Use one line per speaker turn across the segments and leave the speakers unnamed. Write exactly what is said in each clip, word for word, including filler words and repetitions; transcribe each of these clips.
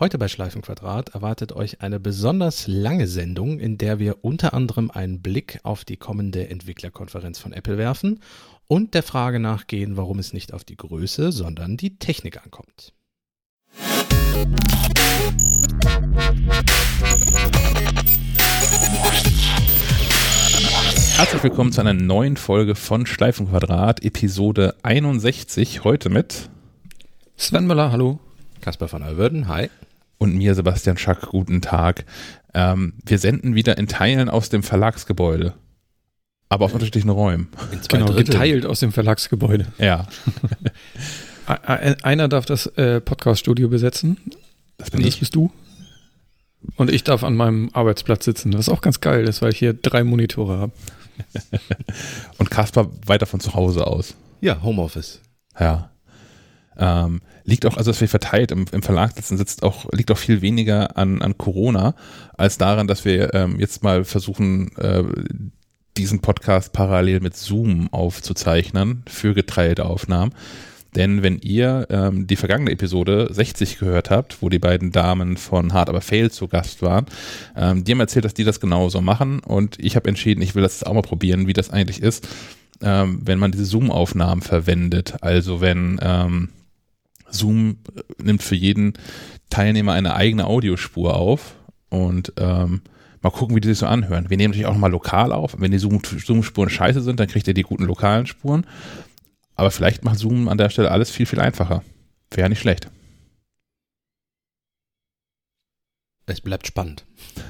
Heute bei Schleifenquadrat erwartet euch eine besonders lange Sendung, in der wir unter anderem einen Blick auf die kommende Entwicklerkonferenz von Apple werfen und der Frage nachgehen, warum es nicht auf die Größe, sondern die Technik ankommt.
Herzlich willkommen zu einer neuen Folge von Schleifenquadrat, Episode einundsechzig, heute mit
Sven Müller, hallo.
Kasper van Alverden, hi.
Und mir, Sebastian Schack, guten Tag. Ähm, wir senden wieder in Teilen aus dem Verlagsgebäude, aber aus unterschiedlichen Räumen.
Genau, Drittel. Geteilt aus dem Verlagsgebäude.
Ja.
Einer darf das äh, Podcast-Studio besetzen.
Das bin
Und
ich.
Das bist du. Und ich darf an meinem Arbeitsplatz sitzen, was auch ganz geil ist, weil ich hier drei Monitore habe.
Und Kasper weiter von zu Hause aus.
Ja, Homeoffice.
Ja. Ähm, liegt auch, also dass wir verteilt im, im Verlag sitzen, sitzt auch, liegt auch viel weniger an, an Corona, als daran, dass wir ähm, jetzt mal versuchen, äh, diesen Podcast parallel mit Zoom aufzuzeichnen für geteilte Aufnahmen. Denn wenn ihr ähm, die vergangene Episode sechzig gehört habt, wo die beiden Damen von Hard Aber Fail zu Gast waren, ähm, die haben erzählt, dass die das genauso machen, und ich habe entschieden, ich will das auch mal probieren, wie das eigentlich ist, ähm, wenn man diese Zoom-Aufnahmen verwendet. Also wenn ähm, Zoom nimmt für jeden Teilnehmer eine eigene Audiospur auf und ähm, mal gucken, wie die sich so anhören. Wir nehmen natürlich auch nochmal lokal auf. Wenn die Zoom- Zoom-Spuren scheiße sind, dann kriegt ihr die guten lokalen Spuren. Aber vielleicht macht Zoom an der Stelle alles viel, viel einfacher. Wäre nicht schlecht.
Es bleibt spannend.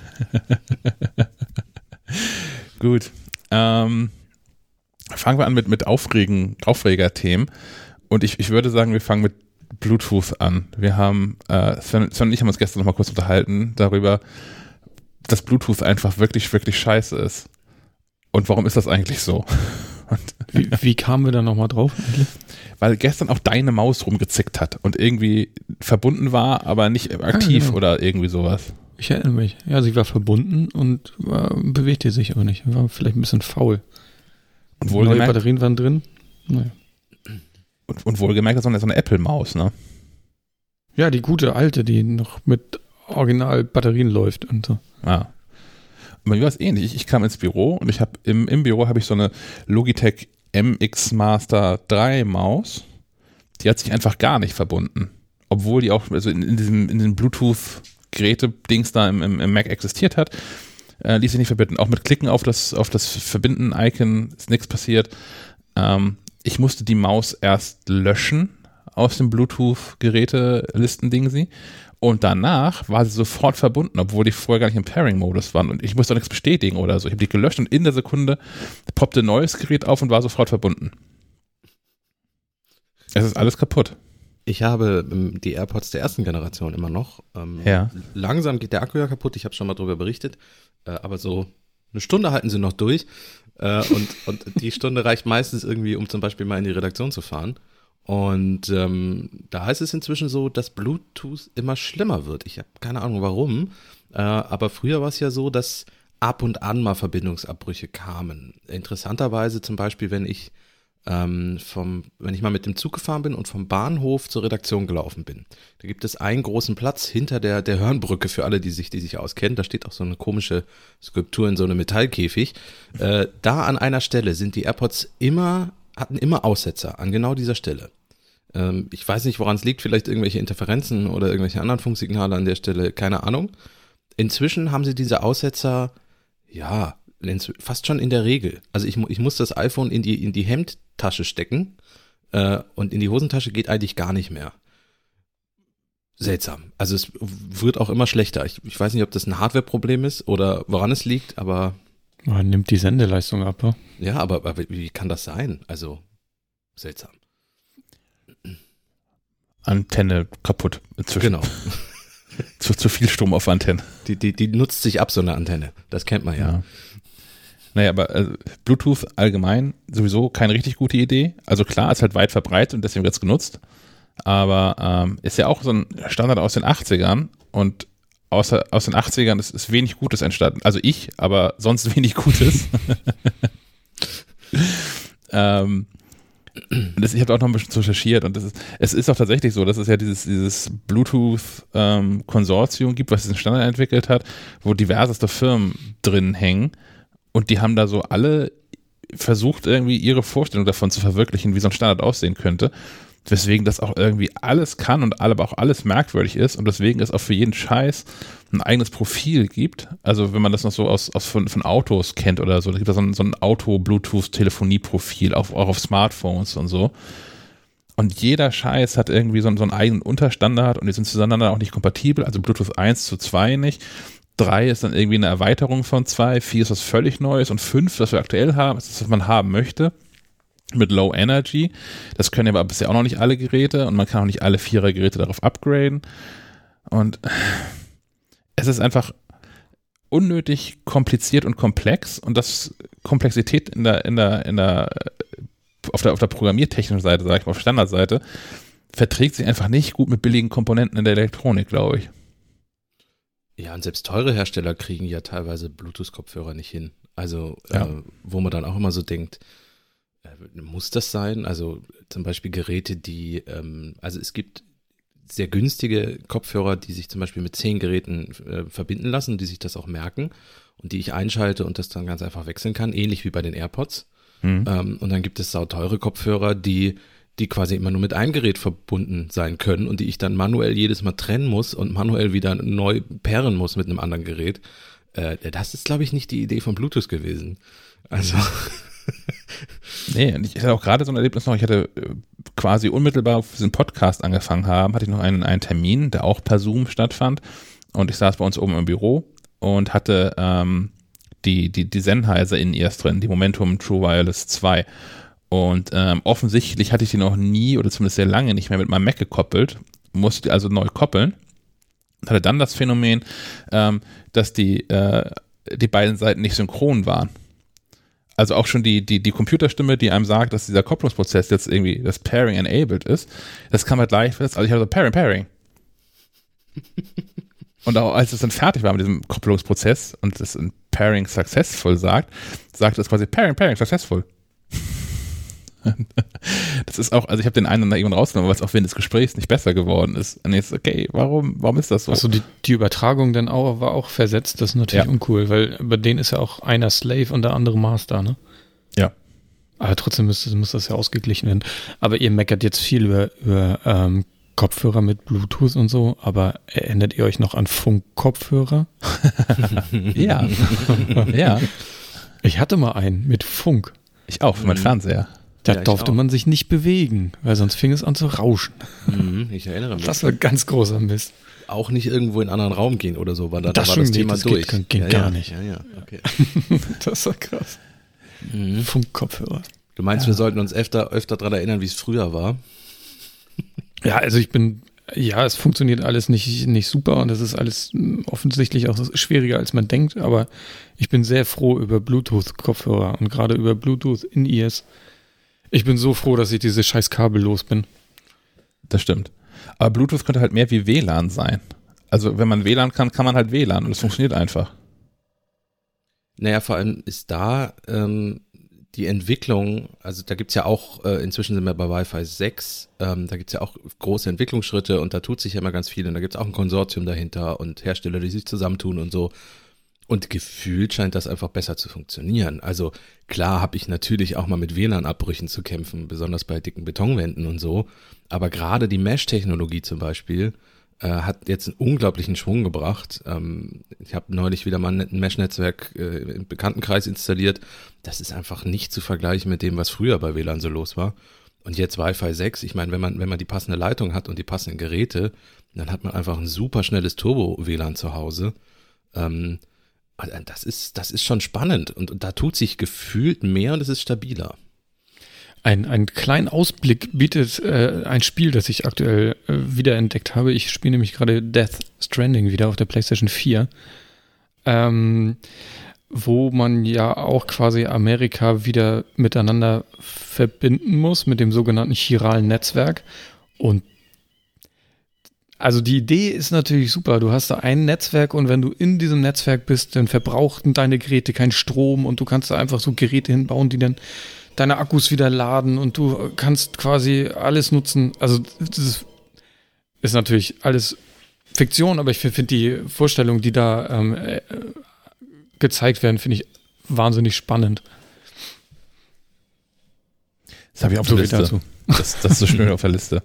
Gut. Ähm, fangen wir an mit, mit Aufregen, Aufreger-Themen. Und ich, ich würde sagen, wir fangen mit Bluetooth an. Wir haben, äh, Sven, Sven und ich haben uns gestern noch mal kurz unterhalten darüber, dass Bluetooth einfach wirklich, wirklich scheiße ist. Und warum ist das eigentlich so? Und
wie, wie kamen wir da nochmal drauf eigentlich?
Weil gestern auch deine Maus rumgezickt hat und irgendwie verbunden war, aber nicht aktiv, ah, genau. Oder irgendwie sowas.
Ich erinnere mich. Ja, sie war verbunden und war, bewegte sich aber nicht. War vielleicht ein bisschen faul.
Und wohlgemerkt,
neue Batterien waren drin. Naja.
Und, und wohlgemerkt, das ist so eine Apple-Maus, ne?
Ja, die gute alte, die noch mit Original-Batterien läuft und so.
Ah. Bei mir war es ähnlich. Ich, ich kam ins Büro und ich habe im, im Büro habe ich so eine Logitech M X Master drei Maus. Die hat sich einfach gar nicht verbunden. Obwohl die auch also in, in diesem in den Bluetooth-Geräte-Dings da im, im, im Mac existiert hat, äh, ließ sich nicht verbinden. Auch mit Klicken auf das, auf das Verbinden-Icon ist nichts passiert. Ähm, ich musste die Maus erst löschen aus dem Bluetooth-Geräte-Listen-Ding. Und danach war sie sofort verbunden, obwohl die vorher gar nicht im Pairing-Modus waren. Und ich musste auch nichts bestätigen oder so. Ich habe die gelöscht und in der Sekunde poppte ein neues Gerät auf und war sofort verbunden. Es ist alles kaputt.
Ich habe die AirPods der ersten Generation immer noch. Ähm,
ja.
Langsam geht der Akku ja kaputt. Ich habe schon mal drüber berichtet. Äh, aber so eine Stunde halten sie noch durch. Äh, und, und die Stunde reicht meistens irgendwie, um zum Beispiel mal in die Redaktion zu fahren. Und ähm, da heißt es inzwischen so, dass Bluetooth immer schlimmer wird. Ich habe keine Ahnung warum, äh, aber früher war es ja so, dass ab und an mal Verbindungsabbrüche kamen. Interessanterweise zum Beispiel, wenn ich ähm, vom, wenn ich mal mit dem Zug gefahren bin und vom Bahnhof zur Redaktion gelaufen bin. Da gibt es einen großen Platz hinter der, der Hörnbrücke für alle, die sich, die sich auskennen. Da steht auch so eine komische Skulptur in so einem Metallkäfig. Äh, da an einer Stelle sind die AirPods immer hatten immer Aussetzer an genau dieser Stelle. Ähm, ich weiß nicht, woran es liegt, vielleicht irgendwelche Interferenzen oder irgendwelche anderen Funksignale an der Stelle, keine Ahnung. Inzwischen haben sie diese Aussetzer, ja, fast schon in der Regel. Also ich, ich muss das iPhone in die, in die Hemdtasche stecken äh, und in die Hosentasche geht eigentlich gar nicht mehr. Seltsam. Also es wird auch immer schlechter. Ich, ich weiß nicht, ob das ein Hardware-Problem ist oder woran es liegt, aber
man nimmt die Sendeleistung ab, ja?
Ja, aber, aber wie kann das sein? Also, seltsam.
Antenne kaputt inzwischen.
Genau.
zu, zu viel Strom auf Antenne.
Die, die, die nutzt sich ab, so eine Antenne. Das kennt man ja.
ja. Naja, aber äh, Bluetooth allgemein sowieso keine richtig gute Idee. Also klar, ist halt weit verbreitet und deswegen wird es genutzt. Aber ähm, ist ja auch so ein Standard aus den achtzigern und Außer, aus den achtzigern ist, ist wenig Gutes entstanden. Also ich, aber sonst wenig Gutes. ähm, Und das, ich habe auch noch ein bisschen recherchiert und das ist, es ist auch tatsächlich so, dass es ja dieses, dieses Bluetooth-Konsortium ähm, gibt, was diesen Standard entwickelt hat, wo diverseste Firmen drin hängen und die haben da so alle versucht, irgendwie ihre Vorstellung davon zu verwirklichen, wie so ein Standard aussehen könnte, weswegen das auch irgendwie alles kann und aber auch alles merkwürdig ist und deswegen es auch für jeden Scheiß ein eigenes Profil gibt. Also wenn man das noch so aus, aus von, von Autos kennt oder so, da gibt es so ein, so ein Auto-Bluetooth-Telefonie-Profil, auch, auch auf Smartphones und so. Und jeder Scheiß hat irgendwie so, so einen eigenen Unterstandard und die sind zueinander auch nicht kompatibel, also Bluetooth eins zu zwei nicht. drei ist dann irgendwie eine Erweiterung von zwei, vier ist was völlig Neues und fünf, was wir aktuell haben, ist das, was man haben möchte. Mit Low Energy. Das können aber bisher auch noch nicht alle Geräte und man kann auch nicht alle Vierer-Geräte darauf upgraden. Und es ist einfach unnötig kompliziert und komplex und das Komplexität in der, in der, in der, auf der, auf der programmiertechnischen Seite, sage ich mal, auf Standardseite, verträgt sich einfach nicht gut mit billigen Komponenten in der Elektronik, glaube ich.
Ja, und selbst teure Hersteller kriegen ja teilweise Bluetooth-Kopfhörer nicht hin. Also, ja. äh, wo man dann auch immer so denkt, muss das sein? Also zum Beispiel Geräte, die, ähm, also es gibt sehr günstige Kopfhörer, die sich zum Beispiel mit zehn Geräten äh, verbinden lassen, die sich das auch merken und die ich einschalte und das dann ganz einfach wechseln kann, ähnlich wie bei den AirPods. Mhm. Ähm, und dann gibt es sauteure Kopfhörer, die, die quasi immer nur mit einem Gerät verbunden sein können und die ich dann manuell jedes Mal trennen muss und manuell wieder neu pairen muss mit einem anderen Gerät. Äh, das ist, glaube ich, nicht die Idee von Bluetooth gewesen. Also
nee, und ich hatte auch gerade so ein Erlebnis noch, ich hatte quasi unmittelbar auf diesen Podcast angefangen haben, hatte ich noch einen, einen Termin, der auch per Zoom stattfand und ich saß bei uns oben im Büro und hatte ähm, die, die, die Sennheiser In-Ears drin, die Momentum True Wireless zwei und ähm, offensichtlich hatte ich die noch nie oder zumindest sehr lange nicht mehr mit meinem Mac gekoppelt, musste die also neu koppeln und hatte dann das Phänomen, ähm, dass die, äh, die beiden Seiten nicht synchron waren. Also auch schon die, die, die Computerstimme, die einem sagt, dass dieser Kopplungsprozess jetzt irgendwie das Pairing enabled ist, das kam halt gleich fest. Also ich hatte so Pairing, Pairing. Und auch als es dann fertig war mit diesem Kopplungsprozess und es ein Pairing successful sagt, sagt es quasi Pairing, Pairing successful. Das ist auch, also ich habe den einen dann da irgendwann rausgenommen, weil es auch während des Gesprächs nicht besser geworden ist. Und jetzt, okay, warum, warum ist das so?
Achso, die, die Übertragung dann auch, war auch versetzt, das ist natürlich ja. uncool, weil bei denen ist ja auch einer Slave und der andere Master, ne?
Ja.
Aber trotzdem muss, muss das ja ausgeglichen werden. Aber ihr meckert jetzt viel über, über ähm, Kopfhörer mit Bluetooth und so, aber erinnert ihr euch noch an Funk-Kopfhörer?
Ja. Ja.
Ich hatte mal einen mit Funk.
Ich auch, für meinen Fernseher.
Da
ja,
durfte man sich nicht bewegen, weil sonst fing es an zu rauschen.
Mhm, ich erinnere mich.
Das war ganz großer Mist.
Auch nicht irgendwo in einen anderen Raum gehen oder so, weil da,
das
da war das Thema
das
durch.
Geht, ging
ja,
gar
ja,
nicht.
Ja, ja, okay.
Das war krass.
Mhm.
Funkkopfhörer.
Du meinst,
ja.
wir sollten uns öfter, öfter daran erinnern, wie es früher war?
Ja, also ich bin, ja, es funktioniert alles nicht, nicht super und es ist alles offensichtlich auch schwieriger, als man denkt, aber ich bin sehr froh über Bluetooth-Kopfhörer und gerade über Bluetooth-In-Ears. Ich bin so froh, dass ich diese scheiß Kabel los bin.
Das stimmt. Aber Bluetooth könnte halt mehr wie W L A N sein. Also wenn man W L A N kann, kann man halt W L A N und es funktioniert einfach.
Naja, vor allem ist da ähm, die Entwicklung, also da gibt's ja auch, äh, inzwischen sind wir bei Wi-Fi sechs, ähm, da gibt's ja auch große Entwicklungsschritte und da tut sich ja immer ganz viel und da gibt's auch ein Konsortium dahinter und Hersteller, die sich zusammentun und so. Und gefühlt scheint das einfach besser zu funktionieren. Also klar habe ich natürlich auch mal mit W L A N-Abbrüchen zu kämpfen, besonders bei dicken Betonwänden und so. Aber gerade die Mesh-Technologie zum Beispiel äh, hat jetzt einen unglaublichen Schwung gebracht. Ähm, ich habe neulich wieder mal ein Mesh-Netzwerk äh, im Bekanntenkreis installiert. Das ist einfach nicht zu vergleichen mit dem, was früher bei W L A N so los war. Und jetzt Wi-Fi sechs, ich meine, wenn man, wenn man die passende Leitung hat und die passenden Geräte, dann hat man einfach ein super schnelles Turbo-W L A N zu Hause. Ähm, Das ist, das ist schon spannend und, und da tut sich gefühlt mehr und es ist stabiler.
Ein, einen kleinen Ausblick bietet äh, ein Spiel, das ich aktuell äh, wiederentdeckt habe. Ich spiele nämlich gerade Death Stranding wieder auf der PlayStation vier, ähm, wo man ja auch quasi Amerika wieder miteinander verbinden muss mit dem sogenannten chiralen Netzwerk. Und also die Idee ist natürlich super. Du hast da ein Netzwerk und wenn du in diesem Netzwerk bist, dann verbrauchten deine Geräte keinen Strom und du kannst da einfach so Geräte hinbauen, die dann deine Akkus wieder laden und du kannst quasi alles nutzen. Also das ist, ist natürlich alles Fiktion, aber ich finde die Vorstellungen, die da ähm, äh, gezeigt werden, finde ich wahnsinnig spannend.
Das habe ich auf
So
der
viel
Liste.
dazu.
Das, das ist so schön auf der Liste.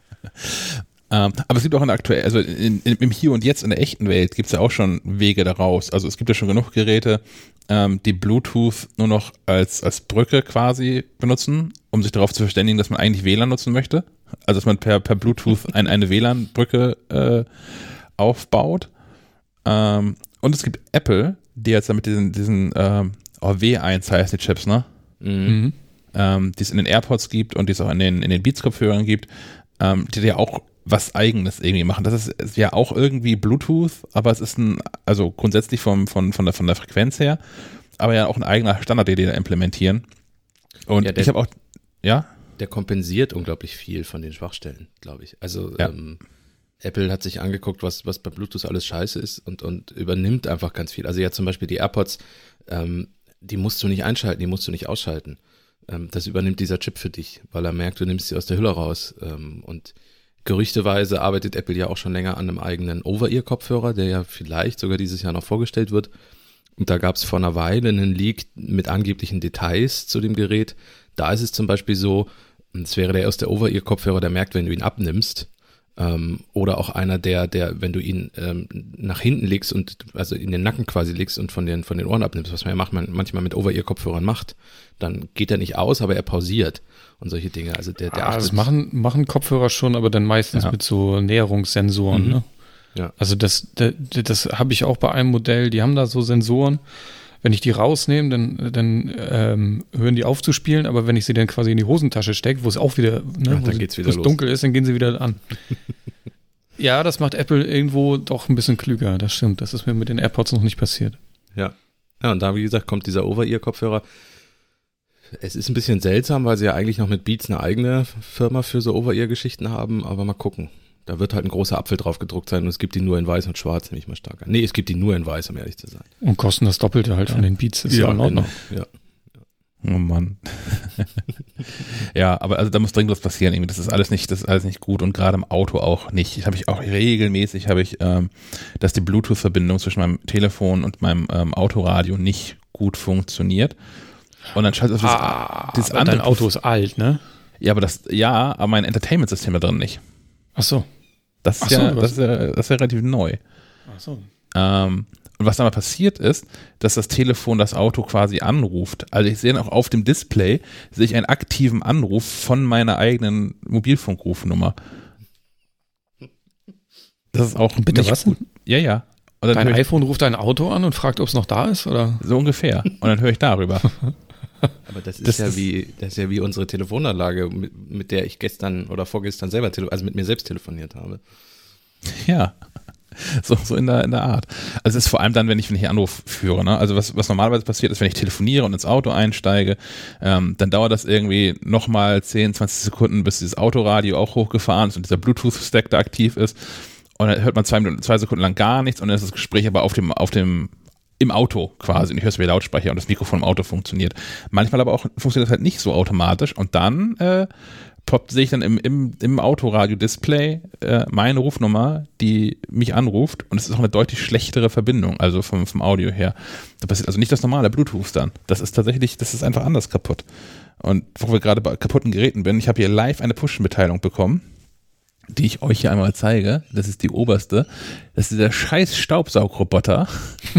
ähm, aber es gibt auch in der aktuell, also in, in, im Hier und Jetzt in der echten Welt gibt es ja auch schon Wege daraus. Also es gibt ja schon genug Geräte, ähm, die Bluetooth nur noch als, als Brücke quasi benutzen, um sich darauf zu verständigen, dass man eigentlich W L A N nutzen möchte. Also dass man per, per Bluetooth ein, eine W L A N-Brücke äh, aufbaut. Ähm, und es gibt Apple, die jetzt damit diesen, diesen ähm, oh, W eins heißt die Chips, ne?
Mhm.
Ähm, die es in den AirPods gibt und die es auch in den, in den Beats-Kopfhörern gibt, ähm, die ja auch was Eigenes irgendwie machen. Das ist, ist ja auch irgendwie Bluetooth, aber es ist ein, also grundsätzlich vom, von, von, der, von der Frequenz her, aber ja auch ein eigener Standard, den die da implementieren. Und
Ja, der-
ich habe auch, ja?
Der kompensiert unglaublich viel von den Schwachstellen, glaube ich. Also
Ja.
ähm, Apple hat sich angeguckt, was, was bei Bluetooth alles scheiße ist und, und übernimmt einfach ganz viel. Also ja, zum Beispiel die AirPods, ähm, die musst du nicht einschalten, die musst du nicht ausschalten. Ähm, das übernimmt dieser Chip für dich, weil er merkt, du nimmst sie aus der Hülle raus. Ähm, und gerüchteweise arbeitet Apple ja auch schon länger an einem eigenen Over-Ear-Kopfhörer, der ja vielleicht sogar dieses Jahr noch vorgestellt wird. Und da gab es vor einer Weile einen Leak mit angeblichen Details zu dem Gerät. Da ist es zum Beispiel so, es wäre der erste Over-Ear-Kopfhörer, der merkt, wenn du ihn abnimmst. Ähm, oder auch einer, der, der, wenn du ihn ähm, nach hinten legst und also in den Nacken quasi legst und von den, von den Ohren abnimmst, was man ja macht, man manchmal mit Over-Ear-Kopfhörern macht, dann geht er nicht aus, aber er pausiert und solche Dinge. Also der, der
Ah, das
achtet-
machen, machen Kopfhörer schon, aber dann meistens
Ja.
mit so Näherungssensoren.
Mhm.
Ne?
Ja.
Also das, das, das habe ich auch bei einem Modell, die haben da so Sensoren. Wenn ich die rausnehme, dann, dann ähm, hören die auf zu spielen, aber wenn ich sie dann quasi in die Hosentasche stecke, wo es auch wieder, ne,
Ja,
wo
dann
sie-
geht's wieder
wo es
los.
dunkel ist, dann gehen sie wieder an. Ja, das macht Apple irgendwo doch ein bisschen klüger, das stimmt. Das ist mir mit den AirPods noch nicht passiert.
Ja. Ja, und da, wie gesagt, kommt dieser Over-Ear-Kopfhörer. Es ist ein bisschen seltsam, weil sie ja eigentlich noch mit Beats eine eigene Firma für so Over-Ear-Geschichten haben, aber mal gucken. Da wird halt ein großer Apfel drauf gedruckt sein und es gibt die nur in weiß und schwarz, nehme ich mal stark an. Nee, es gibt die nur in weiß, um ehrlich zu sein.
Und kosten das Doppelte halt von den Beats. Das ist ja in Ordnung.
genau. Ja.
Oh Mann. Ja, aber also da muss dringend was passieren. Irgendwie. Das ist alles nicht, das ist alles nicht gut und gerade im Auto auch nicht. Habe ich auch regelmäßig habe ich, ähm, dass die Bluetooth-Verbindung zwischen meinem Telefon und meinem ähm, Autoradio nicht gut funktioniert. Und dann schaltet das,
Ah,
das
aber
andere
dein Auto ist alt, ne?
Ja, aber das, ja, aber mein Entertainment-System da drin nicht.
Ach so.
Das ist,
Ach so,
ja,
du
das ist ja, das ist ja relativ neu.
Ach so.
Ähm, und was da mal passiert ist, dass das Telefon das Auto quasi anruft. Also ich sehe dann auch auf dem Display, sehe ich einen aktiven Anruf von meiner eigenen Mobilfunkrufnummer. Das ist auch
Bitte
nicht
was?
gut. Ja, ja. Und dann
Dein
höre ich,
iPhone ruft dein Auto an und fragt, ob es noch da ist, oder?
so ungefähr. Und dann höre ich darüber.
Aber das ist
Das
ja
ist-
wie, das ist ja wie unsere Telefonanlage, mit, mit der ich gestern oder vorgestern selber, tele also mit mir selbst telefoniert habe.
Ja, so, so in der, in der Art. Also es ist vor allem dann, wenn ich, wenn ich Anruf führe. Ne? Also was, was normalerweise passiert ist, wenn ich telefoniere und ins Auto einsteige, ähm, dann dauert das irgendwie nochmal zehn, zwanzig Sekunden, bis dieses Autoradio auch hochgefahren ist und dieser Bluetooth-Stack da aktiv ist. Und dann hört man zwei Minuten, zwei Sekunden lang gar nichts und dann ist das Gespräch aber auf dem, auf dem, im Auto quasi. Und ich höre es über Lautsprecher und das Mikrofon im Auto funktioniert. Manchmal aber auch funktioniert das halt nicht so automatisch und dann äh, poppt, sehe ich dann im, im, im Autoradio-Display äh, meine Rufnummer, die mich anruft und es ist auch eine deutlich schlechtere Verbindung, also vom, vom Audio her. Da passiert also nicht das normale Bluetooth dann. Das ist tatsächlich, das ist einfach anders kaputt. Und wo wir gerade bei kaputten Geräten bin, ich habe hier live eine Push-Mitteilung bekommen, die ich euch hier einmal zeige. Das ist die oberste. Das ist der scheiß Staubsaugroboter.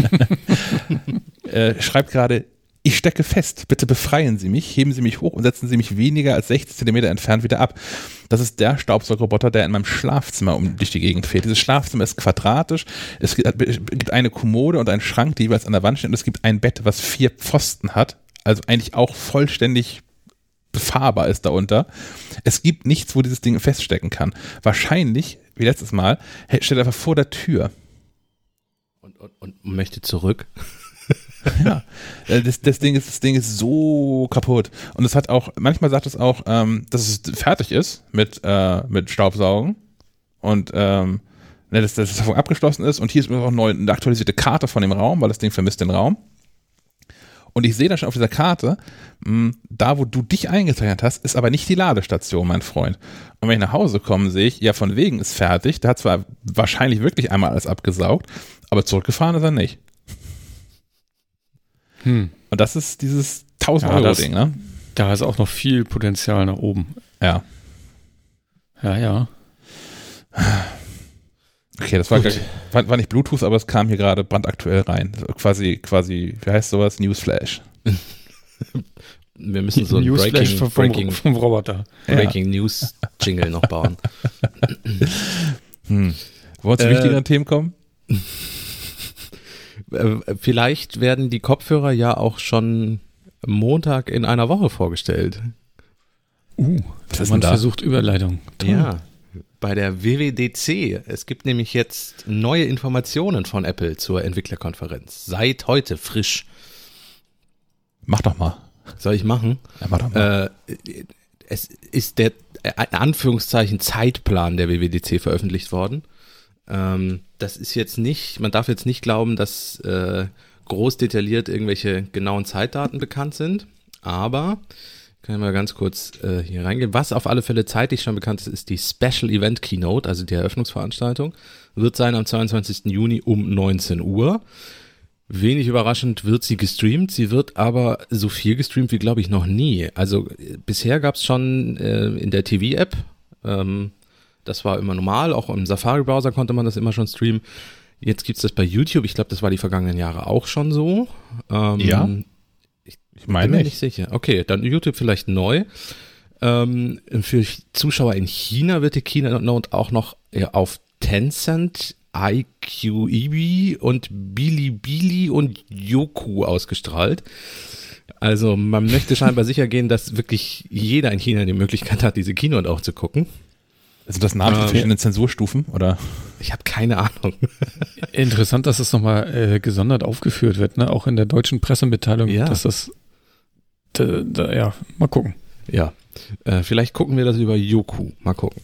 äh, schreibt gerade, ich stecke fest, bitte befreien Sie mich, heben Sie mich hoch und setzen Sie mich weniger als sechzig Zentimeter entfernt wieder ab. Das ist der Staubsaugerroboter, der in meinem Schlafzimmer um durch die Gegend fährt. Dieses Schlafzimmer ist quadratisch, es gibt eine Kommode und einen Schrank, die jeweils an der Wand stehen und es gibt ein Bett, was vier Pfosten hat, also eigentlich auch vollständig befahrbar ist darunter. Es gibt nichts, wo dieses Ding feststecken kann. Wahrscheinlich, wie letztes Mal, steht er einfach vor der Tür.
Und, und, und möchte zurück.
Ja, das, das, Ding ist, das Ding ist so kaputt. Und es hat auch, manchmal sagt es auch, ähm, dass es fertig ist mit, äh, mit Staubsaugen und ähm, ne, dass, dass das davon abgeschlossen ist. Und hier ist auch neu eine aktualisierte Karte von dem Raum, weil das Ding vermisst den Raum. Und ich sehe da schon auf dieser Karte, mh, da wo du dich eingezeichnet hast, ist aber nicht die Ladestation, mein Freund. Und wenn ich nach Hause komme, sehe ich, ja, von wegen ist fertig. Der hat zwar wahrscheinlich wirklich einmal alles abgesaugt, aber zurückgefahren ist er nicht. Hm. Und das ist dieses tausend-Euro-Ding, ne?
Da ist auch noch viel Potenzial nach oben.
Ja.
Ja, ja.
Okay, das war, war, war nicht Bluetooth, aber es kam hier gerade brandaktuell rein. Quasi, quasi, wie heißt sowas? Newsflash.
Wir müssen so ein
Newsflash
Breaking,
vom,
Breaking,
vom Roboter.
Breaking ja. News Jingle noch bauen.
hm. Wollen wir zu
äh,
wichtigeren Themen kommen?
Vielleicht werden die Kopfhörer ja auch schon Montag in einer Woche vorgestellt.
Uh,
das
man
da?
versucht Überleitung. Toll.
Ja, bei der W W D C. Es gibt nämlich jetzt neue Informationen von Apple zur Entwicklerkonferenz. Seit heute frisch.
Mach doch mal.
Soll ich machen?
Ja, mach doch mal.
Äh, es ist der, in Anführungszeichen, Zeitplan der W W D C veröffentlicht worden. Ähm, das ist jetzt nicht, man darf jetzt nicht glauben, dass äh, groß detailliert irgendwelche genauen Zeitdaten bekannt sind, aber kann ich mal ganz kurz äh, hier reingehen. Was auf alle Fälle zeitlich schon bekannt ist, ist die Special Event Keynote, also die Eröffnungsveranstaltung, wird sein am zweiundzwanzigsten Juni um neunzehn Uhr. Wenig überraschend wird sie gestreamt, sie wird aber so viel gestreamt wie, glaube ich, noch nie. Also äh, bisher gab es schon äh, in der T V-App, ähm, das war immer normal, auch im Safari-Browser konnte man das immer schon streamen. Jetzt gibt es das bei YouTube, ich glaube, das war die vergangenen Jahre auch schon so. Ähm,
ja,
ich,
ich meine
bin mir nicht sicher. Okay, dann YouTube vielleicht neu. Ähm, für Zuschauer in China wird die Keynote auch noch ja, auf Tencent, I Q E B und Bilibili und Youku ausgestrahlt. Also man möchte scheinbar sicher gehen, dass wirklich jeder in China die Möglichkeit hat, diese Keynote auch zu gucken.
Also das Namen ähm, in den Zensurstufen, oder?
Ich habe keine Ahnung.
Interessant, dass es nochmal äh, gesondert aufgeführt wird, ne? Auch in der deutschen Pressemitteilung,
ja.
dass das, da, da, ja, mal gucken.
Ja, äh, vielleicht gucken wir das über Youku, mal gucken.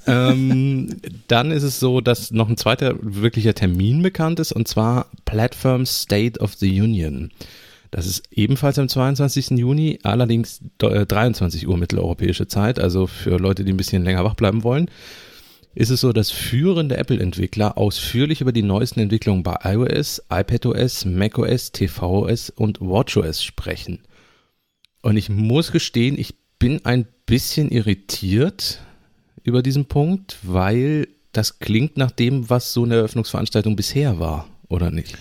ähm, dann ist es so, dass noch ein zweiter wirklicher Termin bekannt ist, und zwar Platform State of the Union. Das ist ebenfalls am zweiundzwanzigsten Juni, allerdings dreiundzwanzig Uhr mitteleuropäische Zeit, also für Leute, die ein bisschen länger wach bleiben wollen, ist es so, dass führende Apple-Entwickler ausführlich über die neuesten Entwicklungen bei iOS, iPadOS, macOS, tvOS und watchOS sprechen. Und ich muss gestehen, ich bin ein bisschen irritiert über diesen Punkt, weil das klingt nach dem, was so eine Eröffnungsveranstaltung bisher war, oder nicht?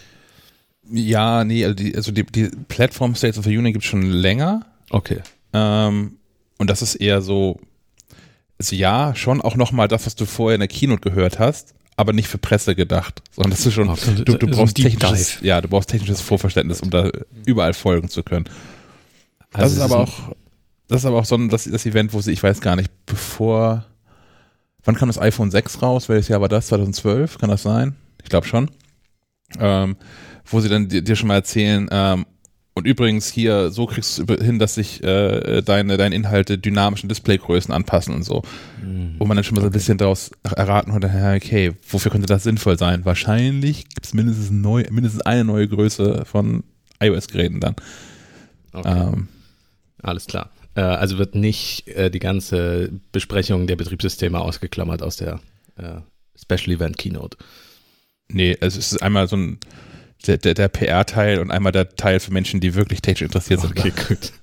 Ja, nee, also die, also die, die Platform States of the Union gibt es schon länger.
Okay.
Ähm, und das ist eher so, also ja, schon auch nochmal das, was du vorher in der Keynote gehört hast, aber nicht für Presse gedacht, sondern das ist schon,
okay.
du, du
das
brauchst
ist
technisches, ja, du brauchst technisches Vorverständnis, um da überall folgen zu können. Das
Also
ist aber auch, das ist aber auch so ein, das, das Event, wo sie, ich weiß gar nicht, bevor, wann kam das iPhone sechs raus? Welches Jahr war das? zweitausendzwölf? Kann das sein? Ich glaube schon. Ähm, wo sie dann dir, dir schon mal erzählen, ähm, und übrigens hier, so kriegst du hin, dass sich äh, deine, deine Inhalte dynamischen Displaygrößen anpassen und so. Mhm. Wo man dann schon mal so ein bisschen daraus erraten konnte, okay, wofür könnte das sinnvoll sein? Wahrscheinlich gibt es mindestens, neu, mindestens eine neue Größe von iOS-Geräten dann.
Okay.
Ähm,
Alles klar. Äh, also wird nicht äh, die ganze Besprechung der Betriebssysteme ausgeklammert aus der äh, Special Event Keynote.
Nee, also es ist einmal so ein der, der, der P R-Teil und einmal der Teil für Menschen, die wirklich technisch interessiert sind.
Okay, gut.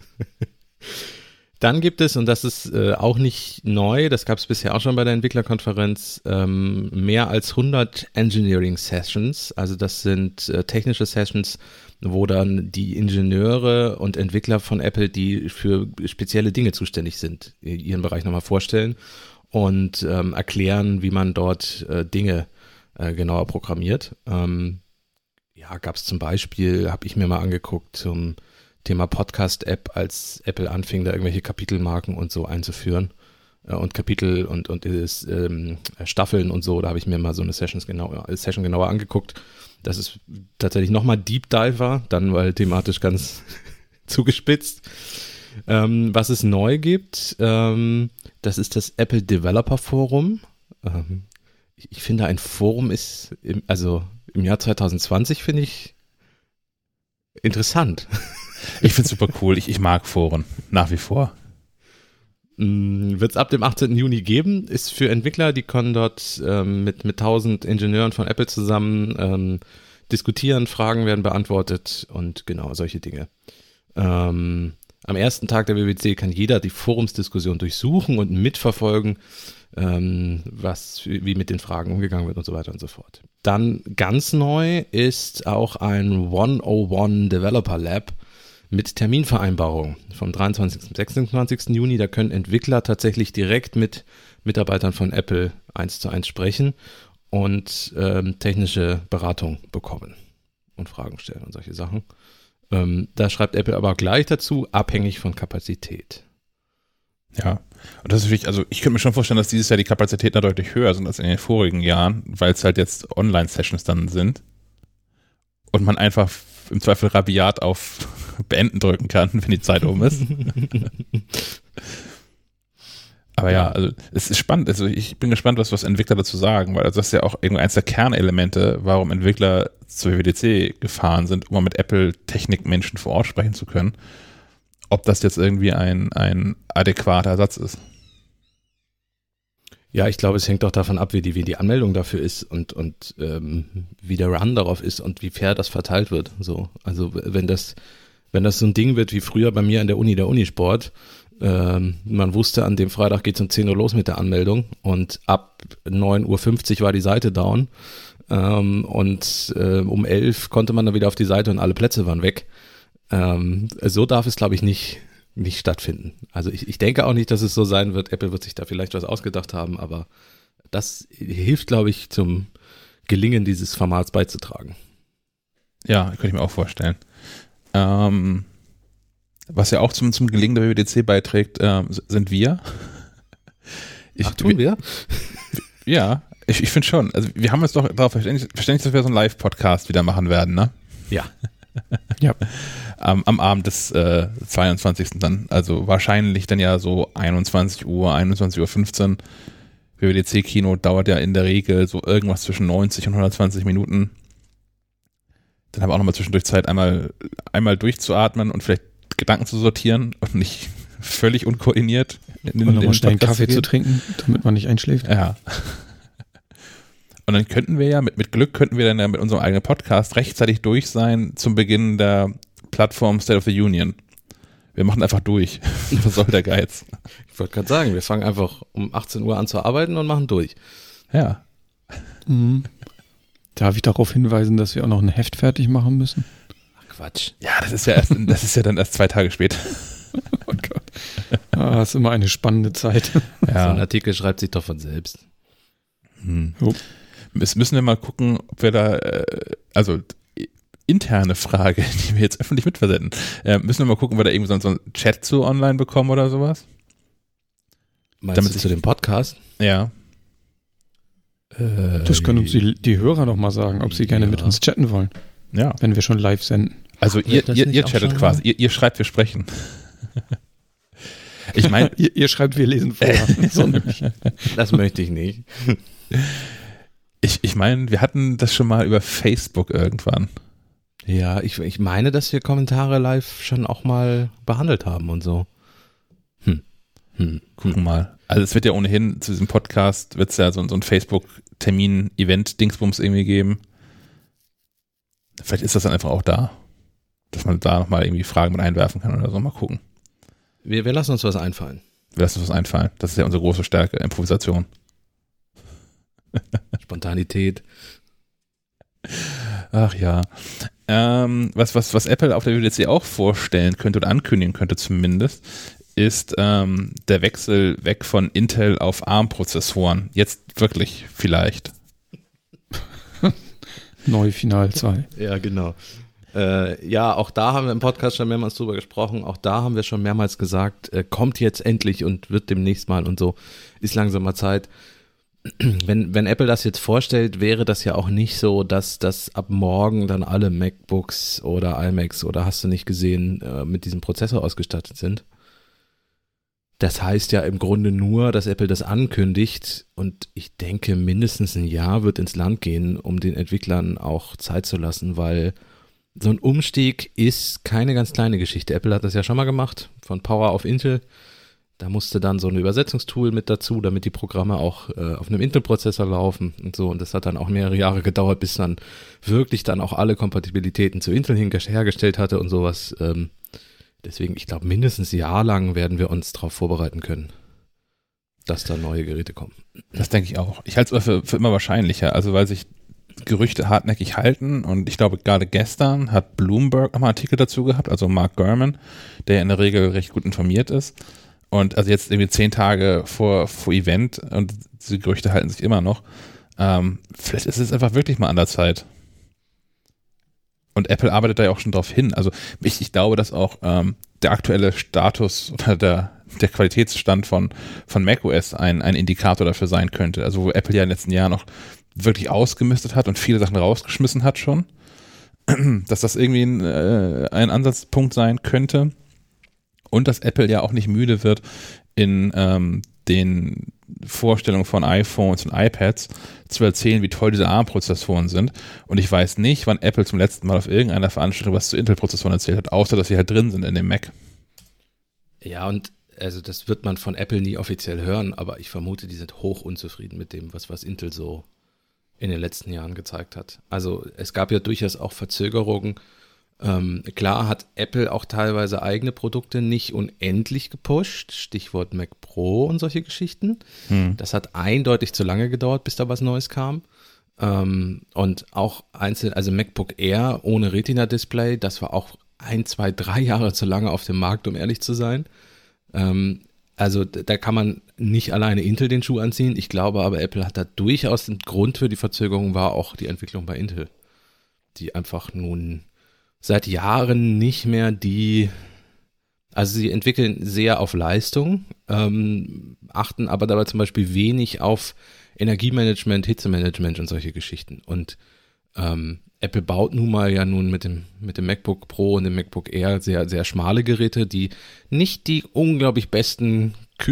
Dann gibt es, und das ist äh, auch nicht neu, das gab es bisher auch schon bei der Entwicklerkonferenz, ähm, mehr als hundert Engineering Sessions. Also das sind äh, technische Sessions, wo dann die Ingenieure und Entwickler von Apple, die für spezielle Dinge zuständig sind, ihren Bereich nochmal vorstellen und ähm, erklären, wie man dort äh, Dinge äh, genauer programmiert. Ähm, ja, gab es zum Beispiel, habe ich mir mal angeguckt, zum Thema Podcast-App, als Apple anfing, da irgendwelche Kapitelmarken und so einzuführen äh, und Kapitel und, und ist, ähm, Staffeln und so, da habe ich mir mal so eine Sessions genau, Session genauer angeguckt. Das ist tatsächlich nochmal Deep Diver, dann weil thematisch ganz zugespitzt. Ähm, was es neu gibt, ähm, das ist das Apple Developer Forum. Ähm, ich, ich finde, ein Forum ist, im, also im Jahr zwanzig zwanzig finde ich interessant.
Ich finde es super cool. Ich, ich mag Foren nach wie vor.
Wird es ab dem achtzehnten Juni geben, ist für Entwickler, die können dort ähm, mit, mit tausend Ingenieuren von Apple zusammen ähm, diskutieren, Fragen werden beantwortet und genau solche Dinge. Ähm, am ersten Tag der W W D C kann jeder die Forumsdiskussion durchsuchen und mitverfolgen, ähm, was, wie mit den Fragen umgegangen wird und so weiter und so fort. Dann ganz neu ist auch ein hunderteins Developer Lab mit Terminvereinbarung vom dreiundzwanzigsten bis sechsundzwanzigsten Juni. Da können Entwickler tatsächlich direkt mit Mitarbeitern von Apple eins zu eins sprechen und ähm, technische Beratung bekommen und Fragen stellen und solche Sachen. Ähm, da schreibt Apple aber gleich dazu, abhängig von Kapazität.
Ja, und das ist wirklich, also ich könnte mir schon vorstellen, dass dieses Jahr die Kapazitäten da deutlich höher sind als in den vorigen Jahren, weil es halt jetzt Online-Sessions dann sind und man einfach im Zweifel rabiat auf Beenden drücken kann, wenn die Zeit um ist. Aber ja, also es ist spannend. Also ich bin gespannt, was, was Entwickler dazu sagen, weil das ist ja auch irgendwie eins der Kernelemente, warum Entwickler zur W W D C gefahren sind, um mal mit Apple-Technikmenschen vor Ort sprechen zu können. Ob das jetzt irgendwie ein, ein adäquater Ersatz ist.
Ja, ich glaube, es hängt auch davon ab, wie die, wie die Anmeldung dafür ist und, und ähm, wie der Run darauf ist und wie fair das verteilt wird. So, also wenn das, wenn das so ein Ding wird wie früher bei mir an der Uni, der Unisport, ähm, man wusste, an dem Freitag geht es um zehn Uhr los mit der Anmeldung und ab neun Uhr fünfzig war die Seite down ähm, und äh, um elf konnte man dann wieder auf die Seite und alle Plätze waren weg. Ähm, so darf es, glaube ich, nicht nicht stattfinden. Also ich, ich denke auch nicht, dass es so sein wird. Apple wird sich da vielleicht was ausgedacht haben, aber das hilft, glaube ich, zum Gelingen dieses Formats beizutragen.
Ja, könnte ich mir auch vorstellen. Ähm, was ja auch zum, zum Gelingen der W W D C beiträgt, äh, sind wir. Ich,
Ach, tun wir?
Ja, ich, ich finde schon. Also wir haben uns doch darauf verständigt, verständigt, dass wir so einen Live-Podcast wieder machen werden, ne?
Ja.
Ja. Am, am Abend des äh, zweiundzwanzigsten dann, also wahrscheinlich dann ja so einundzwanzig Uhr, einundzwanzig Uhr fünfzehn. W W D C-Kino dauert ja in der Regel so irgendwas zwischen neunzig und hundertzwanzig Minuten. Dann haben wir auch nochmal zwischendurch Zeit, einmal, einmal durchzuatmen und vielleicht Gedanken zu sortieren und nicht völlig unkoordiniert
in den, und nochmal schnell einen Kaffee zu, zu trinken, damit man nicht einschläft.
Ja. Und dann könnten wir ja, mit, mit Glück könnten wir dann ja mit unserem eigenen Podcast rechtzeitig durch sein zum Beginn der Plattform State of the Union. Wir machen einfach durch. Was soll der Geiz?
Ich wollte gerade sagen, wir fangen einfach um achtzehn Uhr an zu arbeiten und machen durch.
Ja.
Mhm. Darf ich darauf hinweisen, dass wir auch noch ein Heft fertig machen müssen?
Ach Quatsch.
Ja, das ist ja erst, das ist ja dann erst zwei Tage später.
Oh Gott. Ah, das ist immer eine spannende Zeit.
Ja.
So ein Artikel schreibt sich doch von selbst.
Hm. Oh. Jetzt müssen wir mal gucken, ob wir da, äh, also interne Frage, die wir jetzt öffentlich mitversenden, äh, müssen wir mal gucken, ob wir da irgendwie so, so einen Chat zu online bekommen oder sowas?
Meinst Damit du zu dem Podcast?
Ja.
Äh, das können uns die, die Hörer noch mal sagen, ob sie gerne ja. mit uns chatten wollen.
Ja.
Wenn wir schon live senden.
Also ihr, ihr, ihr chattet quasi, ihr, ihr schreibt, wir sprechen. Ich meine,
ihr, ihr schreibt, wir lesen vor. So nämlich.
Das möchte ich nicht.
Ich, ich meine, wir hatten das schon mal über Facebook irgendwann.
Ja, ich, ich meine, dass wir Kommentare live schon auch mal behandelt haben und so. Hm.
Hm. Gucken mal. Also es wird ja ohnehin zu diesem Podcast, wird es ja so, so ein Facebook-Termin-Event-Dingsbums irgendwie geben. Vielleicht ist das dann einfach auch da, dass man da nochmal irgendwie Fragen mit einwerfen kann oder so. Mal gucken.
Wir, wir lassen uns was einfallen.
Wir lassen uns was einfallen. Das ist ja unsere große Stärke, Improvisation.
Spontanität.
Ach ja. Ähm, was, was, was Apple auf der W W D C auch vorstellen könnte oder ankündigen könnte zumindest, ist ähm, der Wechsel weg von Intel auf ARM-Prozessoren. Jetzt wirklich vielleicht.
Neu Final zwei.
Ja, genau. Äh, ja, auch da haben wir im Podcast schon mehrmals drüber gesprochen. Auch da haben wir schon mehrmals gesagt, äh, kommt jetzt endlich und wird demnächst mal und so. Ist langsam mal Zeit. Wenn, wenn Apple das jetzt vorstellt, wäre das ja auch nicht so, dass, dass ab morgen dann alle MacBooks oder iMacs oder hast du nicht gesehen, äh, mit diesem Prozessor ausgestattet sind. Das heißt ja im Grunde nur, dass Apple das ankündigt und ich denke, mindestens ein Jahr wird ins Land gehen, um den Entwicklern auch Zeit zu lassen, weil so ein Umstieg ist keine ganz kleine Geschichte. Apple hat das ja schon mal gemacht, von Power auf Intel. Da musste dann so ein Übersetzungstool mit dazu, damit die Programme auch äh, auf einem Intel-Prozessor laufen und so. Und das hat dann auch mehrere Jahre gedauert, bis dann wirklich dann auch alle Kompatibilitäten zu Intel hergestellt hatte und sowas. Ähm, deswegen, ich glaube, mindestens ein Jahr lang werden wir uns darauf vorbereiten können, dass da neue Geräte kommen.
Das denke ich auch. Ich halte es für, für immer wahrscheinlicher, also weil sich Gerüchte hartnäckig halten und ich glaube, gerade gestern hat Bloomberg nochmal einen Artikel dazu gehabt, also Mark Gurman, der in der Regel recht gut informiert ist. Und also jetzt irgendwie zehn Tage vor, vor Event und diese Gerüchte halten sich immer noch. Ähm, vielleicht ist es einfach wirklich mal an der Zeit. Und Apple arbeitet da ja auch schon drauf hin. Also ich, ich glaube, dass auch ähm, der aktuelle Status oder der, der Qualitätsstand von, von macOS ein, ein Indikator dafür sein könnte. Also wo Apple ja in den letzten Jahren noch wirklich ausgemistet hat und viele Sachen rausgeschmissen hat schon. Dass das irgendwie ein, äh, ein Ansatzpunkt sein könnte. Und dass Apple ja auch nicht müde wird, in ähm, den Vorstellungen von iPhones und iPads zu erzählen, wie toll diese ARM-Prozessoren sind. Und ich weiß nicht, wann Apple zum letzten Mal auf irgendeiner Veranstaltung was zu Intel-Prozessoren erzählt hat, außer dass sie halt drin sind in dem Mac.
Ja, und also das wird man von Apple nie offiziell hören, aber ich vermute, die sind hoch unzufrieden mit dem, was, was Intel so in den letzten Jahren gezeigt hat. Also es gab ja durchaus auch Verzögerungen. Ähm, klar hat Apple auch teilweise eigene Produkte nicht unendlich gepusht, Stichwort Mac Pro und solche Geschichten. Hm. Das hat eindeutig zu lange gedauert, bis da was Neues kam. Ähm, und auch einzeln, also MacBook Air ohne Retina-Display, das war auch ein, zwei, drei Jahre zu lange auf dem Markt, um ehrlich zu sein. Ähm, also da kann man nicht alleine Intel den Schuh anziehen. Ich glaube aber, Apple hat da durchaus den Grund für die Verzögerung war auch die Entwicklung bei Intel, die einfach nun seit Jahren nicht mehr die, also sie entwickeln sehr auf Leistung, ähm, achten aber dabei zum Beispiel wenig auf Energiemanagement, Hitzemanagement und solche Geschichten. Und ähm, Apple baut nun mal ja nun mit dem, mit dem MacBook Pro und dem MacBook Air sehr, sehr schmale Geräte, die nicht die unglaublich besten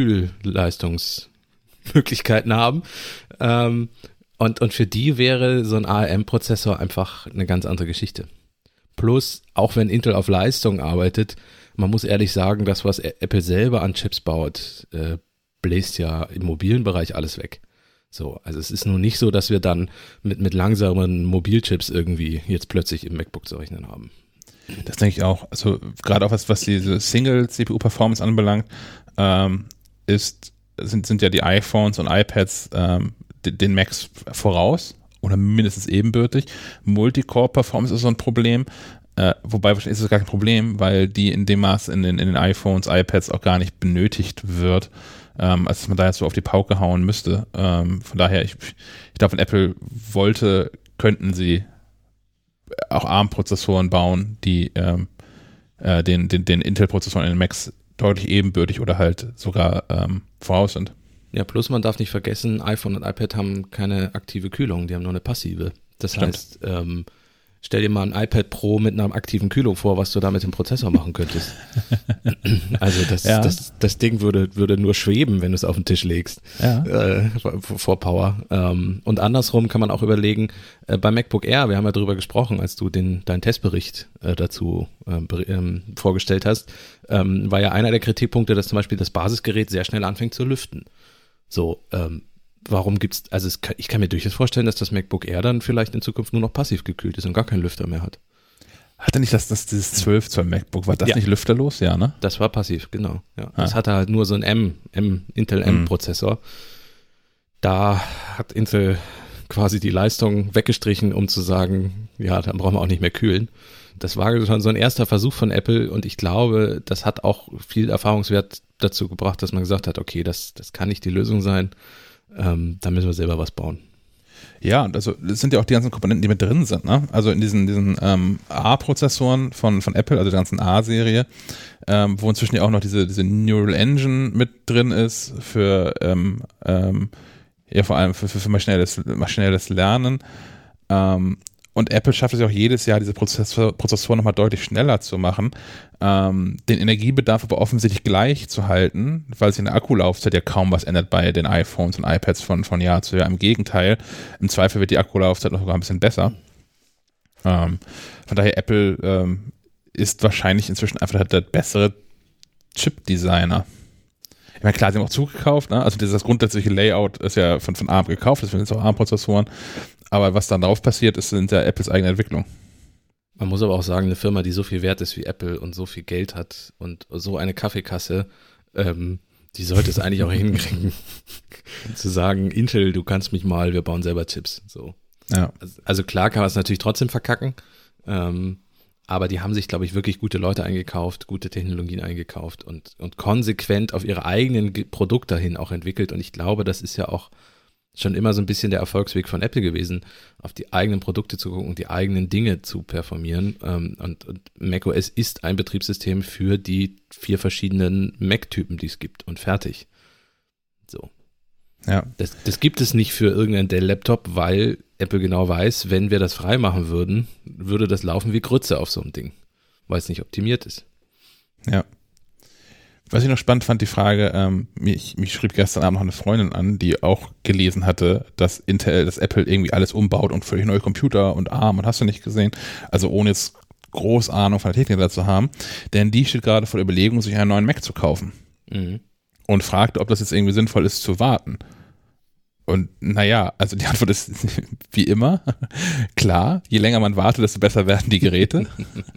Kühlleistungsmöglichkeiten haben. Ähm, und, und für die wäre so ein A R M-Prozessor einfach eine ganz andere Geschichte. Plus, auch wenn Intel auf Leistung arbeitet, man muss ehrlich sagen, das, was Apple selber an Chips baut, äh, bläst ja im mobilen Bereich alles weg. So, also es ist nun nicht so, dass wir dann mit, mit langsamen Mobilchips irgendwie jetzt plötzlich im MacBook zu rechnen haben.
Das denke ich auch. Also gerade auch was, was diese Single-C P U-Performance anbelangt, ähm, ist, sind, sind ja die iPhones und iPads ähm, den Macs voraus. Oder mindestens ebenbürtig. Multicore-Performance ist so ein Problem, äh, wobei wahrscheinlich ist es gar kein Problem, weil die in dem Maß in den, in den iPhones, iPads auch gar nicht benötigt wird, ähm, als dass man da jetzt so auf die Pauke hauen müsste. Ähm, von daher, ich, ich glaube, wenn Apple wollte, könnten sie auch ARM-Prozessoren bauen, die ähm, äh, den, den, den Intel-Prozessoren in den Macs deutlich ebenbürtig oder halt sogar ähm, voraus sind.
Ja, plus man darf nicht vergessen, iPhone und iPad haben keine aktive Kühlung, die haben nur eine passive. Das
Stimmt.
heißt, ähm, stell dir mal ein iPad Pro mit einer aktiven Kühlung vor, was du da mit dem Prozessor machen könntest. Also das,
ja.
das, das Ding würde, würde nur schweben, wenn du es auf den Tisch legst,
ja.
äh, vor, vor Power. Ähm, und andersrum kann man auch überlegen, äh, bei MacBook Air, wir haben ja darüber gesprochen, als du den, deinen Testbericht äh, dazu äh, ähm, vorgestellt hast, ähm, war ja einer der Kritikpunkte, dass zum Beispiel das Basisgerät sehr schnell anfängt zu lüften. So, ähm, warum gibt's, also es kann, ich kann mir durchaus vorstellen, dass das MacBook Air dann vielleicht in Zukunft nur noch passiv gekühlt ist und gar keinen Lüfter mehr hat.
Hatte nicht das, das dieses zwölf Zoll MacBook, war das
Ja.
nicht lüfterlos? Ja, ne?
Das war passiv, genau. Ja.
Ah.
Das hatte halt nur so ein M, M Intel M-Prozessor. Da hat Intel quasi die Leistung weggestrichen, um zu sagen, ja, dann brauchen wir auch nicht mehr kühlen. Das war schon so ein erster Versuch von Apple und ich glaube, das hat auch viel Erfahrungswert dazu gebracht, dass man gesagt hat, okay, das, das kann nicht die Lösung sein, ähm, da müssen wir selber was bauen.
Ja, und also das sind ja auch die ganzen Komponenten, die mit drin sind, ne? Also in diesen, diesen ähm, A-Prozessoren von, von Apple, also der ganzen A-Serie, ähm, wo inzwischen ja auch noch diese, diese Neural Engine mit drin ist für, ähm, ähm, ja vor allem für, für, für maschinelles, maschinelles Lernen. Ähm, Und Apple schafft es ja auch jedes Jahr, diese Prozessor, Prozessoren nochmal deutlich schneller zu machen, ähm, den Energiebedarf aber offensichtlich gleich zu halten, weil sich in der Akkulaufzeit ja kaum was ändert bei den iPhones und iPads von, von Jahr zu Jahr. Im Gegenteil, im Zweifel wird die Akkulaufzeit noch sogar ein bisschen besser. Ähm, von daher, Apple ähm, ist wahrscheinlich inzwischen einfach der bessere Chip-Designer. Ich meine, klar, sie haben auch zugekauft, ne? Also das grundsätzliche Layout ist ja von, von ARM gekauft, das sind jetzt auch ARM-Prozessoren. Aber was dann darauf passiert, ist sind ja Apples eigene Entwicklung.
Man muss aber auch sagen, eine Firma, die so viel wert ist wie Apple und so viel Geld hat und so eine Kaffeekasse, ähm, die sollte es eigentlich auch hinkriegen, zu sagen, Intel, du kannst mich mal, wir bauen selber Chips. So.
Ja.
Also, also klar kann man es natürlich trotzdem verkacken, ähm, aber die haben sich, glaube ich, wirklich gute Leute eingekauft, gute Technologien eingekauft und, und konsequent auf ihre eigenen Produkte hin auch entwickelt. Und ich glaube, das ist ja auch schon immer so ein bisschen der Erfolgsweg von Apple gewesen, auf die eigenen Produkte zu gucken und die eigenen Dinge zu performieren. Und, und macOS ist ein Betriebssystem für die vier verschiedenen Mac-Typen, die es gibt und fertig. So.
Ja.
Das, das gibt es nicht für irgendeinen Dell-Laptop, weil Apple genau weiß, wenn wir das frei machen würden, würde das laufen wie Grütze auf so einem Ding, weil es nicht optimiert ist.
Ja. Was ich noch spannend fand, die Frage, ähm, mich, mich schrieb gestern Abend noch eine Freundin an, die auch gelesen hatte, dass Intel, dass Apple irgendwie alles umbaut und völlig neue Computer und ARM und hast du nicht gesehen, also ohne jetzt groß Ahnung von der Technik dazu haben, denn die steht gerade vor der Überlegung, sich einen neuen Mac zu kaufen.
Mhm.
Und fragte, ob das jetzt irgendwie sinnvoll ist zu warten. Und naja, also die Antwort ist wie immer, klar, je länger man wartet, desto besser werden die Geräte.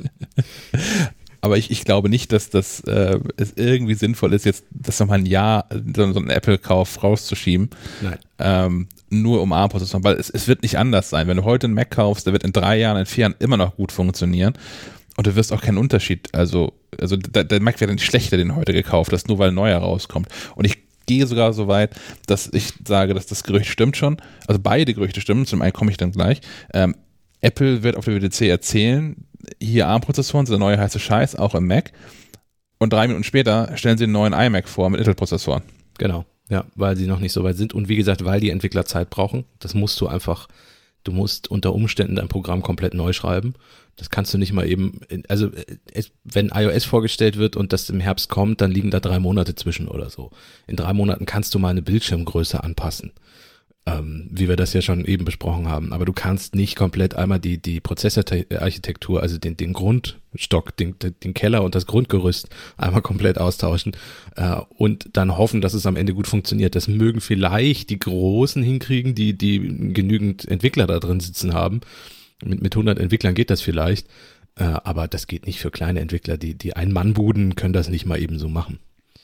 Aber ich, ich glaube nicht, dass das äh, es irgendwie sinnvoll ist, jetzt das nochmal ein Jahr, so, so einen Apple-Kauf rauszuschieben.
Nein.
Ähm, nur um ARM-Prozessoren, weil es, es wird nicht anders sein. Wenn du heute einen Mac kaufst, der wird in drei Jahren, in vier Jahren immer noch gut funktionieren und du wirst auch keinen Unterschied, also, also der, der Mac wird nicht schlechter, den du heute gekauft hast, nur weil ein neuer rauskommt. Und ich gehe sogar so weit, dass ich sage, dass das Gerücht stimmt schon, also beide Gerüchte stimmen, zum einen komme ich dann gleich. Ähm, Apple wird auf der W W C erzählen, hier ARM-Prozessoren sind der neue heiße Scheiß, auch im Mac. Und drei Minuten später stellen sie einen neuen iMac vor mit Intel-Prozessoren.
Genau, ja, weil sie noch nicht so weit sind. Und wie gesagt, weil die Entwickler Zeit brauchen. Das musst du einfach, du musst unter Umständen dein Programm komplett neu schreiben. Das kannst du nicht mal eben, also es, wenn iOS vorgestellt wird und das im Herbst kommt, dann liegen da drei Monate zwischen oder so. In drei Monaten kannst du mal eine Bildschirmgröße anpassen. Ähm, wie wir das ja schon eben besprochen haben. Aber du kannst nicht komplett einmal die, die Prozessorarchitektur, also den, den Grundstock, den, den Keller und das Grundgerüst einmal komplett austauschen äh, und dann hoffen, dass es am Ende gut funktioniert. Das mögen vielleicht die Großen hinkriegen, die, die genügend Entwickler da drin sitzen haben. Mit, mit hundert Entwicklern geht das vielleicht, äh, aber das geht nicht für kleine Entwickler. Die, die Ein-Mann-Buden können das nicht mal eben so machen.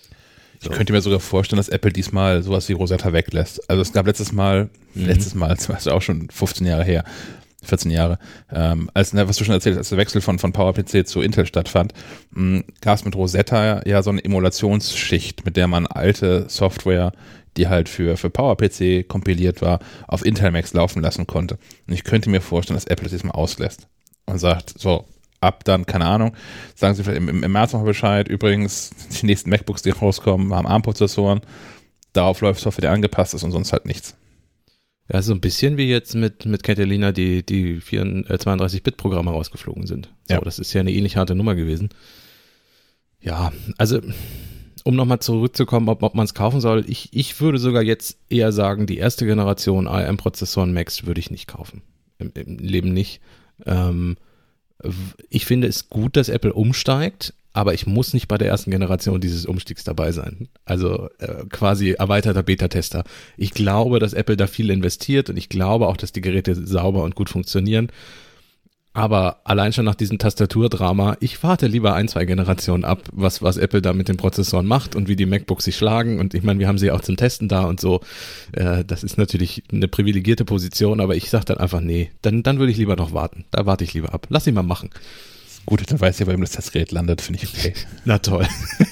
Ich könnte mir sogar vorstellen, dass Apple diesmal sowas wie Rosetta weglässt. Also es gab letztes Mal, mhm. letztes Mal, das war also auch schon fünfzehn Jahre her, vierzehn Jahre, ähm, als, was du schon erzählt hast, als der Wechsel von, von PowerPC zu Intel stattfand, gab es mit Rosetta ja so eine Emulationsschicht, mit der man alte Software, die halt für, für PowerPC kompiliert war, auf Intel Macs laufen lassen konnte. Und ich könnte mir vorstellen, dass Apple das diesmal auslässt und sagt, so, ab dann, keine Ahnung, sagen sie vielleicht im, im März nochmal Bescheid, übrigens, die nächsten MacBooks, die rauskommen, haben ARM-Prozessoren, darauf läuft Software, die angepasst ist und sonst halt nichts.
Ja, so ein bisschen wie jetzt mit, mit Catalina die, die zweiunddreißig-Bit-Programme rausgeflogen sind. So,
ja.
Das ist ja eine ähnlich harte Nummer gewesen. Ja, also, um nochmal zurückzukommen, ob, ob man es kaufen soll, ich, ich würde sogar jetzt eher sagen, die erste Generation A R M-Prozessoren Macs würde ich nicht kaufen. Im, im Leben nicht. Ähm, Ich finde es gut, dass Apple umsteigt, aber ich muss nicht bei der ersten Generation dieses Umstiegs dabei sein. Also äh, quasi erweiterter Beta-Tester. Ich glaube, dass Apple da viel investiert und ich glaube auch, dass die Geräte sauber und gut funktionieren. Aber allein schon nach diesem Tastaturdrama, ich warte lieber ein, zwei Generationen ab, was, was Apple da mit den Prozessoren macht und wie die MacBooks sich schlagen. Und ich meine, wir haben sie auch zum Testen da und so. Äh, das ist natürlich eine privilegierte Position, aber ich sage dann einfach, nee, dann, dann würde ich lieber noch warten. Da warte ich lieber ab. Lass ihn mal machen.
Gut, dann weiß ich, bei wem das Testgerät landet, finde ich okay.
Na toll.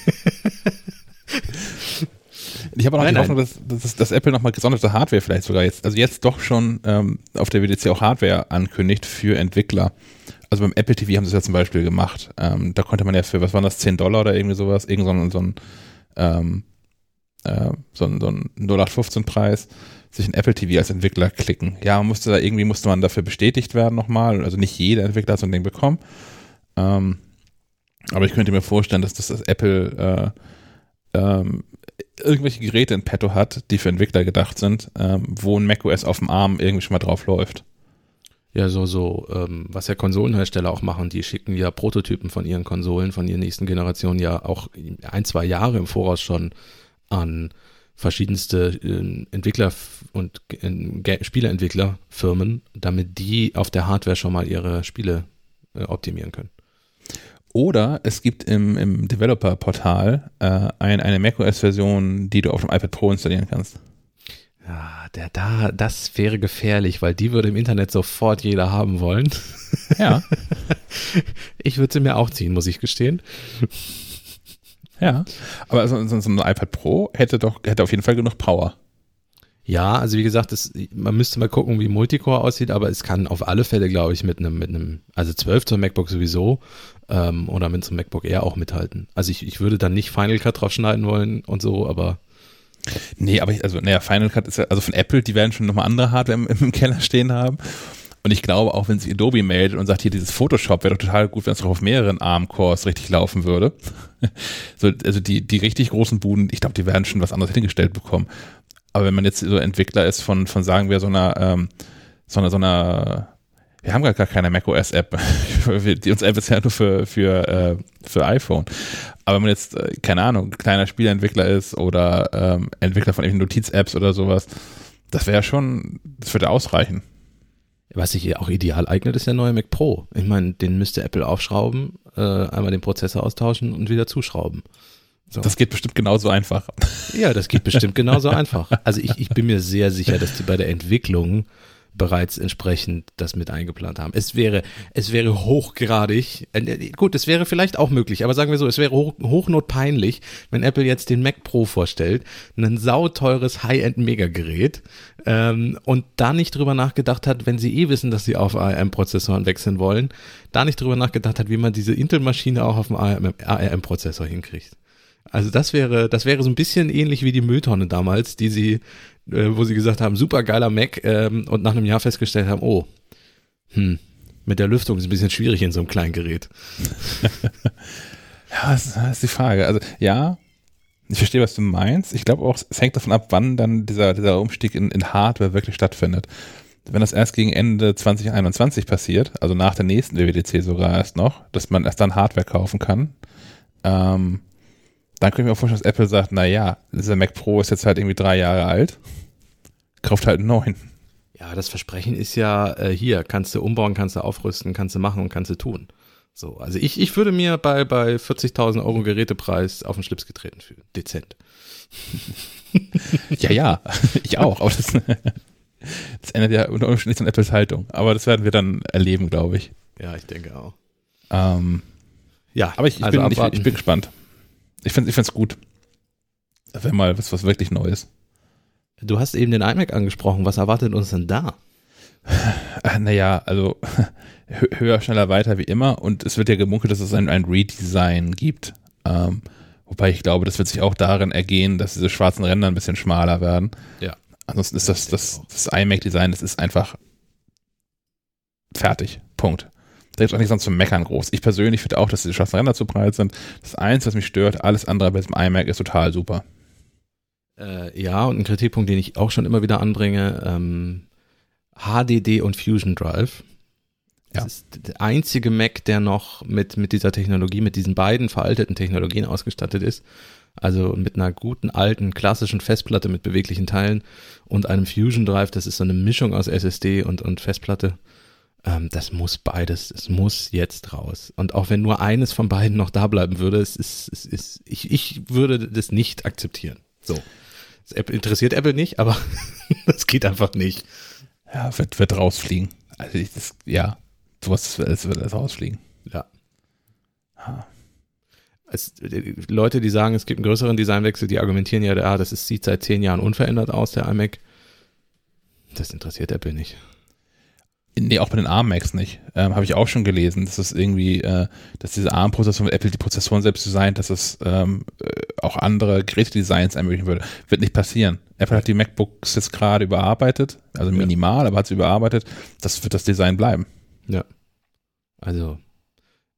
Ich habe auch noch
nein,
die Hoffnung, dass, dass, dass Apple nochmal gesonderte Hardware vielleicht sogar jetzt, also jetzt doch schon ähm, auf der W D C auch Hardware ankündigt für Entwickler. Also beim Apple T V haben sie es ja zum Beispiel gemacht. Ähm, da konnte man ja für, was waren das, zehn Dollar oder irgendwie sowas, irgend so ein, so ein, ähm, äh, so ein, so ein null acht fünfzehn Preis, sich ein Apple T V als Entwickler klicken. Ja, man musste da irgendwie, musste man dafür bestätigt werden nochmal. Also nicht jeder Entwickler hat so ein Ding bekommen. Ähm, aber ich könnte mir vorstellen, dass das, das Apple äh, ähm, irgendwelche Geräte in petto hat, die für Entwickler gedacht sind, ähm, wo ein macOS auf dem Arm irgendwie schon mal drauf läuft.
Ja, so, so, ähm, was ja Konsolenhersteller auch machen, die schicken ja Prototypen von ihren Konsolen, von ihren nächsten Generationen ja auch ein, zwei Jahre im Voraus schon an verschiedenste äh, Entwickler und äh, Spieleentwicklerfirmen, damit die auf der Hardware schon mal ihre Spiele äh, optimieren können.
Oder es gibt im, im Developer-Portal äh, ein, eine macOS-Version, die du auf dem iPad Pro installieren kannst.
Ja, der da, das wäre gefährlich, weil die würde im Internet sofort jeder haben wollen.
Ja.
Ich würde sie mir auch ziehen, muss ich gestehen.
Ja, aber so, so, so ein iPad Pro hätte doch hätte auf jeden Fall genug Power.
Ja, also wie gesagt, das, man müsste mal gucken, wie Multicore aussieht, aber es kann auf alle Fälle, glaube ich, mit einem, mit einem, also zwölf zum MacBook sowieso ähm, oder mit so einem MacBook Air auch mithalten. Also ich, ich würde dann nicht Final Cut drauf schneiden wollen und so, aber
Nee, aber ich, also, naja, Final Cut ist ja, also von Apple, die werden schon nochmal andere Hardware im, im Keller stehen haben. Und ich glaube, auch wenn sich Adobe meldet und sagt, hier, dieses Photoshop wäre doch total gut, wenn es doch auf mehreren ARM-Cores richtig laufen würde. So, also die, die richtig großen Buden, ich glaube, die werden schon was anderes hingestellt bekommen. Aber wenn man jetzt so Entwickler ist von, von sagen wir, so einer, ähm, so einer, so einer, wir haben gar keine macOS-App. Die uns App ist ja nur für, für, äh, für iPhone. Aber wenn man jetzt, äh, keine Ahnung, kleiner Spieleentwickler ist oder ähm, Entwickler von irgendwelchen Notiz-Apps oder sowas, das wäre schon, das würde ausreichen.
was sich hier auch ideal eignet, ist der neue Mac Pro. Ich meine, den müsste Apple aufschrauben, äh, einmal den Prozessor austauschen und wieder zuschrauben. So.
Das geht bestimmt genauso einfach.
Ja, das geht bestimmt genauso einfach. Also ich, ich bin mir sehr sicher, dass die bei der Entwicklung bereits entsprechend das mit eingeplant haben. Es wäre, es wäre hochgradig, äh, gut, es wäre vielleicht auch möglich, aber sagen wir so, es wäre hoch, hochnotpeinlich, wenn Apple jetzt den Mac Pro vorstellt, ein sauteures High-End-Megagerät, ähm, und da nicht drüber nachgedacht hat, wenn sie eh wissen, dass sie auf A R M-Prozessoren wechseln wollen, da nicht drüber nachgedacht hat, wie man diese Intel-Maschine auch auf dem A R M-Prozessor hinkriegt. Also das wäre, das wäre so ein bisschen ähnlich wie die Mülltonne damals, die sie, äh, wo sie gesagt haben, super geiler Mac, ähm, und nach einem Jahr festgestellt haben, oh, hm, mit der Lüftung ist ein bisschen schwierig in so einem kleinen Gerät.
Ja, das ist, das ist die Frage. Also ja, ich verstehe, was du meinst. Ich glaube auch, es hängt davon ab, wann dann dieser, dieser Umstieg in, in Hardware wirklich stattfindet. Wenn das erst gegen Ende zwanzig einundzwanzig passiert, also nach der nächsten W W D C sogar erst noch, dass man erst dann Hardware kaufen kann, ähm, dann könnte ich mir vorstellen, dass Apple sagt, naja, dieser Mac Pro ist jetzt halt irgendwie drei Jahre alt, kauft halt einen neuen.
Ja, das Versprechen ist ja, äh, hier, kannst du umbauen, kannst du aufrüsten, kannst du machen und kannst du tun. So, also ich, ich würde mir bei, bei vierzigtausend Euro Gerätepreis auf den Schlips getreten fühlen. Dezent.
Ja, ja, ich auch, aber das, das ändert ja unter Umständen nichts an Apples Haltung. Aber das werden wir dann erleben, glaube ich.
Ja, ich denke auch.
Ähm, ja, aber ich, ich,
also
bin, ich, ich bin gespannt. Ich finde es gut. Das wäre mal was, was wirklich Neues.
Du hast eben den iMac angesprochen. Was erwartet uns denn da?
Naja, also höher, schneller, weiter wie immer. Und es wird ja gemunkelt, dass es ein, ein Redesign gibt. Ähm, wobei ich glaube, das wird sich auch darin ergehen, dass diese schwarzen Ränder ein bisschen schmaler werden.
Ja.
Ansonsten ist das, das, das iMac-Design, das ist einfach fertig. Punkt. Da gibt es auch nichts sonst zum Meckern groß. Ich persönlich finde auch, dass diese schwarzen Ränder zu breit sind. Das Einzige, was mich stört, alles andere bei diesem iMac ist total super.
Äh, ja, und ein Kritikpunkt, den ich auch schon immer wieder anbringe, ähm, H D D und Fusion Drive. Das
Ja.
ist der einzige Mac, der noch mit, mit dieser Technologie, mit diesen beiden veralteten Technologien ausgestattet ist. Also mit einer guten, alten, klassischen Festplatte mit beweglichen Teilen und einem Fusion Drive. Das ist so eine Mischung aus S S D und, und Festplatte. Ähm, das muss beides, es muss jetzt raus. Und auch wenn nur eines von beiden noch da bleiben würde, es ist, es ist, ich, ich würde das nicht akzeptieren. So. Das Apple, interessiert Apple nicht, aber das geht einfach nicht.
Ja, wird, wird rausfliegen. Also ich, das, ja, sowas wird, wird alles rausfliegen.
Ja.
Ah.
Es, die Leute, die sagen, es gibt einen größeren Designwechsel, die argumentieren ja, ah, das ist, sieht seit zehn Jahren unverändert aus, der iMac. Das interessiert Apple nicht.
Nee, auch bei den ARM-Macs nicht. Ähm, Habe ich auch schon gelesen, dass es irgendwie, äh, dass diese ARM-Prozessoren mit Apple die Prozessoren selbst designt, dass es ähm, äh, auch andere Gerätedesigns ermöglichen würde. Wird nicht passieren. Apple hat die MacBooks jetzt gerade überarbeitet, also minimal, ja. aber hat sie überarbeitet. Das wird das Design bleiben.
Ja. Also,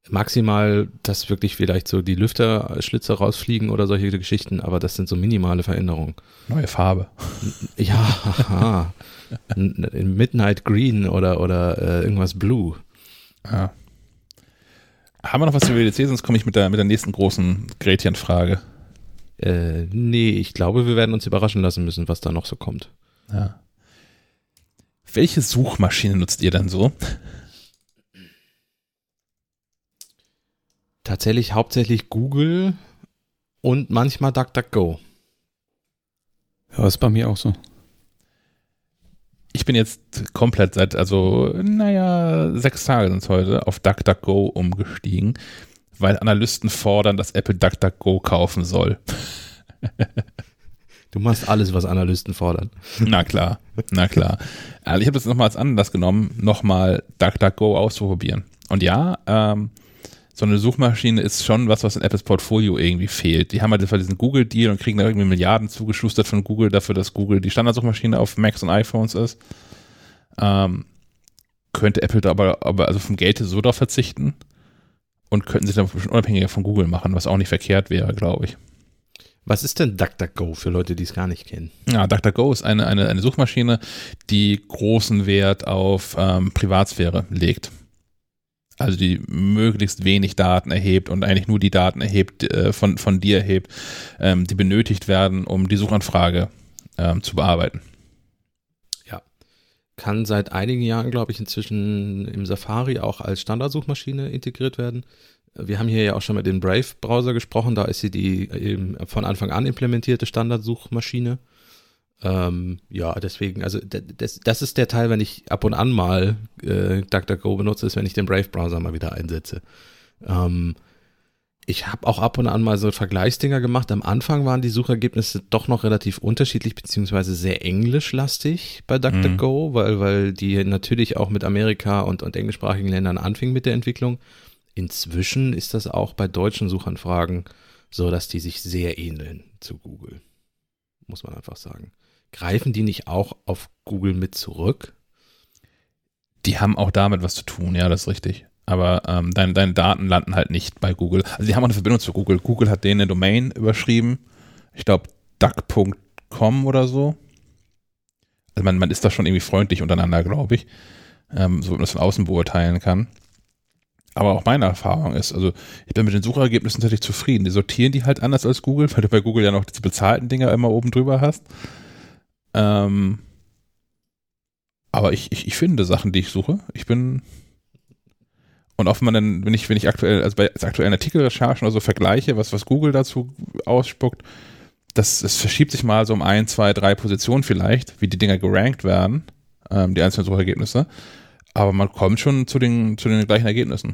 Maximal, dass wirklich vielleicht so die Lüfterschlitze rausfliegen oder solche Geschichten, aber das sind so minimale Veränderungen.
Neue Farbe.
Ja, aha. Midnight Green oder, oder äh, irgendwas Blue.
Ja. Haben wir noch was zu W W D C, sonst komme ich mit der, mit der nächsten großen Gretchenfrage.
Äh, nee, ich glaube, wir werden uns überraschen lassen müssen, was da noch so kommt.
Ja. Welche Suchmaschine nutzt ihr denn so?
Tatsächlich hauptsächlich Google und manchmal DuckDuckGo.
Ja, ist bei mir auch so.
Ich bin jetzt komplett seit, also, naja, sechs Tage sind es heute, auf DuckDuckGo umgestiegen, weil Analysten fordern, dass Apple DuckDuckGo kaufen soll.
Du machst alles, was Analysten fordern.
Na klar, na klar. Also ich habe das nochmal als Anlass genommen, nochmal DuckDuckGo auszuprobieren. Und ja, ähm, so eine Suchmaschine ist schon was, was in Apples Portfolio irgendwie fehlt. Die haben halt diesen Google-Deal und kriegen da irgendwie Milliarden zugeschustert von Google dafür, dass Google die Standardsuchmaschine auf Macs und iPhones ist. Ähm, könnte Apple da aber, aber also vom Geld so darauf verzichten und könnten sich dann unabhängiger von Google machen, was auch nicht verkehrt wäre, glaube ich.
Was ist denn DuckDuckGo für Leute, die es gar nicht kennen?
Ja, DuckDuckGo ist eine, eine, eine Suchmaschine, die großen Wert auf ähm, Privatsphäre legt. Also die möglichst wenig Daten erhebt und eigentlich nur die Daten erhebt, äh, von, von dir erhebt, ähm, die benötigt werden, um die Suchanfrage ähm, zu bearbeiten.
Ja, kann seit einigen Jahren, glaube ich, inzwischen im Safari auch als Standardsuchmaschine integriert werden. Wir haben hier ja auch schon mit dem Brave-Browser gesprochen, da ist sie die eben von Anfang an implementierte Standardsuchmaschine. Ähm, ja, deswegen, also das, das ist der Teil, wenn ich ab und an mal äh, DuckDuckGo benutze, ist, wenn ich den Brave-Browser mal wieder einsetze. Ähm, ich habe auch ab und an mal so Vergleichsdinger gemacht. Am Anfang waren die Suchergebnisse doch noch relativ unterschiedlich, beziehungsweise sehr englischlastig bei DuckDuckGo, mhm. weil, weil die natürlich auch mit Amerika und, und englischsprachigen Ländern anfing mit der Entwicklung. Inzwischen ist das auch bei deutschen Suchanfragen so, dass die sich sehr ähneln zu Google. Muss man einfach sagen. Greifen die nicht auch auf Google mit zurück?
Die haben auch damit was zu tun, ja, das ist richtig. Aber ähm, deine, deine Daten landen halt nicht bei Google. Also die haben auch eine Verbindung zu Google. Google hat denen eine Domain überschrieben. Ich glaube, duck punkt com oder so. Also man, man ist da schon irgendwie freundlich untereinander, glaube ich. Ähm, so, dass man das von außen beurteilen kann. Aber auch meine Erfahrung ist, also ich bin mit den Suchergebnissen tatsächlich zufrieden. Die sortieren die halt anders als Google, weil du bei Google ja noch die bezahlten Dinger immer oben drüber hast. Ähm, aber ich, ich, ich finde Sachen, die ich suche. Ich bin und auch wenn man dann, wenn ich, wenn ich aktuell, also bei aktuellen Artikelrecherchen oder so vergleiche, was, was Google dazu ausspuckt, das, es verschiebt sich mal so um ein, zwei, drei Positionen vielleicht, wie die Dinger gerankt werden, ähm, die einzelnen Suchergebnisse. Aber man kommt schon zu den, zu den gleichen Ergebnissen.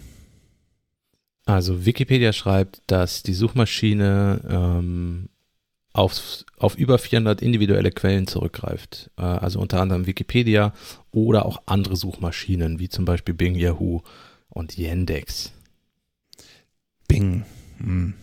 Also Wikipedia schreibt, dass die Suchmaschine ähm, auf, auf über vierhundert individuelle Quellen zurückgreift. Äh, also unter anderem Wikipedia oder auch andere Suchmaschinen, wie zum Beispiel Bing, Yahoo und Yandex.
Bing. Hm.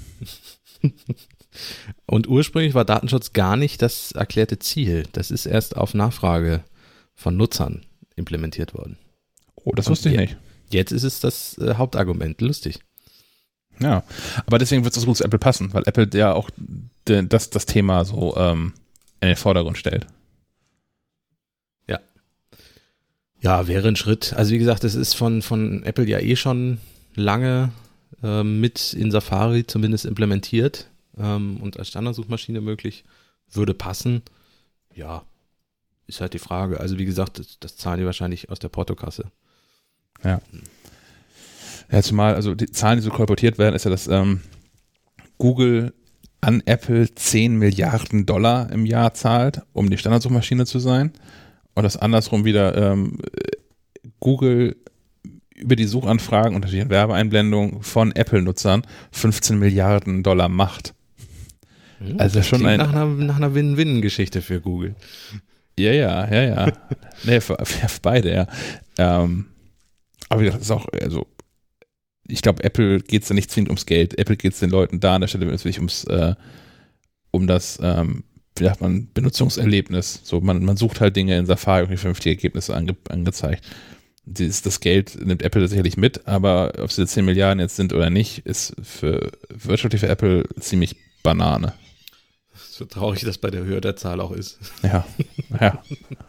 Und ursprünglich war Datenschutz gar nicht das erklärte Ziel. Das ist erst auf Nachfrage von Nutzern implementiert worden.
Oh, das wusste ich nicht.
Jetzt ist es das äh, Hauptargument. Lustig.
Ja, aber deswegen wird es so gut zu Apple passen, weil Apple ja auch de, das, das Thema so ähm, in den Vordergrund stellt.
Ja. Ja, wäre ein Schritt. Also wie gesagt, es ist von, von Apple ja eh schon lange äh, mit in Safari zumindest implementiert ähm, und als Standardsuchmaschine möglich. Würde passen. Ja, ist halt die Frage. Also wie gesagt, das, das zahlen die wahrscheinlich aus der Portokasse.
Ja. Ja, zumal, also die Zahlen, die so kolportiert werden, ist ja, dass ähm, Google an Apple zehn Milliarden Dollar im Jahr zahlt, um die Standardsuchmaschine zu sein. Und das andersrum wieder ähm, Google über die Suchanfragen und natürlich Werbeeinblendungen von Apple-Nutzern fünfzehn Milliarden Dollar macht.
Hm, also das schon ein, nach einer, nach einer Win-Win-Geschichte für Google.
Ja, ja, ja, ja. Nee, für, für beide, ja. Ähm, aber wie gesagt, das ist auch, also ich glaube, Apple geht es da nicht zwingend ums Geld. Apple geht es den Leuten da an der Stelle natürlich ums, äh, um das, ähm, wie sagt man, Benutzungserlebnis. So, man, man sucht halt Dinge in Safari und vernünftige Ergebnisse ange, angezeigt. Das, das Geld nimmt Apple sicherlich mit, aber ob es jetzt zehn Milliarden jetzt sind oder nicht, ist für wirtschaftlich für Apple ziemlich Banane.
So traurig das bei der Höhe der Zahl auch ist.
Ja, ja.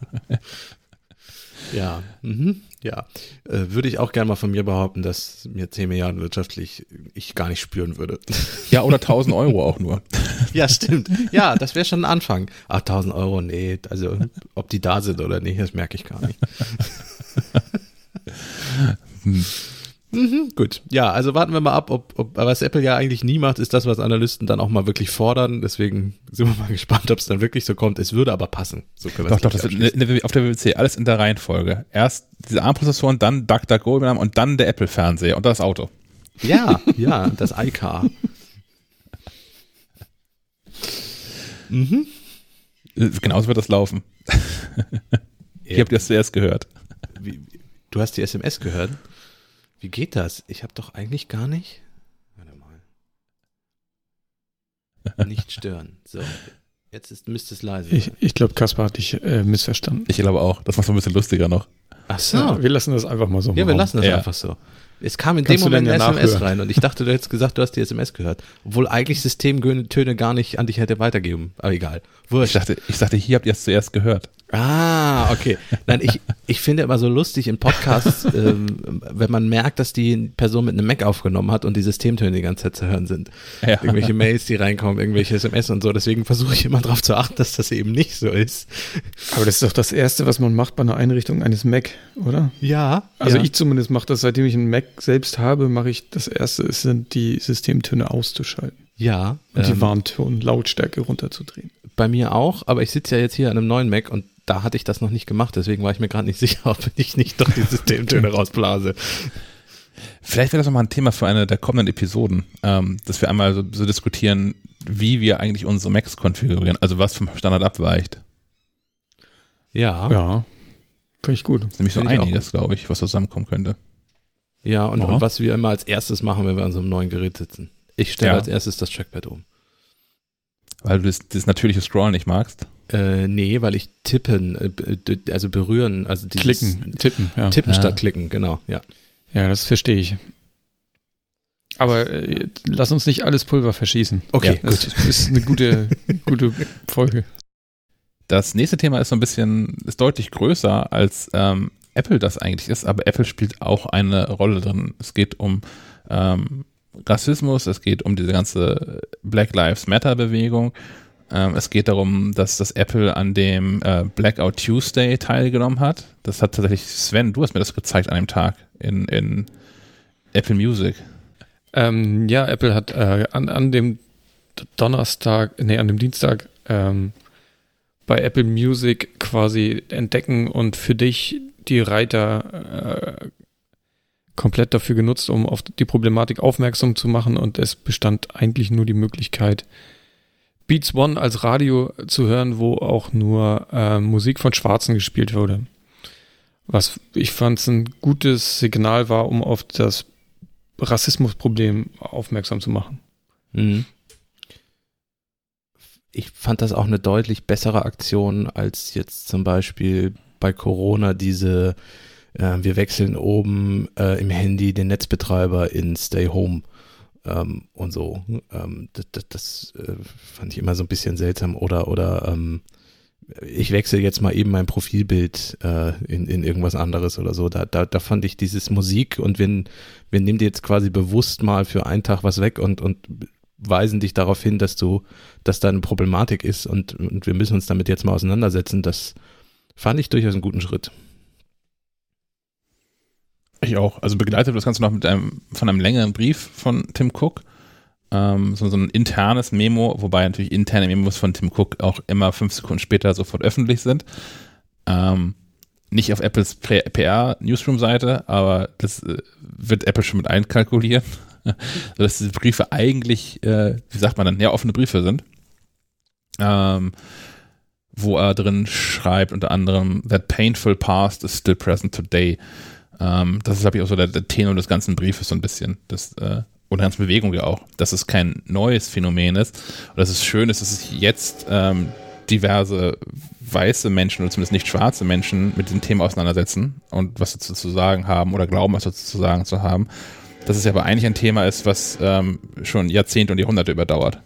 Ja, mhm. ja. Äh, würde ich auch gerne mal von mir behaupten, dass mir zehn Milliarden wirtschaftlich ich gar nicht spüren würde.
Ja, oder tausend Euro auch nur.
Ja, stimmt. Ja, das wäre schon ein Anfang. Ach, tausend Euro, nee. Also, ob die da sind oder nicht, das merke ich gar nicht. hm. Mhm, gut. Ja, also warten wir mal ab, ob, ob, was Apple ja eigentlich nie macht, ist das, was Analysten dann auch mal wirklich fordern. Deswegen sind wir mal gespannt, ob es dann wirklich so kommt. Es würde aber passen. So können wir
doch, doch, das wird ne, auf der W W C alles in der Reihenfolge. Erst diese ARM-Prozessoren, dann DuckDuckGo und dann der Apple-Fernseher und das Auto.
Ja, ja, das iCar. mhm.
Genauso wird das laufen. Hier habt ihr es zuerst gehört.
Wie, du hast die S M S gehört? Wie geht das? Ich habe doch eigentlich gar nicht. Warte mal. Nicht stören. So. Jetzt ist, müsste es leise sein.
Ich, ich glaube, Kaspar hat dich äh, missverstanden.
Ich glaube auch. Das macht es ein bisschen lustiger noch.
Ach so.
Ja, wir lassen das einfach mal so machen.
Ja, wir lassen das
ja.
einfach so. Es kam in
Kannst
dem Moment
ja
eine S M S
nachhören.
rein und ich dachte, du hättest gesagt, du hast die S M S gehört. Obwohl eigentlich Systemtöne gar nicht an dich hätte weitergeben. Aber egal.
Ich
Wurscht.
dachte, ich dachte, hier habt ihr es zuerst gehört.
Ah, okay. Nein, ich, ich finde immer so lustig in Podcasts, ähm, wenn man merkt, dass die Person mit einem Mac aufgenommen hat und die Systemtöne die ganze Zeit zu hören sind.
Ja.
Irgendwelche Mails, die reinkommen, irgendwelche S M S und so. Deswegen versuche ich immer darauf zu achten, dass das eben nicht so ist.
Aber das ist doch das Erste, was man macht bei einer Einrichtung eines Mac, oder?
Ja.
Also
ja.
ich zumindest mache das, seitdem ich einen Mac selbst habe, mache ich das Erste, ist, sind die Systemtöne auszuschalten.
Ja.
Und die
ähm,
Warnton, Lautstärke runterzudrehen.
Bei mir auch, aber ich sitze ja jetzt hier an einem neuen Mac und da hatte ich das noch nicht gemacht, deswegen war ich mir gerade nicht sicher, ob ich nicht doch die Systemtöne rausblase.
Vielleicht wäre das nochmal ein Thema für eine der kommenden Episoden, ähm, dass wir einmal so, so diskutieren, wie wir eigentlich unsere Macs konfigurieren, also was vom Standard abweicht.
Ja.
Ja, finde ich gut.
Das ist nämlich so
Finde ich
einiges, glaube ich, was zusammenkommen könnte.
Ja, und,
Ja.
und was wir immer als erstes machen, wenn wir an so einem neuen Gerät sitzen. Ich stelle
Ja.
als erstes das Trackpad um.
Weil du das, das natürliche Scrollen nicht magst.
Äh, nee, weil ich tippen, äh, b- also berühren, also dieses
Klicken, tippen, ja.
Tippen
Ja.
statt klicken, genau, ja.
Ja, das verstehe ich. Aber äh, lass uns nicht alles Pulver verschießen.
Okay,
Das ist eine gute, gute Folge.
Das nächste Thema ist so ein bisschen, ist deutlich größer, als ähm, Apple das eigentlich ist, aber Apple spielt auch eine Rolle drin. Es geht um ähm, Rassismus, es geht um diese ganze Black Lives Matter Bewegung. Ähm, es geht darum, dass das Apple an dem äh, Blackout Tuesday teilgenommen hat. Das hat tatsächlich Sven, du hast mir das gezeigt an dem Tag in, in Apple Music.
Ähm, ja, Apple hat äh, an, an dem Donnerstag, nee, an dem Dienstag ähm, bei Apple Music quasi entdecken und für dich die Reiter äh, komplett dafür genutzt, um auf die Problematik aufmerksam zu machen, und es bestand eigentlich nur die Möglichkeit, Beats One als Radio zu hören, wo auch nur äh, Musik von Schwarzen gespielt wurde. Was ich fand ein gutes Signal war, um auf das Rassismusproblem aufmerksam zu machen.
Mhm. Ich fand das auch eine deutlich bessere Aktion als jetzt zum Beispiel bei Corona diese, äh, wir wechseln oben äh, im Handy den Netzbetreiber in Stay Home ähm, und so. Ähm, das das, das äh, fand ich immer so ein bisschen seltsam. Oder, oder ähm, ich wechsle jetzt mal eben mein Profilbild äh, in, in irgendwas anderes oder so. Da, da, da fand ich dieses Musik und wir, wir nehmen dir jetzt quasi bewusst mal für einen Tag was weg und, und weisen dich darauf hin, dass du, dass da eine Problematik ist und, und wir müssen uns damit jetzt mal auseinandersetzen. Das fand ich durchaus einen guten Schritt.
Ich auch. Also begleitet das Ganze noch mit einem, von einem längeren Brief von Tim Cook. Ähm, so, so ein internes Memo, wobei natürlich interne Memos von Tim Cook auch immer fünf Sekunden später sofort öffentlich sind. Ähm, nicht auf Apples P R-Newsroom-Seite, aber das äh, wird Apple schon mit einkalkulieren. Sodass diese Briefe eigentlich, äh, wie sagt man dann, ja, offene Briefe sind. Ähm, wo er drin schreibt, unter anderem, that painful past is still present today. Ähm, das ist, glaube ich, auch so der, der Tenor des ganzen Briefes so ein bisschen. Das, äh, und der ganzen Bewegung ja auch, dass es kein neues Phänomen ist. Und dass es schön ist, dass es jetzt ähm, diverse weiße Menschen oder zumindest nicht schwarze Menschen mit diesem Thema auseinandersetzen und was dazu zu sagen haben oder glauben, was dazu zu sagen zu haben, dass es ja aber eigentlich ein Thema ist, was ähm, schon Jahrzehnte und Jahrhunderte überdauert.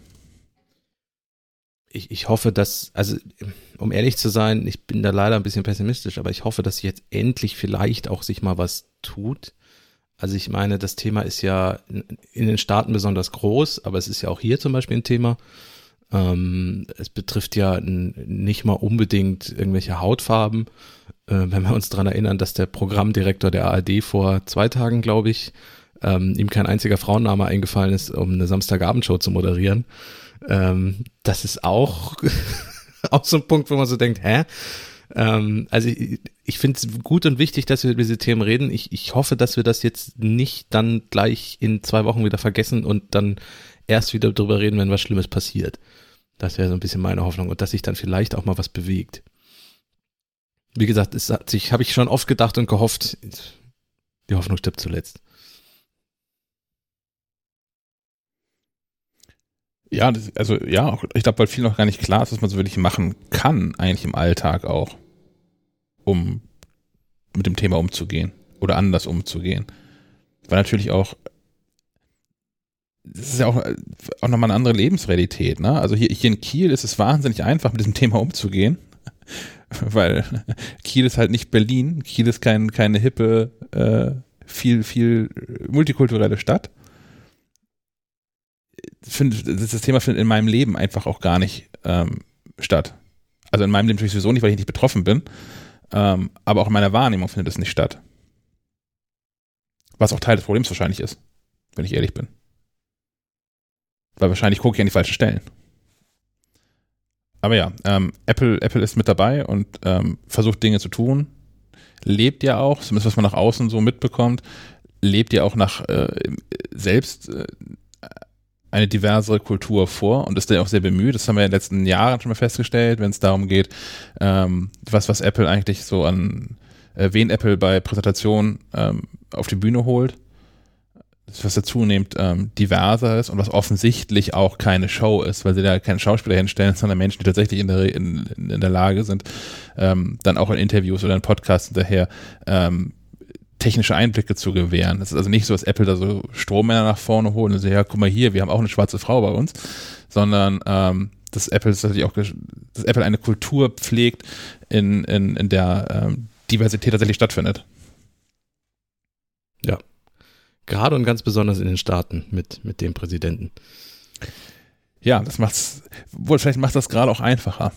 Ich, ich hoffe, dass, also um ehrlich zu sein, ich bin da leider ein bisschen pessimistisch, aber ich hoffe, dass jetzt endlich vielleicht auch sich mal was tut. Also ich meine, das Thema ist ja in, in den Staaten besonders groß, aber es ist ja auch hier zum Beispiel ein Thema. Ähm, es betrifft ja n, nicht mal unbedingt irgendwelche Hautfarben. Äh, wenn wir uns daran erinnern, dass der Programmdirektor der A R D vor zwei Tagen, glaube ich, ähm, ihm kein einziger Frauenname eingefallen ist, um eine Samstagabendshow zu moderieren. Ähm, das ist auch, auch so ein Punkt, wo man so denkt, hä? Ähm, also ich, ich finde es gut und wichtig, dass wir über diese Themen reden. Ich, ich hoffe, dass wir das jetzt nicht dann gleich in zwei Wochen wieder vergessen und dann erst wieder drüber reden, wenn was Schlimmes passiert. Das wäre so ein bisschen meine Hoffnung und dass sich dann vielleicht auch mal was bewegt. Wie gesagt, es hat sich, habe ich schon oft gedacht und gehofft, die Hoffnung stirbt zuletzt.
Ja, das, also ja, auch, ich glaube, weil viel noch gar nicht klar ist, was man so wirklich machen kann, eigentlich im Alltag auch, um mit dem Thema umzugehen oder anders umzugehen. Weil natürlich auch, das ist ja auch, auch nochmal eine andere Lebensrealität, ne? Also hier, hier in Kiel ist es wahnsinnig einfach, mit diesem Thema umzugehen, weil Kiel ist halt nicht Berlin, Kiel ist kein, keine hippe, äh, viel, viel multikulturelle Stadt. Find, das Thema findet in meinem Leben einfach auch gar nicht ähm, statt. Also in meinem Leben natürlich sowieso nicht, weil ich nicht betroffen bin, ähm, aber auch in meiner Wahrnehmung findet es nicht statt. Was auch Teil des Problems wahrscheinlich ist, wenn ich ehrlich bin. Weil wahrscheinlich gucke ich an die falschen Stellen. Aber ja, ähm, Apple, Apple ist mit dabei und ähm, versucht Dinge zu tun, lebt ja auch, zumindest was man nach außen so mitbekommt, lebt ja auch nach äh, selbst äh, eine diversere Kultur vor und ist da auch sehr bemüht. Das haben wir in den letzten Jahren schon mal festgestellt, wenn es darum geht, ähm, was, was Apple eigentlich so an, äh, wen Apple bei Präsentationen ähm, auf die Bühne holt. Das, was da zunehmend ähm, diverser ist und was offensichtlich auch keine Show ist, weil sie da keinen Schauspieler hinstellen, sondern Menschen, die tatsächlich in der, in, in der Lage sind, ähm, dann auch in Interviews oder in Podcasts hinterher ähm, technische Einblicke zu gewähren. Das ist also nicht so, dass Apple da so Strohmänner nach vorne holen und so, ja, guck mal hier, wir haben auch eine schwarze Frau bei uns, sondern ähm, dass Apple das natürlich auch, dass Apple eine Kultur pflegt, in, in, in der ähm, Diversität tatsächlich stattfindet.
Ja. Gerade und ganz besonders in den Staaten mit, mit dem Präsidenten.
Ja, das macht's, wohl vielleicht macht das gerade auch einfacher.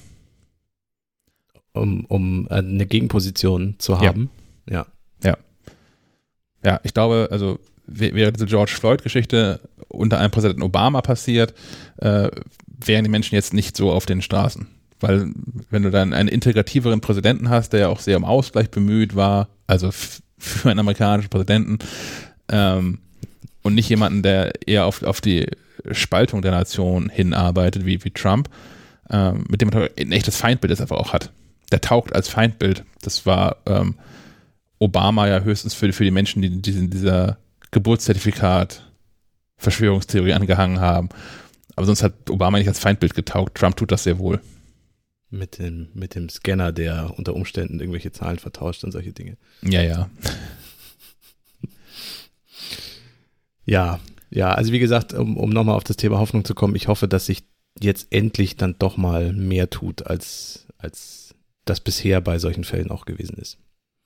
Um, um eine Gegenposition zu haben. Ja.
Ja. Ja. Ja, ich glaube, also wäre diese George Floyd-Geschichte unter einem Präsidenten Obama passiert, äh, wären die Menschen jetzt nicht so auf den Straßen. Weil wenn du dann einen integrativeren Präsidenten hast, der ja auch sehr um Ausgleich bemüht war, also f- für einen amerikanischen Präsidenten, ähm, und nicht jemanden, der eher auf, auf die Spaltung der Nation hinarbeitet, wie, wie Trump, ähm, mit dem man ein echtes Feindbild jetzt einfach auch hat. Der taugt als Feindbild. Das war ähm, Obama ja höchstens für, für die Menschen, die, die in dieser Geburtszertifikat Verschwörungstheorie angehangen haben. Aber sonst hat Obama nicht als Feindbild getaugt. Trump tut das sehr wohl.
Mit dem, mit dem Scanner, der unter Umständen irgendwelche Zahlen vertauscht und solche Dinge.
Ja, ja.
Ja, ja, also wie gesagt, um, um nochmal auf das Thema Hoffnung zu kommen, ich hoffe, dass sich jetzt endlich dann doch mal mehr tut, als, als das bisher bei solchen Fällen auch gewesen ist.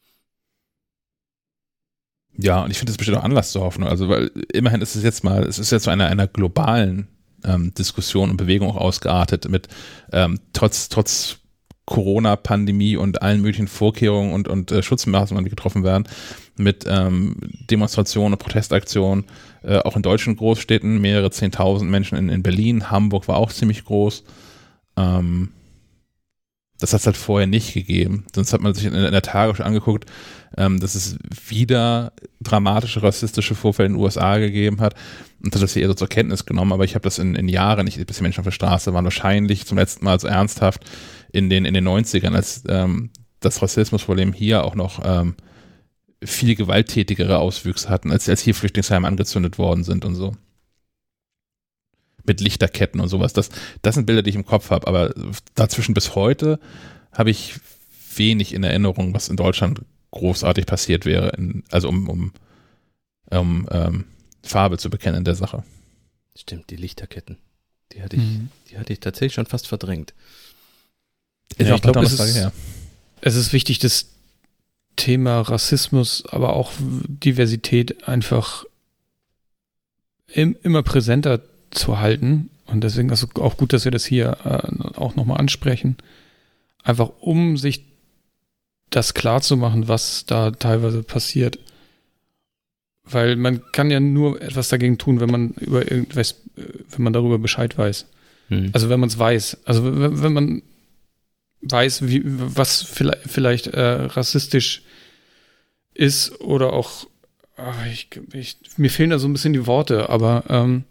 Ja, und ich finde, das besteht auch Anlass zur Hoffnung. Also, weil immerhin ist es jetzt mal, es ist jetzt zu einer, einer globalen ähm, Diskussion und Bewegung auch ausgeartet mit ähm, trotz, trotz Corona-Pandemie und allen möglichen Vorkehrungen und, und äh, Schutzmaßnahmen, die getroffen werden, mit ähm, Demonstrationen und Protestaktionen, äh, auch in deutschen Großstädten, mehrere zehntausend Menschen in, in Berlin, Hamburg war auch ziemlich groß. Ähm, das hat es halt vorher nicht gegeben. Sonst hat man sich in, in der Tagesschau angeguckt, ähm, dass es wieder dramatische rassistische Vorfälle in den U S A gegeben hat und hat das hier eher so zur Kenntnis genommen, aber ich habe das in, in Jahren nicht, bis die Menschen auf der Straße waren, wahrscheinlich zum letzten Mal so ernsthaft in den, in den neunzigern, als ähm, das Rassismusproblem hier auch noch ähm, viel gewalttätigere Auswüchse hatten, als, als hier Flüchtlingsheime angezündet worden sind und so. mit Lichterketten und sowas. Das, das sind Bilder, die ich im Kopf habe, aber dazwischen bis heute habe ich wenig in Erinnerung, was in Deutschland großartig passiert wäre, in, also um, um, um ähm, Farbe zu bekennen in der Sache.
Stimmt, die Lichterketten. Die hatte ich, mhm. die hatte ich tatsächlich schon fast verdrängt.
Ja, ich glaube, es, es ist wichtig, das Thema Rassismus, aber auch Diversität einfach im, immer präsenter zu halten. Und deswegen ist es auch gut, dass wir das hier äh, auch nochmal ansprechen. Einfach um sich das klar zu machen, was da teilweise passiert. Weil man kann ja nur etwas dagegen tun, wenn man über irgendwas, wenn man darüber Bescheid weiß. Hm. Also wenn man es weiß. Also wenn, wenn man weiß, wie, was vielleicht, vielleicht äh, rassistisch ist oder auch, ach, ich, ich, mir fehlen da so ein bisschen die Worte, aber ähm,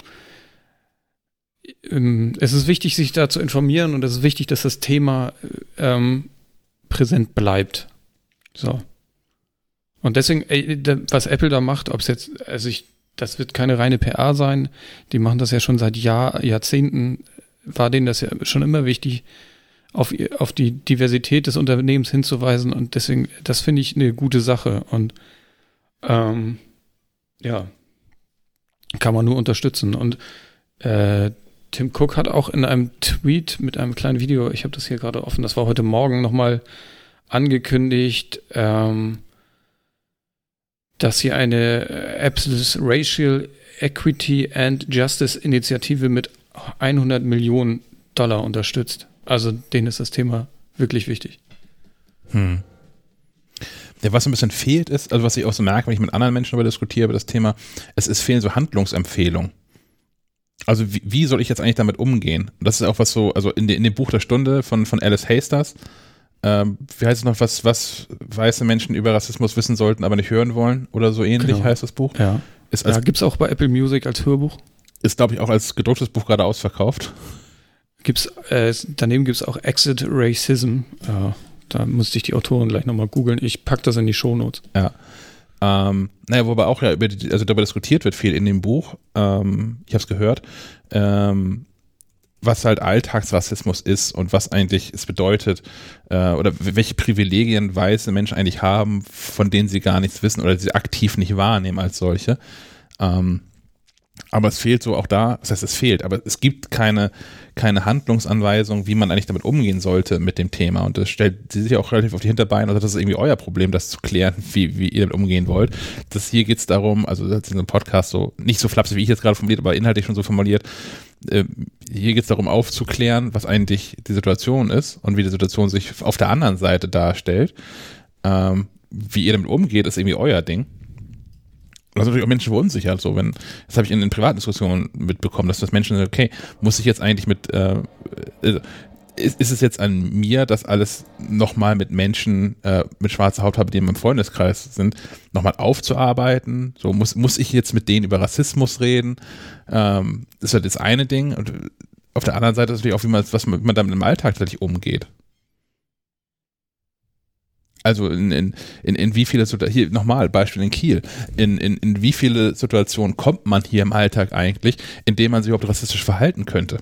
ähm, es ist wichtig, sich da zu informieren und es ist wichtig, dass das Thema ähm, präsent bleibt. So. Und deswegen, ey, was Apple da macht, ob es jetzt, also ich, das wird keine reine P R sein, die machen das ja schon seit Jahr, Jahrzehnten, war denen das ja schon immer wichtig, auf, auf die Diversität des Unternehmens hinzuweisen und deswegen, das finde ich eine gute Sache und ähm, ja, kann man nur unterstützen. Und äh, Tim Cook hat auch in einem Tweet mit einem kleinen Video, ich habe das hier gerade offen, das war heute Morgen nochmal angekündigt, ähm, dass sie eine Absolute Racial Equity and Justice Initiative mit hundert Millionen Dollar unterstützt. Also denen ist das Thema wirklich wichtig.
Hm. Ja, was ein bisschen fehlt ist, also was ich auch so merke, wenn ich mit anderen Menschen darüber diskutiere, über das Thema, es ist fehlen so Handlungsempfehlungen. Also wie, wie soll ich jetzt eigentlich damit umgehen? Und das ist auch was so, also in, de, in dem Buch der Stunde von, von Alice Hasters, ähm, wie heißt es noch, was, was weiße Menschen über Rassismus wissen sollten, aber nicht hören wollen oder so ähnlich, genau. Heißt das Buch.
Ja,
ist
ja gibt es auch bei Apple Music als Hörbuch.
Ist, glaube ich, auch als gedrucktes Buch gerade ausverkauft.
Gibt's, äh, daneben gibt es auch Exit Racism. Äh, da musste ich die Autoren gleich nochmal googeln. Ich packe das in die Shownotes.
Ja. Ähm, naja, wobei auch ja über die, also darüber diskutiert wird viel in dem Buch. Ähm, ich habe es gehört. Ähm, was halt Alltagsrassismus ist und was eigentlich es bedeutet äh, oder welche Privilegien weiße Menschen eigentlich haben, von denen sie gar nichts wissen oder sie aktiv nicht wahrnehmen als solche. Ähm, aber es fehlt so auch da, das heißt, es fehlt, aber es gibt keine, keine Handlungsanweisung, wie man eigentlich damit umgehen sollte mit dem Thema. Und das stellt sie sich auch relativ auf die Hinterbeine, also das ist irgendwie euer Problem, das zu klären, wie, wie ihr damit umgehen wollt. Das hier geht es darum, also das ist in einem Podcast so, nicht so flapsig, wie ich jetzt gerade formuliert, aber inhaltlich schon so formuliert, äh, hier geht es darum aufzuklären, was eigentlich die Situation ist und wie die Situation sich auf der anderen Seite darstellt. Ähm, wie ihr damit umgeht, ist irgendwie euer Ding. Das sind natürlich auch Menschen verunsichert. So, wenn, das habe ich in den privaten Diskussionen mitbekommen, dass das Menschen sagen, okay, muss ich jetzt eigentlich mit, äh, ist, ist es jetzt an mir, das alles nochmal mit Menschen äh, mit schwarzer Hautfarbe, die in meinem Freundeskreis sind, nochmal aufzuarbeiten? So, muss, muss ich jetzt mit denen über Rassismus reden? Ähm, das ist halt das eine Ding. Und auf der anderen Seite ist natürlich auch, wie man, was man, wie man damit im Alltag tatsächlich umgeht. Also in, in, in, in wie viele, hier nochmal, Beispiel in Kiel, in, in, in wie viele Situationen kommt man hier im Alltag eigentlich, in denen man sich überhaupt rassistisch verhalten könnte?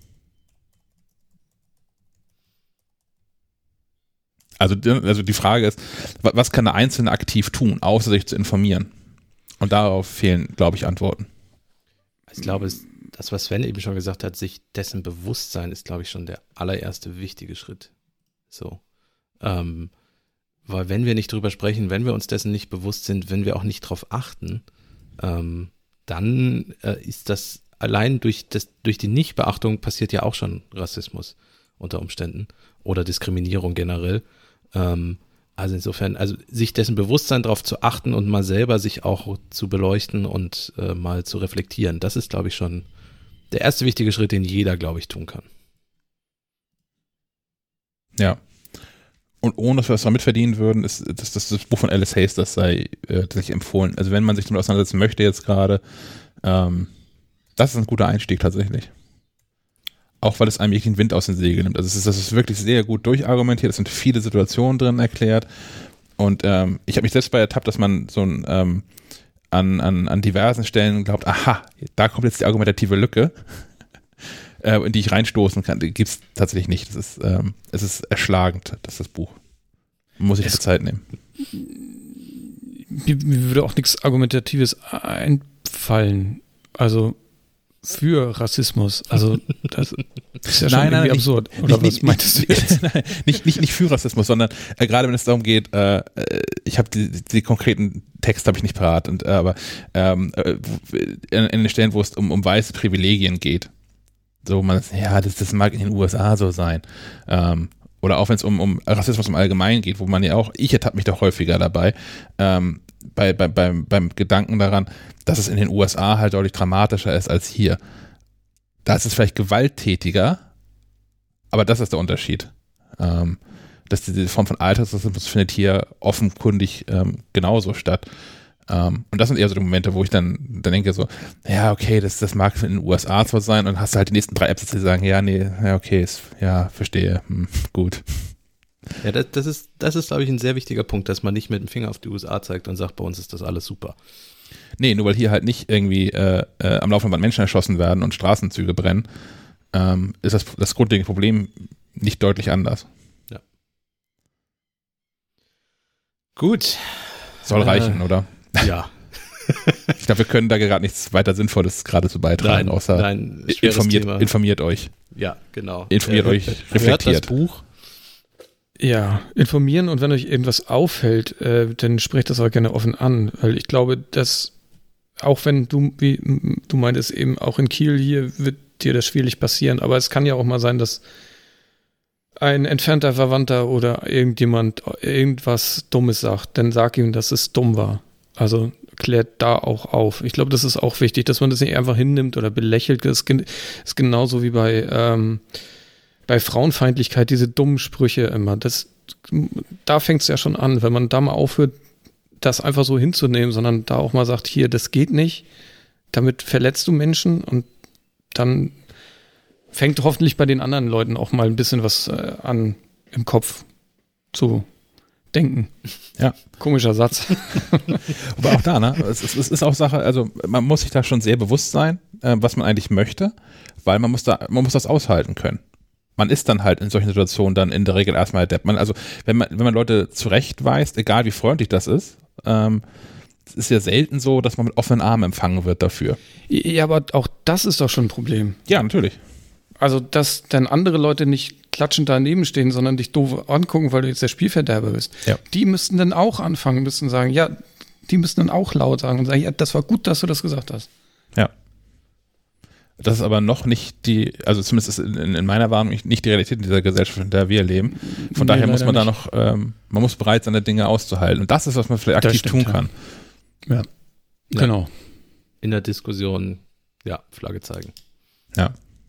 Also, also die Frage ist, was kann der Einzelne aktiv tun, außer sich zu informieren? Und darauf fehlen, glaube ich, Antworten.
Ich glaube, das, was Sven eben schon gesagt hat, sich dessen bewusst sein, ist, glaube ich, schon der allererste wichtige Schritt. So. Ähm, Weil wenn wir nicht drüber sprechen, wenn wir uns dessen nicht bewusst sind, wenn wir auch nicht drauf achten, ähm, dann äh, ist das allein durch, das, durch die Nichtbeachtung passiert ja auch schon Rassismus unter Umständen oder Diskriminierung generell. Ähm, also insofern, also sich dessen Bewusstsein darauf zu achten und mal selber sich auch zu beleuchten und äh, mal zu reflektieren, das ist, glaube ich, schon der erste wichtige Schritt, den jeder, glaube ich, tun kann.
Ja. Und ohne dass wir das damit verdienen würden, ist das, das, das Buch von Alice Hayes, das sei äh, tatsächlich empfohlen. Also wenn man sich damit auseinandersetzen möchte jetzt gerade, ähm, das ist ein guter Einstieg tatsächlich. Auch weil es einem wirklich den Wind aus den Segeln nimmt. Also es ist, das ist wirklich sehr gut durchargumentiert, es sind viele Situationen drin erklärt. Und ähm, ich habe mich selbst bei ertappt, dass man so ein, ähm, an, an, an diversen Stellen glaubt, aha, da kommt jetzt die argumentative Lücke. äh, in die ich reinstoßen kann, gibt es tatsächlich nicht. Das ist, ähm, es ist erschlagend, das ist das Buch. Man muss sich die Zeit nehmen.
Mir, mir würde auch nichts Argumentatives einfallen. Also für Rassismus. Also das ist ja schon
nein,
irgendwie
nein,
absurd.
Nicht,
Oder
nicht,
was meintest
nicht,
du jetzt?
Nein, nicht, nicht, nicht für Rassismus, sondern äh, gerade wenn es darum geht, äh, ich habe die, die konkreten Text habe ich nicht parat, und, äh, aber ähm, äh, in, in den Stellen, wo es um, um weiße Privilegien geht, so man, ja, das, das mag in den U S A so sein. Ähm, oder auch wenn es um, um Rassismus im Allgemeinen geht, wo man ja auch, ich ertappe mich doch häufiger dabei, ähm, bei, bei, beim, beim Gedanken daran, dass es in den U S A halt deutlich dramatischer ist als hier. Da ist es vielleicht gewalttätiger, aber das ist der Unterschied. Ähm, dass diese Form von Alltagsrassismus findet hier offenkundig ähm, genauso statt. Ähm, und das sind eher so die Momente, wo ich dann, dann denke so, ja, okay, das, das mag in den U S A zwar sein, und hast du halt die nächsten drei Apps, die sagen, ja, nee, ja, okay, ist, ja, verstehe, hm, gut.
Ja, das, das ist, das ist, glaube ich, ein sehr wichtiger Punkt, dass man nicht mit dem Finger auf die U S A zeigt und sagt, bei uns ist das alles super.
Nee, nur weil hier halt nicht irgendwie äh, äh, am laufenden Band Menschen erschossen werden und Straßenzüge brennen, ähm, ist das, das grundlegende Problem nicht deutlich anders.
Ja. Gut.
Soll
äh,
reichen, oder?
Ja.
Ich glaube, wir können da gerade nichts weiter Sinnvolles gerade zu beitragen,
Nein,
außer
nein,
informiert, informiert euch.
Ja, genau.
Informiert
äh,
euch,
hört
reflektiert.
das Buch.
Ja, informieren, und wenn euch irgendwas auffällt, äh, dann sprecht das auch gerne offen an, weil ich glaube, dass auch wenn du, wie du meintest, eben auch in Kiel hier wird dir das schwierig passieren, aber es kann ja auch mal sein, dass ein entfernter Verwandter oder irgendjemand irgendwas Dummes sagt, dann sag ihm, dass es dumm war. Also klärt da auch auf. Ich glaube, das ist auch wichtig, dass man das nicht einfach hinnimmt oder belächelt. Das ist genauso wie bei ähm, bei Frauenfeindlichkeit, diese dummen Sprüche immer. Das, da fängt es ja schon an, wenn man da mal aufhört, das einfach so hinzunehmen, sondern da auch mal sagt, hier, das geht nicht, damit verletzt du Menschen, und dann fängt hoffentlich bei den anderen Leuten auch mal ein bisschen was äh, an im Kopf zu denken.
Ja.
Komischer Satz.
Aber auch da, ne? Es ist, es ist auch Sache, also man muss sich da schon sehr bewusst sein, äh, was man eigentlich möchte, weil man muss da, man muss das aushalten können. Man ist dann halt in solchen Situationen dann in der Regel erstmal der, man, also wenn man, wenn man Leute zurechtweist, egal wie freundlich das ist, ähm, es ist ja selten so, dass man mit offenen Armen empfangen wird dafür.
Ja, aber auch das ist doch schon ein Problem.
Ja, natürlich.
Also, dass dann andere Leute nicht klatschend daneben stehen, sondern dich doof angucken, weil du jetzt der Spielverderber bist.
Ja.
Die müssten dann auch anfangen, müssten sagen, ja, die müssten dann auch laut sagen und sagen, ja, das war gut, dass du das gesagt hast.
Ja. Das ist aber noch nicht die, also zumindest ist in, in meiner Wahrnehmung nicht die Realität in dieser Gesellschaft, in der wir leben. Von
Nee,
daher muss man
leider
da noch, ähm, man muss bereit sein, Dinge auszuhalten. Und das ist, was man vielleicht aktiv
stimmt,
tun kann.
Ja.
Ja.
Genau.
In der Diskussion, ja, Flagge zeigen.
Ja.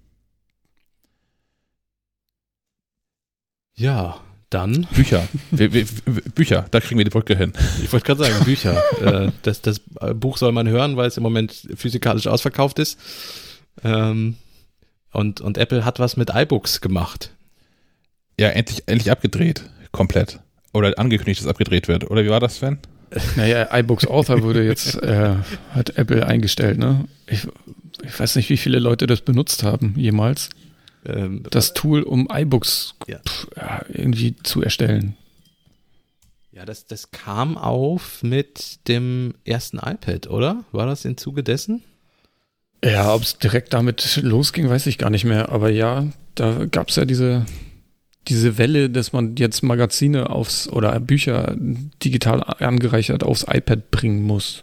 Ja, dann.
Bücher. wir, wir, Bücher, da kriegen wir die Brücke hin.
Ich wollte gerade sagen, Bücher. äh, das, das Buch soll man hören, weil es im Moment physikalisch ausverkauft ist. Ähm, und, und Apple hat was mit iBooks gemacht.
Ja, endlich, endlich abgedreht. Komplett. Oder angekündigt, dass abgedreht wird. Oder wie war das, Sven?
Naja, iBooks Author wurde jetzt, äh, hat Apple eingestellt, ne? Ich, ich weiß nicht, wie viele Leute das benutzt haben jemals.
Ähm,
Das Tool, um iBooks
Ja.
pf, ja, irgendwie zu erstellen.
Ja, das, das kam auf mit dem ersten iPad, oder? War das im Zuge dessen?
Ja, ob es direkt damit losging, weiß ich gar nicht mehr. Aber ja, da gab es ja diese, diese Welle, dass man jetzt Magazine aufs oder Bücher digital angereichert aufs iPad bringen muss.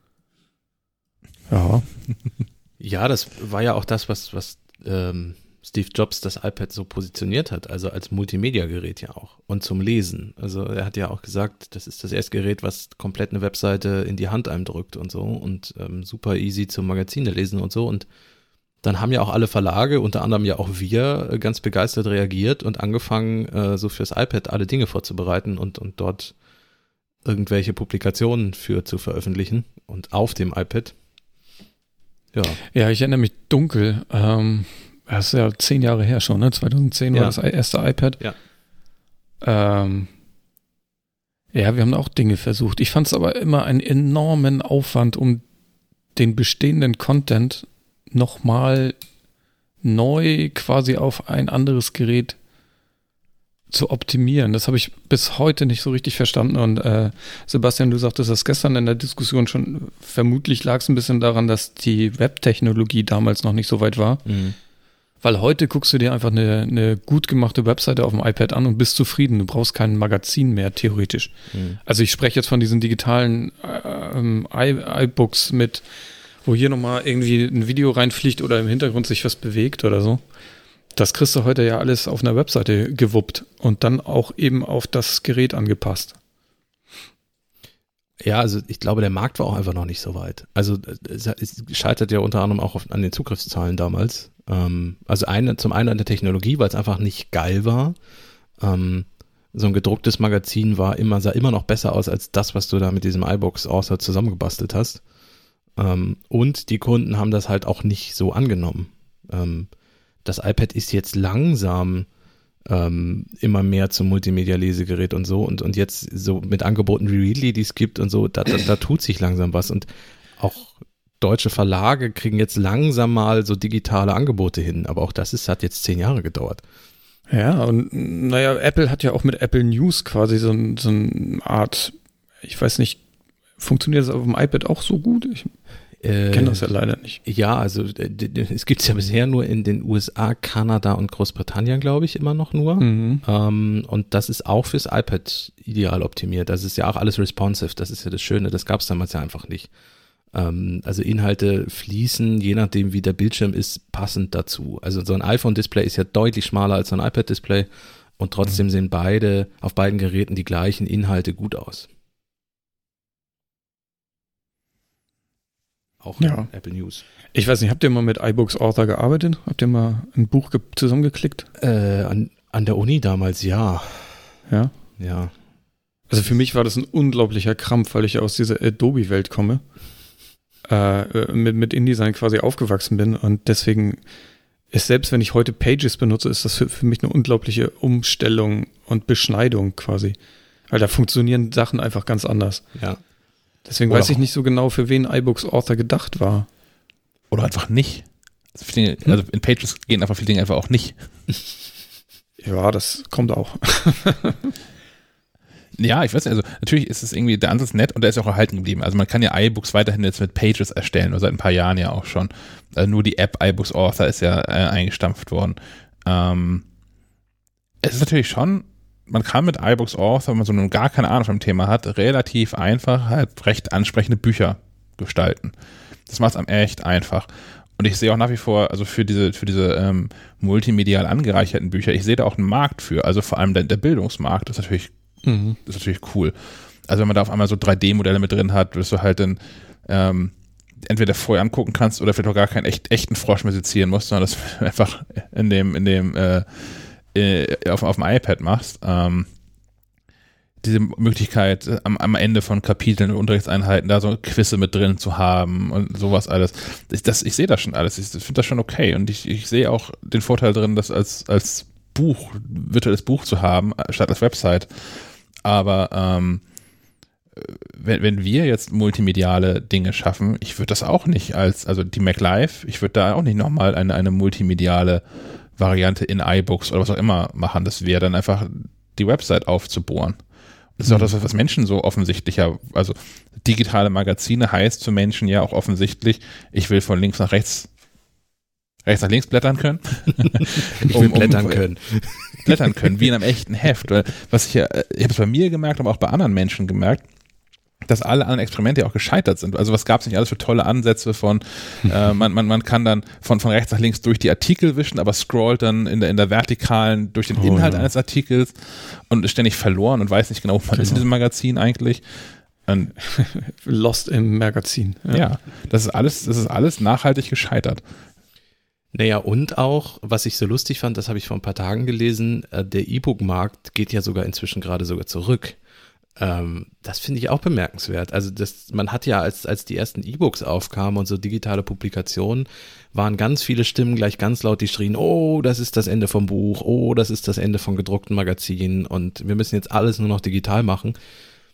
Ja.
Ja, das war ja auch das, was, was ähm, Steve Jobs das iPad so positioniert hat, also als Multimedia-Gerät ja auch und zum Lesen. Also er hat ja auch gesagt, das ist das erste Gerät, was komplett eine Webseite in die Hand einem drückt und so und ähm, super easy zum Magazine lesen und so. Und dann haben ja auch alle Verlage, unter anderem ja auch wir, äh, ganz begeistert reagiert und angefangen, äh, so fürs iPad alle Dinge vorzubereiten und, und dort irgendwelche Publikationen für zu veröffentlichen und auf dem iPad. Ja.
Ja, ich erinnere mich dunkel. Ähm, das ist ja zehn Jahre her schon, ne? zweitausendzehn
Ja.
war das erste iPad.
Ja.
Ähm, ja, wir haben auch Dinge versucht. Ich fand es aber immer einen enormen Aufwand, um den bestehenden Content nochmal neu quasi auf ein anderes Gerät zu optimieren. Das habe ich bis heute nicht so richtig verstanden. Und äh, Sebastian, du sagtest das gestern in der Diskussion schon, vermutlich lag es ein bisschen daran, dass die Webtechnologie damals noch nicht so weit war. Mhm. Weil heute guckst du dir einfach eine, eine gut gemachte Webseite auf dem iPad an und bist zufrieden. Du brauchst kein Magazin mehr, theoretisch. Mhm. Also ich spreche jetzt von diesen digitalen ähm, iBooks mit, wo hier nochmal irgendwie ein Video reinfliegt oder im Hintergrund sich was bewegt oder so. Das kriegst du heute ja alles auf einer Webseite gewuppt und dann auch eben auf das Gerät angepasst.
Ja, also ich glaube, der Markt war auch einfach noch nicht so weit. Also es, es scheitert ja unter anderem auch auf, an den Zugriffszahlen damals. Ähm, also eine, zum einen an der Technologie, weil es einfach nicht geil war. Ähm, so ein gedrucktes Magazin war immer, sah immer noch besser aus als das, was du da mit diesem iBooks Author zusammengebastelt hast. Ähm, und die Kunden haben das halt auch nicht so angenommen. Ähm, das iPad ist jetzt langsam ähm, immer mehr zum Multimedia-Lesegerät und so und, und jetzt so mit Angeboten wie Readly, die es gibt und so, da, da, da tut sich langsam was und auch deutsche Verlage kriegen jetzt langsam mal so digitale Angebote hin, aber auch das ist, hat jetzt zehn Jahre gedauert.
Ja, und naja, Apple hat ja auch mit Apple News quasi so, ein, so eine Art, ich weiß nicht, funktioniert das auf dem iPad auch so gut? Ich Ich kenne das ja leider nicht.
Ja, also es gibt es ja bisher nur in den U S A, Kanada und Großbritannien, glaube ich, immer noch nur. Mhm. Ähm, und das ist auch fürs iPad ideal optimiert. Das ist ja auch alles responsive, das ist ja das Schöne, das gab es damals ja einfach nicht. Ähm, also Inhalte fließen, je nachdem wie der Bildschirm ist, passend dazu. Also so ein iPhone-Display ist ja deutlich schmaler als so ein iPad-Display und trotzdem mhm. sehen beide, auf beiden Geräten die gleichen Inhalte gut aus. Auch
ja.
Apple News.
Ich weiß nicht, habt ihr mal mit iBooks Author gearbeitet? Habt ihr mal ein Buch ge- zusammengeklickt?
Äh, an, an der Uni damals, ja.
Ja?
Ja.
Also für mich war das ein unglaublicher Krampf, weil ich aus dieser Adobe-Welt komme. Äh, mit, mit InDesign quasi aufgewachsen bin und deswegen ist, selbst wenn ich heute Pages benutze, ist das für, für mich eine unglaubliche Umstellung und Beschneidung quasi. Weil da funktionieren Sachen einfach ganz anders.
Ja.
Deswegen Oder weiß ich nicht so genau, für wen iBooks Author gedacht war.
Oder einfach nicht. Also, viele Dinge, also in Pages gehen einfach viele Dinge einfach auch nicht.
Ja, das kommt auch.
Ja, ich weiß nicht, also natürlich ist es irgendwie, der Ansatz nett und der ist auch erhalten geblieben. Also man kann ja iBooks weiterhin jetzt mit Pages erstellen, oder seit ein paar Jahren ja auch schon. Also nur die App iBooks Author ist ja äh, eingestampft worden. Ähm, es ist natürlich schon, man kann mit iBooks Author, wenn man so nun gar keine Ahnung vom Thema hat, relativ einfach halt recht ansprechende Bücher gestalten. Das macht es einem echt einfach. Und ich sehe auch nach wie vor, also für diese, für diese ähm, multimedial angereicherten Bücher, ich sehe da auch einen Markt für. Also vor allem der, der Bildungsmarkt ist natürlich, mhm. ist natürlich cool. Also wenn man da auf einmal so drei D Modelle mit drin hat, dass du halt dann ähm, entweder vorher angucken kannst oder vielleicht auch gar keinen echt, echten Frosch mehr sezieren musst, sondern das einfach in dem, in dem äh, Auf, auf dem iPad machst, ähm, diese Möglichkeit äh, am, am Ende von Kapiteln und Unterrichtseinheiten da so Quizze mit drin zu haben und sowas alles. Ich, das, ich sehe das schon alles, ich finde das schon okay und ich, ich sehe auch den Vorteil drin, das als, als Buch, virtuelles Buch zu haben, statt als Website. Aber ähm, wenn, wenn wir jetzt multimediale Dinge schaffen, ich würde das auch nicht als, also die MacLive, ich würde da auch nicht nochmal eine, eine multimediale Variante in iBooks oder was auch immer machen. Das wäre dann einfach die Website aufzubohren. Das ist mhm. auch das, was Menschen so offensichtlich ja, also digitale Magazine heißt für Menschen ja auch offensichtlich, ich will von links nach rechts, rechts nach links blättern können.
ich will um, blättern um, können.
Blättern können, wie in einem echten Heft. Weil was ich ja, ich habe es bei mir gemerkt, aber auch bei anderen Menschen gemerkt, dass alle anderen Experimente ja auch gescheitert sind. Also was gab es nicht alles für tolle Ansätze von, äh, man, man, man kann dann von, von rechts nach links durch die Artikel wischen, aber scrollt dann in der, in der Vertikalen durch den oh, Inhalt ja. eines Artikels und ist ständig verloren und weiß nicht genau, wo man genau. ist in diesem Magazin eigentlich. Und
Lost im Magazin.
Ja. ja, das ist alles, das ist alles nachhaltig gescheitert.
Naja, und auch, was ich so lustig fand, das habe ich vor ein paar Tagen gelesen, äh, der E-Book-Markt geht ja sogar inzwischen gerade sogar zurück. Ähm, das finde ich auch bemerkenswert. Also das, man hat ja, als, als die ersten E-Books aufkamen und so digitale Publikationen, waren ganz viele Stimmen gleich ganz laut, die schrien, oh, das ist das Ende vom Buch, oh, das ist das Ende von gedruckten Magazinen und wir müssen jetzt alles nur noch digital machen.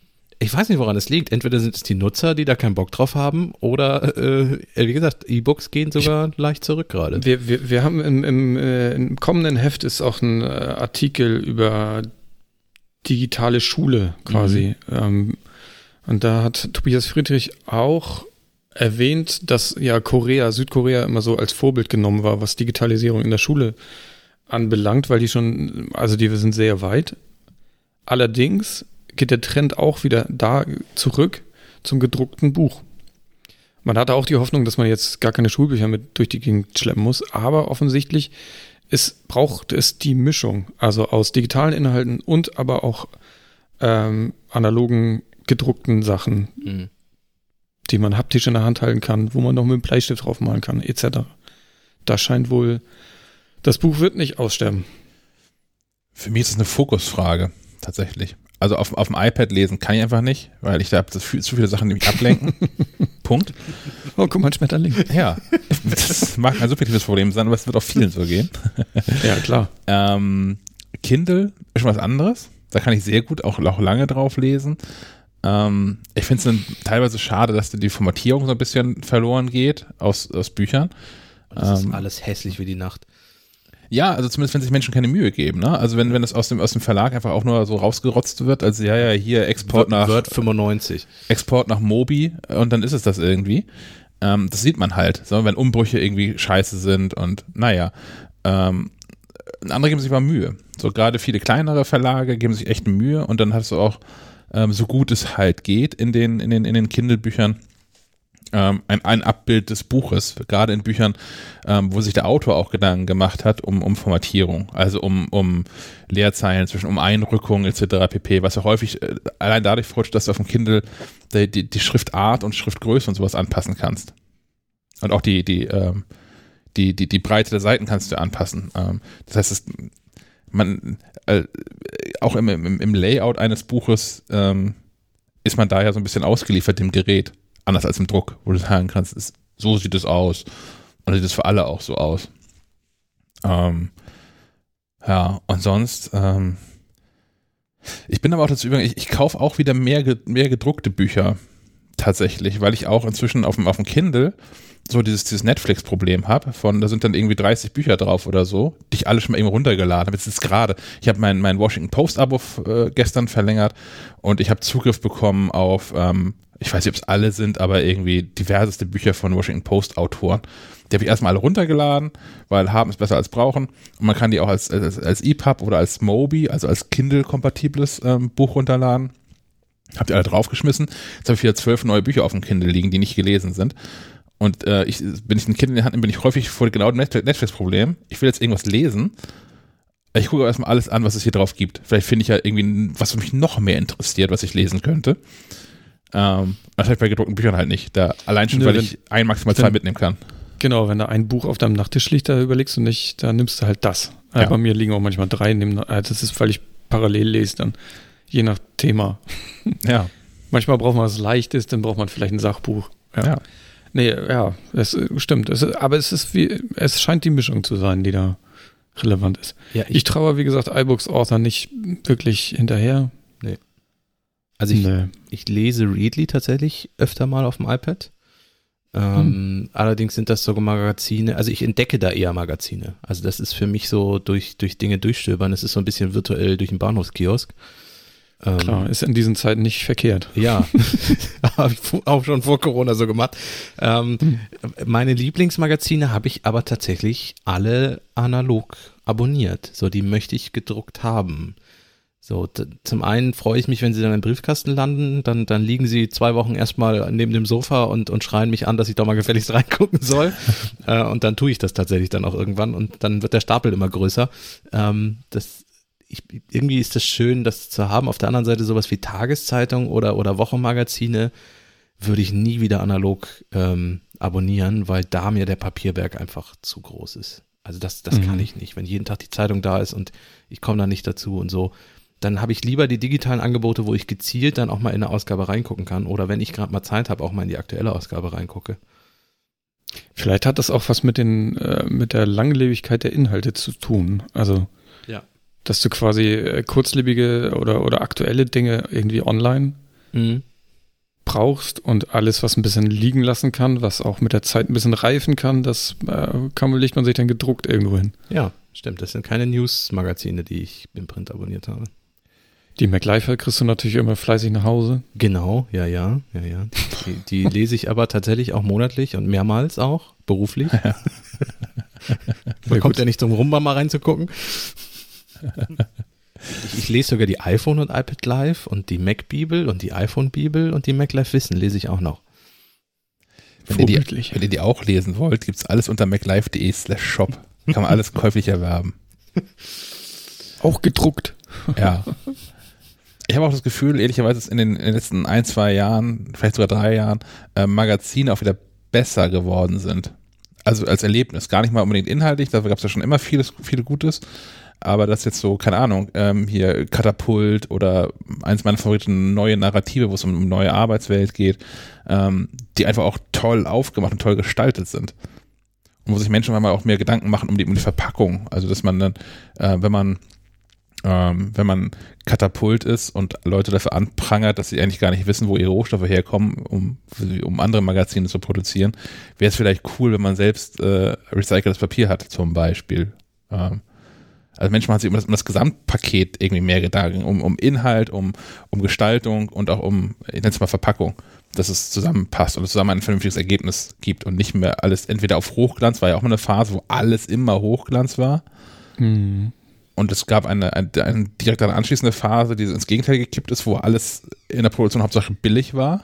Ich weiß nicht, woran es liegt. Entweder sind es die Nutzer, die da keinen Bock drauf haben, oder, äh, wie gesagt, E-Books gehen sogar ich, leicht zurück gerade.
Wir, wir, wir haben im, im, äh, im kommenden Heft ist auch ein äh, Artikel über digitale Schule quasi. Mhm. Ähm, und da hat Tobias Friedrich auch erwähnt, dass ja Korea, Südkorea immer so als Vorbild genommen war, was Digitalisierung in der Schule anbelangt, weil die schon, also die sind sehr weit. Allerdings geht der Trend auch wieder da zurück zum gedruckten Buch. Man hatte auch die Hoffnung, dass man jetzt gar keine Schulbücher mit durch die Gegend schleppen muss, aber offensichtlich ist, braucht es die Mischung, also aus digitalen Inhalten und aber auch ähm, analogen gedruckten Sachen, mhm. die man haptisch in der Hand halten kann, wo man noch mit dem Bleistift draufmalen kann, et cetera. Da scheint wohl, das Buch wird nicht aussterben.
Für mich ist es eine Fokusfrage, tatsächlich. Also auf, auf dem iPad lesen kann ich einfach nicht, weil ich da habe zu viele Sachen, die mich ablenken. Punkt.
Oh, guck mal, ein Schmetterling.
Ja, das mag ein subjektives Problem sein, aber es wird auch vielen so gehen.
Ja, klar.
Ähm, Kindle ist schon was anderes. Da kann ich sehr gut auch, auch lange drauf lesen. Ähm, ich finde es dann teilweise schade, dass die Formatierung so ein bisschen verloren geht aus, aus Büchern.
Das ist ähm, alles hässlich wie die Nacht.
Ja, also zumindest wenn sich Menschen keine Mühe geben, ne? Also wenn, wenn das aus dem, aus dem Verlag einfach auch nur so rausgerotzt wird, also ja, ja, hier Export nach
Word fünfundneunzig.
Export nach Mobi und dann ist es das irgendwie. Ähm, das sieht man halt, so, wenn Umbrüche irgendwie scheiße sind und naja. Ähm, andere geben sich mal Mühe. So gerade viele kleinere Verlage geben sich echt Mühe und dann hast du auch, ähm, so gut es halt geht in den, in den, in den Kindle-Büchern, Ähm, ein, ein Abbild des Buches, gerade in Büchern, ähm, wo sich der Autor auch Gedanken gemacht hat um, um Formatierung, also um, um Leerzeilen zwischen, um Einrückungen et cetera pp., was ja häufig äh, allein dadurch freut, dass du auf dem Kindle die, die, die Schriftart und Schriftgröße und sowas anpassen kannst. Und auch die, die, ähm, die, die, die Breite der Seiten kannst du anpassen. Ähm, das heißt, es, man, äh, auch im, im, im Layout eines Buches ähm, ist man daher so ein bisschen ausgeliefert dem Gerät. Anders als im Druck, wo du sagen kannst, ist, so sieht es aus. Und dann sieht es für alle auch so aus. Ähm, ja, und sonst, ähm, ich bin aber auch dazu übergegangen, ich, ich kaufe auch wieder mehr, mehr gedruckte Bücher tatsächlich, weil ich auch inzwischen auf dem, auf dem Kindle so dieses, dieses Netflix-Problem habe, von, da sind dann irgendwie dreißig Bücher drauf oder so, die ich alle schon mal eben runtergeladen habe. Jetzt ist gerade, ich habe mein, mein Washington Post-Abo äh, gestern verlängert und ich habe Zugriff bekommen auf, ähm, ich weiß nicht, ob es alle sind, aber irgendwie diverseste Bücher von Washington Post-Autoren. Die habe ich erstmal alle runtergeladen, weil haben ist besser als brauchen. Und man kann die auch als, als, als E P U B oder als Mobi, also als Kindle-kompatibles ähm, Buch runterladen. Hab die alle draufgeschmissen. Jetzt habe ich wieder zwölf neue Bücher auf dem Kindle liegen, die nicht gelesen sind. Und äh, ich, wenn ich ein Kind in der Hand nehme, bin ich häufig vor genau dem Netflix-Problem. Ich will jetzt irgendwas lesen. Ich gucke erstmal alles an, was es hier drauf gibt. Vielleicht finde ich ja irgendwie was mich noch mehr interessiert, was ich lesen könnte. Ähm, das habe ich bei gedruckten Büchern halt nicht. Da, allein schon, Nö, weil wenn, ich ein, maximal zwei mitnehmen kann.
Genau, wenn da ein Buch auf deinem Nachttisch liegt, da überlegst du nicht, da nimmst du halt das. Ja. Bei mir liegen auch manchmal drei. Das ist, weil ich parallel lese dann. Je nach Thema.
Ja.
Manchmal braucht man was Leichtes, dann braucht man vielleicht ein Sachbuch. Ja. ja. Nee, ja, es stimmt. Es, aber es ist wie, es scheint die Mischung zu sein, die da relevant ist. Ja, ich, ich traue, wie gesagt, iBooks Author nicht wirklich hinterher.
Nee. Also ich, nee. ich lese Readly tatsächlich öfter mal auf dem iPad. Ähm, hm. Allerdings sind das sogar Magazine, also ich entdecke da eher Magazine. Also das ist für mich so durch, durch Dinge durchstöbern. Es ist so ein bisschen virtuell durch den Bahnhofskiosk.
Klar, ist in diesen Zeiten nicht verkehrt.
Ja, habe ich auch schon vor Corona so gemacht. Ähm, hm. Meine Lieblingsmagazine habe ich aber tatsächlich alle analog abonniert. So, die möchte ich gedruckt haben. So, t- zum einen freue ich mich, wenn sie dann im Briefkasten landen, dann, dann liegen sie zwei Wochen erstmal neben dem Sofa und, und schreien mich an, dass ich doch mal gefälligst reingucken soll. äh, und dann tue ich das tatsächlich dann auch irgendwann und dann wird der Stapel immer größer. Ähm, das Ich, irgendwie ist das schön, das zu haben. Auf der anderen Seite sowas wie Tageszeitung oder, oder Wochenmagazine würde ich nie wieder analog ähm, abonnieren, weil da mir der Papierberg einfach zu groß ist. Also das, das mhm. kann ich nicht. Wenn jeden Tag die Zeitung da ist und ich komme da nicht dazu und so, dann habe ich lieber die digitalen Angebote, wo ich gezielt dann auch mal in eine Ausgabe reingucken kann oder wenn ich gerade mal Zeit habe, auch mal in die aktuelle Ausgabe reingucke.
Vielleicht hat das auch was mit den äh, mit der Langlebigkeit der Inhalte zu tun. Also
ja.
Dass du quasi kurzlebige oder, oder aktuelle Dinge irgendwie online
Mhm.
brauchst und alles, was ein bisschen liegen lassen kann, was auch mit der Zeit ein bisschen reifen kann, das äh, kann, legt man sich dann gedruckt irgendwo hin.
Ja, stimmt. Das sind keine News-Magazine, die ich im Print abonniert habe.
Die MacLife kriegst du natürlich immer fleißig nach Hause.
Genau, ja, ja, ja, ja. Die, die lese ich aber tatsächlich auch monatlich und mehrmals auch, beruflich. Ja. Man kommt ja nicht drum rum, mal reinzugucken. Ich, ich lese sogar die iPhone und iPad Live und die Mac-Bibel und die iPhone-Bibel und die MacLife Wissen lese ich auch noch.
Wenn ihr, die, wenn ihr die auch lesen wollt, gibt es alles unter maclife.de slash shop. Kann man alles käuflich erwerben.
Auch gedruckt.
Ja. Ich habe auch das Gefühl, ehrlicherweise, dass in den, in den letzten ein, zwei Jahren, vielleicht sogar drei Jahren, äh, Magazine auch wieder besser geworden sind. Also als Erlebnis. Gar nicht mal unbedingt inhaltlich, da gab es ja schon immer vieles, viel Gutes. Aber das jetzt so, keine Ahnung, ähm, hier Katapult oder eins meiner Favoriten, neue Narrative, wo es um eine neue Arbeitswelt geht, ähm, die einfach auch toll aufgemacht und toll gestaltet sind. Und wo sich Menschen manchmal auch mehr Gedanken machen um die, um die Verpackung. Also dass man dann, äh, wenn man ähm, wenn man Katapult ist und Leute dafür anprangert, dass sie eigentlich gar nicht wissen, wo ihre Rohstoffe herkommen, um, um andere Magazine zu produzieren, wäre es vielleicht cool, wenn man selbst äh, recyceltes Papier hat, zum Beispiel. Ähm, Also Menschen machen sich um das, um das Gesamtpaket irgendwie mehr Gedanken, um, um Inhalt, um, um Gestaltung und auch um, ich nenne es mal Verpackung, dass es zusammenpasst und es zusammen ein vernünftiges Ergebnis gibt und nicht mehr alles entweder auf Hochglanz, war ja auch mal eine Phase, wo alles immer Hochglanz war.
Mhm.
Und es gab eine, eine, eine direkt eine anschließende Phase, die ins Gegenteil gekippt ist, wo alles in der Produktion Hauptsache billig war.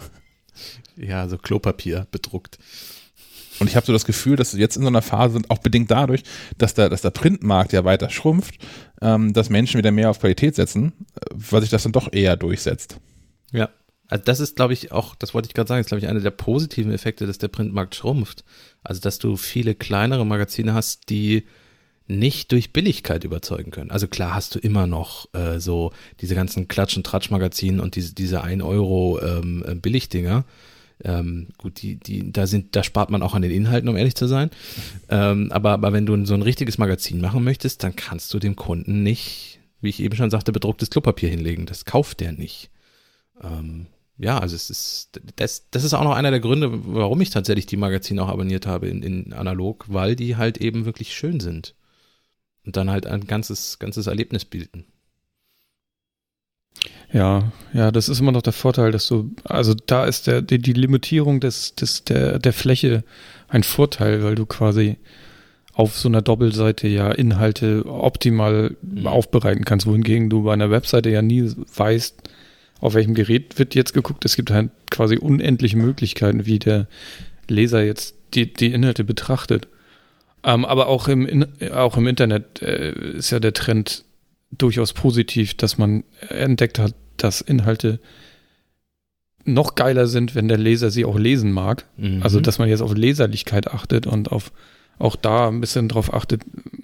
Ja, so Klopapier bedruckt.
Und ich habe so das Gefühl, dass wir jetzt in so einer Phase sind, auch bedingt dadurch, dass der, dass der Printmarkt ja weiter schrumpft, ähm, dass Menschen wieder mehr auf Qualität setzen, weil sich das dann doch eher durchsetzt.
Ja, also das ist, glaube ich, auch, das wollte ich gerade sagen, ist, glaube ich, einer der positiven Effekte, dass der Printmarkt schrumpft. Also, dass du viele kleinere Magazine hast, die nicht durch Billigkeit überzeugen können. Also klar hast du immer noch äh, so diese ganzen Klatsch- und Tratsch-Magazine und diese, diese ein Euro ähm, Billigdinger. Ähm, gut, die, die, da sind, da spart man auch an den Inhalten, um ehrlich zu sein. Ähm, aber, aber wenn du so ein richtiges Magazin machen möchtest, dann kannst du dem Kunden nicht, wie ich eben schon sagte, bedrucktes Klopapier hinlegen. Das kauft der nicht. Ähm, ja, also es ist, das, das ist auch noch einer der Gründe, warum ich tatsächlich die Magazine auch abonniert habe in, in analog, weil die halt eben wirklich schön sind. Und dann halt ein ganzes, ganzes Erlebnis bilden.
Ja, ja, das ist immer noch der Vorteil, dass du, also da ist der, die, die Limitierung des, des, der, der Fläche ein Vorteil, weil du quasi auf so einer Doppelseite ja Inhalte optimal mhm. aufbereiten kannst, wohingegen du bei einer Webseite ja nie weißt, auf welchem Gerät wird jetzt geguckt. Es gibt halt quasi unendliche Möglichkeiten, wie der Leser jetzt die, die Inhalte betrachtet. Ähm, aber auch im, in, auch im Internet äh, ist ja der Trend durchaus positiv, dass man entdeckt hat, dass Inhalte noch geiler sind, wenn der Leser sie auch lesen mag. Mhm. Also, dass man jetzt auf Leserlichkeit achtet und auf auch da ein bisschen drauf achtet,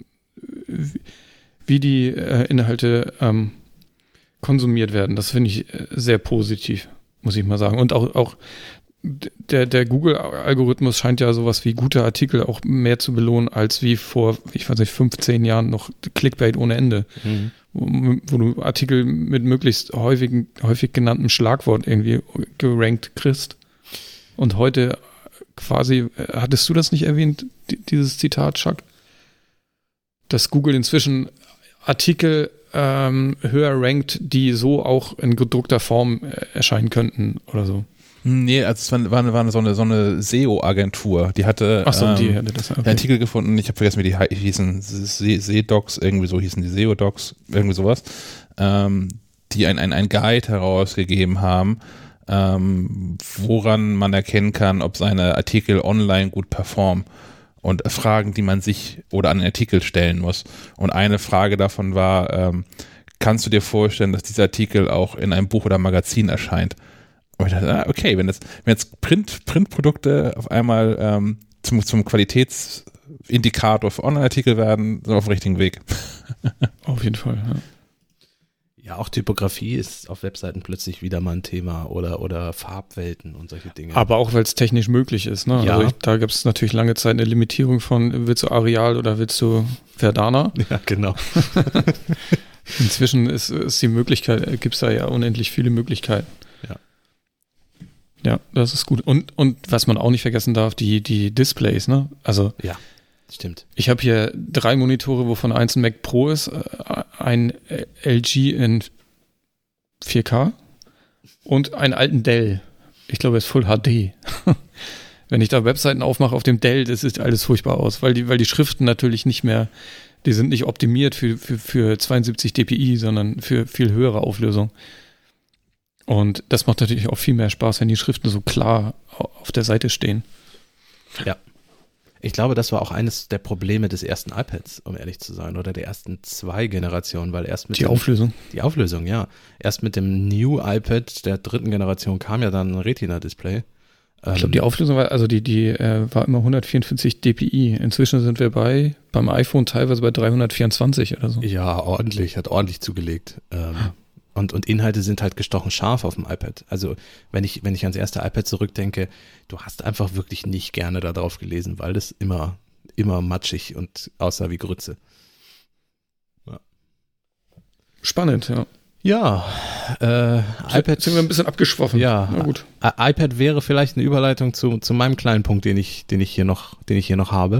wie die äh, Inhalte ähm, konsumiert werden. Das finde ich äh, sehr positiv, muss ich mal sagen. Und auch, auch der, der Google-Algorithmus scheint ja sowas wie gute Artikel auch mehr zu belohnen, als wie vor, ich weiß nicht, fünfzehn Jahren noch Clickbait ohne Ende. Mhm. Wo, wo du Artikel mit möglichst häufig, häufig genanntem Schlagwort irgendwie gerankt kriegst. Und heute quasi, hattest du das nicht erwähnt, dieses Zitat, Chuck? Dass Google inzwischen Artikel ähm, höher rankt, die so auch in gedruckter Form erscheinen könnten oder so.
Nee, also es war, war, war so eine, so eine S E O-Agentur, die hatte,
Ach so,
ähm,
die hatte das, okay.
Artikel gefunden, ich habe vergessen, wie die hießen, S E O-Docs, irgendwie so hießen die S E O-Docs, irgendwie sowas, ähm, die ein, ein, ein Guide herausgegeben haben, ähm, woran man erkennen kann, ob seine Artikel online gut performen und Fragen, die man sich oder an den Artikel stellen muss. Und eine Frage davon war, ähm, kannst du dir vorstellen, dass dieser Artikel auch in einem Buch oder Magazin erscheint? Und ich dachte, ah, okay, wenn, das, wenn jetzt Print, Printprodukte auf einmal ähm, zum, zum Qualitätsindikator für Online-Artikel werden, sind wir auf dem richtigen Weg.
Auf jeden Fall, ja.
Ja, auch Typografie ist auf Webseiten plötzlich wieder mal ein Thema oder, oder Farbwelten und solche Dinge.
Aber auch, weil es technisch möglich ist, ne?
Ja.
Also ich, da gibt es natürlich lange Zeit eine Limitierung von, willst du Arial oder willst du Verdana?
Ja, genau.
Inzwischen ist, ist die Möglichkeit, gibt es da ja unendlich viele Möglichkeiten.
Ja.
Ja, das ist gut. Und, und was man auch nicht vergessen darf, die, die Displays, ne? Also
Ja, stimmt.
ich habe hier drei Monitore, wovon eins ein Mac Pro ist, ein L G in vier K und einen alten Dell. Ich glaube, er ist Full H D. Wenn ich da Webseiten aufmache auf dem Dell, das sieht alles furchtbar aus, weil die, weil die Schriften natürlich nicht mehr, die sind nicht optimiert für, für, für zweiundsiebzig dpi, sondern für viel höhere Auflösung. Und das macht natürlich auch viel mehr Spaß, wenn die Schriften so klar auf der Seite stehen.
Ja. Ich glaube, das war auch eines der Probleme des ersten iPads, um ehrlich zu sein, oder der ersten zwei Generationen, weil erst mit
Die
dem,
Auflösung.
Die Auflösung, ja. Erst mit dem New iPad der dritten Generation kam ja dann ein Retina-Display.
Ich glaube, die Auflösung war, also die, die äh, war immer hundertvierundvierzig dpi. Inzwischen sind wir bei, beim iPhone teilweise bei dreihundertvierundzwanzig oder so.
Ja, ordentlich, hat ordentlich zugelegt. Ähm, und, und Inhalte sind halt gestochen scharf auf dem iPad. Also wenn ich, wenn ich ans erste iPad zurückdenke, du hast einfach wirklich nicht gerne da drauf gelesen, weil das immer, immer matschig und aussah wie Grütze. Ja.
Spannend, ja.
Ja, äh, iPad.
Sind wir ein bisschen abgeschwoffen.
Ja,
na gut.
I- iPad wäre vielleicht eine Überleitung zu, zu meinem kleinen Punkt, den ich, den ich hier noch, den ich hier noch habe.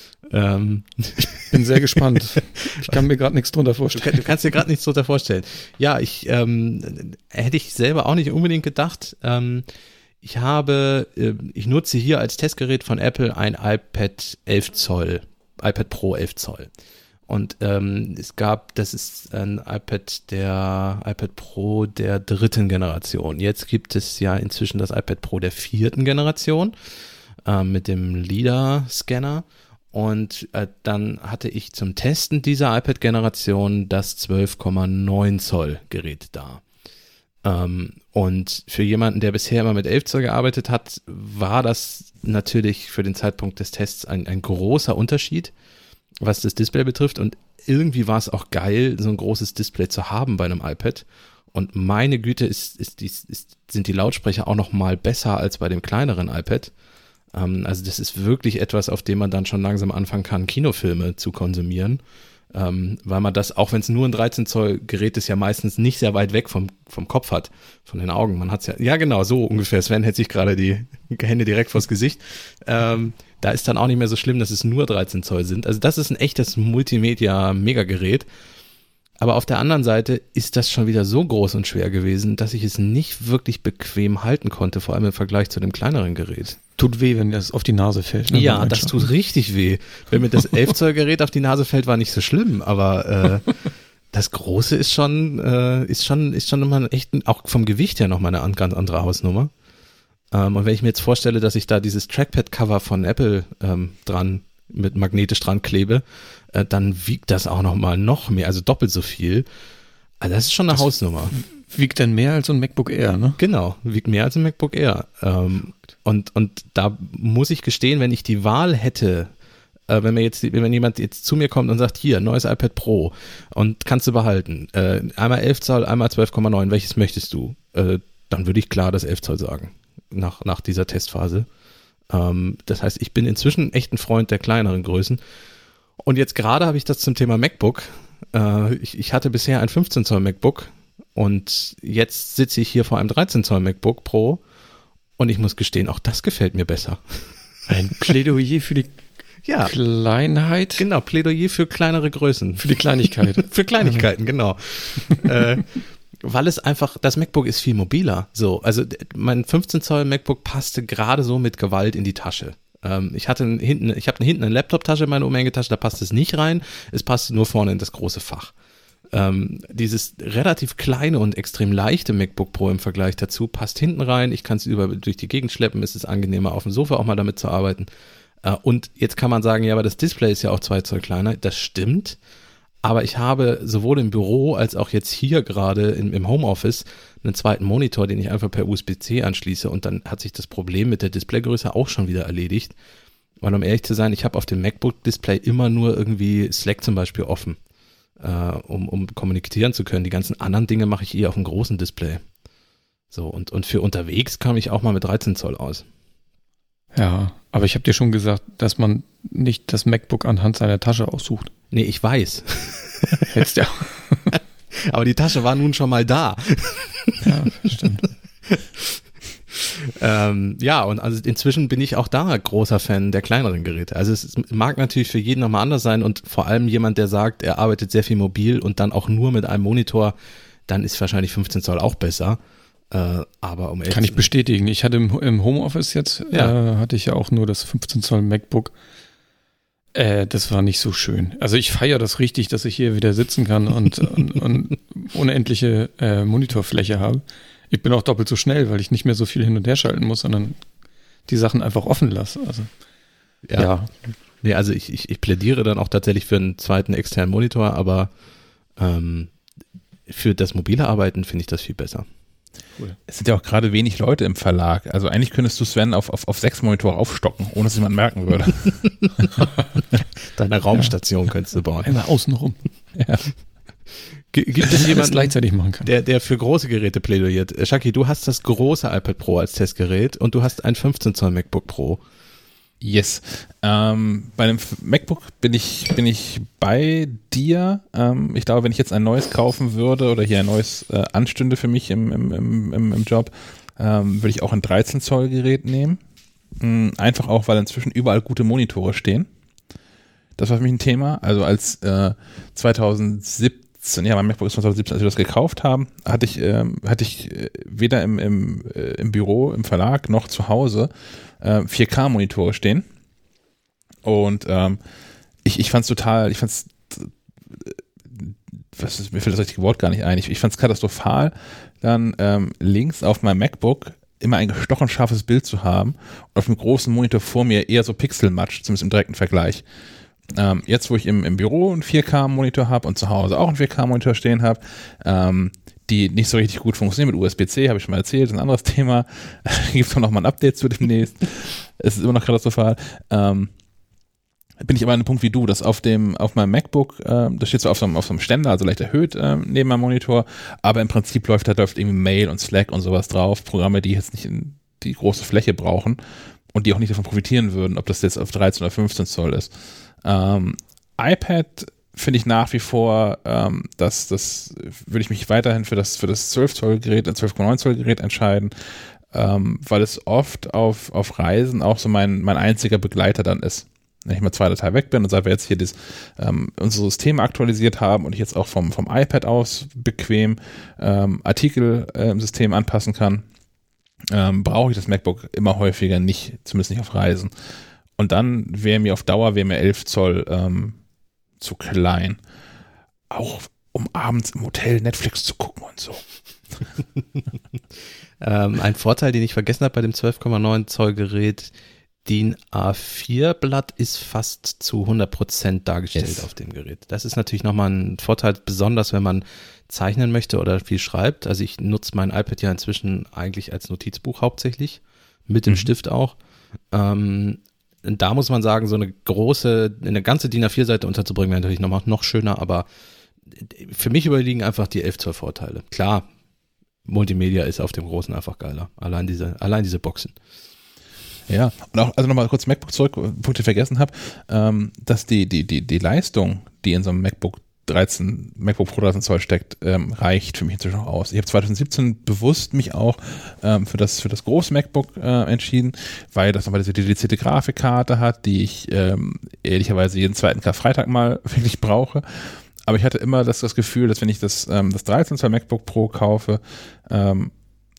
Ähm.
Bin sehr gespannt. Ich kann mir gerade nichts drunter vorstellen.
Du, kann, du kannst dir gerade nichts drunter vorstellen. Ja, ich ähm, hätte ich selber auch nicht unbedingt gedacht. Ähm, ich habe, äh, ich nutze hier als Testgerät von Apple ein iPad elf Zoll, iPad Pro elf Zoll. Und ähm, es gab, das ist ein iPad, der iPad Pro der dritten Generation. Jetzt gibt es ja inzwischen das iPad Pro der vierten Generation äh, mit dem LiDAR-Scanner. Und äh, dann hatte ich zum Testen dieser iPad-Generation das zwölf Komma neun Zoll Gerät da. Ähm, und für jemanden, der bisher immer mit elf Zoll gearbeitet hat, war das natürlich für den Zeitpunkt des Tests ein, ein großer Unterschied, was das Display betrifft, und irgendwie war es auch geil, so ein großes Display zu haben bei einem iPad. Und meine Güte, ist, ist die, ist, sind die Lautsprecher auch noch mal besser als bei dem kleineren iPad. Ähm, also das ist wirklich etwas, auf dem man dann schon langsam anfangen kann, Kinofilme zu konsumieren, ähm, weil man das, auch wenn es nur ein dreizehn Zoll Gerät ist, ja meistens nicht sehr weit weg vom, vom Kopf hat, von den Augen. Man hat es ja, ja genau, so ungefähr. Sven hält sich gerade die Hände direkt vors Gesicht. Ähm, Da ist dann auch nicht mehr so schlimm, dass es nur dreizehn Zoll sind. Also das ist ein echtes Multimedia-Megagerät. Aber auf der anderen Seite ist das schon wieder so groß und schwer gewesen, dass ich es nicht wirklich bequem halten konnte, vor allem im Vergleich zu dem kleineren Gerät.
Tut weh, wenn das auf die Nase fällt. Ne?
Ja, das tut richtig weh. Wenn mir das elf Zoll Gerät auf die Nase fällt, war nicht so schlimm, aber äh, das Große ist schon, äh, ist schon, ist schon immer echt, auch vom Gewicht her nochmal eine ganz andere Hausnummer. Ähm, und wenn ich mir jetzt vorstelle, dass ich da dieses Trackpad-Cover von Apple ähm, dran, mit magnetisch dran klebe, äh, dann wiegt das auch nochmal noch mehr, also doppelt so viel. Also das ist schon eine das Hausnummer.
Wiegt dann mehr als so ein MacBook Air, ne?
Genau, wiegt mehr als ein MacBook Air. Ähm, und, und da muss ich gestehen, wenn ich die Wahl hätte, äh, wenn mir jetzt, wenn jemand jetzt zu mir kommt und sagt, hier, neues iPad Pro und kannst du behalten, äh, einmal elf Zoll, einmal zwölf Komma neun, welches möchtest du? Äh, dann würde ich klar das elf Zoll sagen. Nach, nach dieser Testphase. Ähm, das heißt, ich bin inzwischen echt ein Freund der kleineren Größen. Und jetzt gerade habe ich das zum Thema MacBook. Äh, ich, ich hatte bisher ein fünfzehn Zoll MacBook und jetzt sitze ich hier vor einem dreizehn Zoll MacBook Pro und ich muss gestehen, auch das gefällt mir besser.
Ein Plädoyer für die ja, Kleinheit.
Genau, Plädoyer für kleinere Größen.
Für die Kleinigkeit.
Für Kleinigkeiten, genau. äh, Weil es einfach, das MacBook ist viel mobiler. So, also mein fünfzehn Zoll MacBook passte gerade so mit Gewalt in die Tasche. Ähm, ich hatte hinten, ich habe hinten eine Laptop-Tasche, meine Umhängetasche, da passt es nicht rein. Es passte nur vorne in das große Fach. Ähm, dieses relativ kleine und extrem leichte MacBook Pro im Vergleich dazu passt hinten rein. Ich kann es über durch die Gegend schleppen. Es ist angenehmer, auf dem Sofa auch mal damit zu arbeiten. Äh, und jetzt kann man sagen, ja, aber das Display ist ja auch zwei Zoll kleiner. Das stimmt. Aber ich habe sowohl im Büro als auch jetzt hier gerade im, im Homeoffice einen zweiten Monitor, den ich einfach per U S B C anschließe, und dann hat sich das Problem mit der Displaygröße auch schon wieder erledigt. Weil um ehrlich zu sein, ich habe auf dem MacBook-Display immer nur irgendwie Slack zum Beispiel offen, äh, um, um kommunizieren zu können. Die ganzen anderen Dinge mache ich eh auf dem großen Display. So, und, und für unterwegs kam ich auch mal mit dreizehn Zoll aus.
Ja, aber ich habe dir schon gesagt, dass man nicht das MacBook anhand seiner Tasche aussucht.
Nee, ich weiß.
Hättest ja.
Aber die Tasche war nun schon mal da.
Ja, stimmt.
ähm, ja, und also inzwischen bin ich auch da großer Fan der kleineren Geräte. Also es mag natürlich für jeden nochmal anders sein und vor allem jemand, der sagt, er arbeitet sehr viel mobil und dann auch nur mit einem Monitor, dann ist wahrscheinlich fünfzehn Zoll auch besser. Äh, aber um
Kann ich bestätigen. Ich hatte im, im Homeoffice jetzt, ja. äh, hatte ich ja auch nur das fünfzehn Zoll MacBook. Äh, das war nicht so schön. Also ich feiere das richtig, dass ich hier wieder sitzen kann und, und, und unendliche äh, Monitorfläche habe. Ich bin auch doppelt so schnell, weil ich nicht mehr so viel hin und her schalten muss, sondern die Sachen einfach offen lasse. Also,
ja. ja. Nee, also ich, ich, ich plädiere dann auch tatsächlich für einen zweiten externen Monitor, aber ähm, für das mobile Arbeiten finde ich das viel besser.
Cool. Es sind ja auch gerade wenig Leute im Verlag. Also eigentlich könntest du Sven auf, auf, auf sechs Monitore aufstocken, ohne dass jemand merken würde.
Deine Raumstation ja. könntest du bauen.
Einmal außenrum.
Ja.
Gibt es jemanden,
gleichzeitig machen kann.
Der, der für große Geräte plädiert? Shaki, du hast das große iPad Pro als Testgerät und du hast ein fünfzehn Zoll MacBook Pro.
Yes. Ähm, bei dem MacBook bin ich, bin ich bei dir. Ähm, ich glaube, wenn ich jetzt ein neues kaufen würde oder hier ein neues äh, anstünde für mich im, im, im, im Job, ähm, würde ich auch ein dreizehn Zoll Gerät nehmen. Mhm, einfach auch, weil inzwischen überall gute Monitore stehen. Das war für mich ein Thema. Also als äh, zweitausendsiebzehn, ja, mein MacBook ist zweitausendsiebzehn, als wir das gekauft haben, hatte ich, ähm, hatte ich äh, weder im, im, äh, im Büro, im Verlag noch zu Hause äh, vier K Monitore stehen. Und ähm, ich, ich fand es total, ich fand es, was ist, mir fällt das richtige Wort gar nicht ein, ich, ich fand es katastrophal, dann ähm, links auf meinem MacBook immer ein gestochen scharfes Bild zu haben und auf dem großen Monitor vor mir eher so Pixelmatsch, zumindest im direkten Vergleich. Ähm, jetzt, wo ich im, im Büro einen vier K Monitor habe und zu Hause auch einen vier K Monitor stehen habe, ähm, die nicht so richtig gut funktionieren mit U S B C, habe ich schon mal erzählt, ist ein anderes Thema. Gibt es auch noch mal ein Update zu demnächst. Es ist immer noch katastrophal. Ähm, bin ich aber an einem Punkt wie du, dass auf dem, auf meinem MacBook, ähm, das steht so auf so einem, auf so einem Ständer, also leicht erhöht ähm, neben meinem Monitor, aber im Prinzip läuft da läuft irgendwie Mail und Slack und sowas drauf, Programme, die jetzt nicht in die große Fläche brauchen und die auch nicht davon profitieren würden, ob das jetzt auf dreizehn oder fünfzehn Zoll ist. Ähm, iPad finde ich nach wie vor, ähm, dass das würde ich mich weiterhin für das für das zwölf Zoll Gerät, ein zwölf Komma neun Zoll Gerät entscheiden, ähm, weil es oft auf auf Reisen auch so mein mein einziger Begleiter dann ist. Wenn ich mal zwei Dateien weg bin und seit wir jetzt hier das, ähm, unser System aktualisiert haben und ich jetzt auch vom vom iPad aus bequem ähm, Artikel äh, im System anpassen kann, ähm, brauche ich das MacBook immer häufiger nicht, zumindest nicht auf Reisen. Und dann wäre mir auf Dauer, wäre mir elf Zoll ähm, zu klein. Auch um abends im Hotel Netflix zu gucken und so.
ähm, ein Vorteil, den ich vergessen habe bei dem zwölf Komma neun Zoll Gerät, DIN A vier Blatt ist fast zu hundert Prozent dargestellt yes. auf dem Gerät. Das ist natürlich nochmal ein Vorteil, besonders wenn man zeichnen möchte oder viel schreibt. Also ich nutze mein iPad ja inzwischen eigentlich als Notizbuch hauptsächlich, mit dem mhm. Stift auch. Ähm, Da muss man sagen, so eine große, eine ganze DIN A vier Seite unterzubringen, wäre natürlich noch, noch schöner, aber für mich überliegen einfach die elf Zoll Vorteile. Klar, Multimedia ist auf dem Großen einfach geiler. Allein diese, allein diese Boxen.
Ja, und auch, also nochmal kurz MacBook zurück, Punkt, den ich vergessen habe, ähm, dass die, die, die, die Leistung, die in so einem MacBook dreizehn, MacBook Pro dreizehn Zoll steckt, ähm, reicht für mich inzwischen auch aus. Ich habe zweitausendsiebzehn bewusst mich auch ähm, für das für das große MacBook äh, entschieden, weil das nochmal diese dedizierte Grafikkarte hat, die ich ähm, ehrlicherweise jeden zweiten Karfreitag mal wirklich brauche. Aber ich hatte immer das, das Gefühl, dass wenn ich das, ähm, das dreizehn Zoll MacBook Pro kaufe, ähm,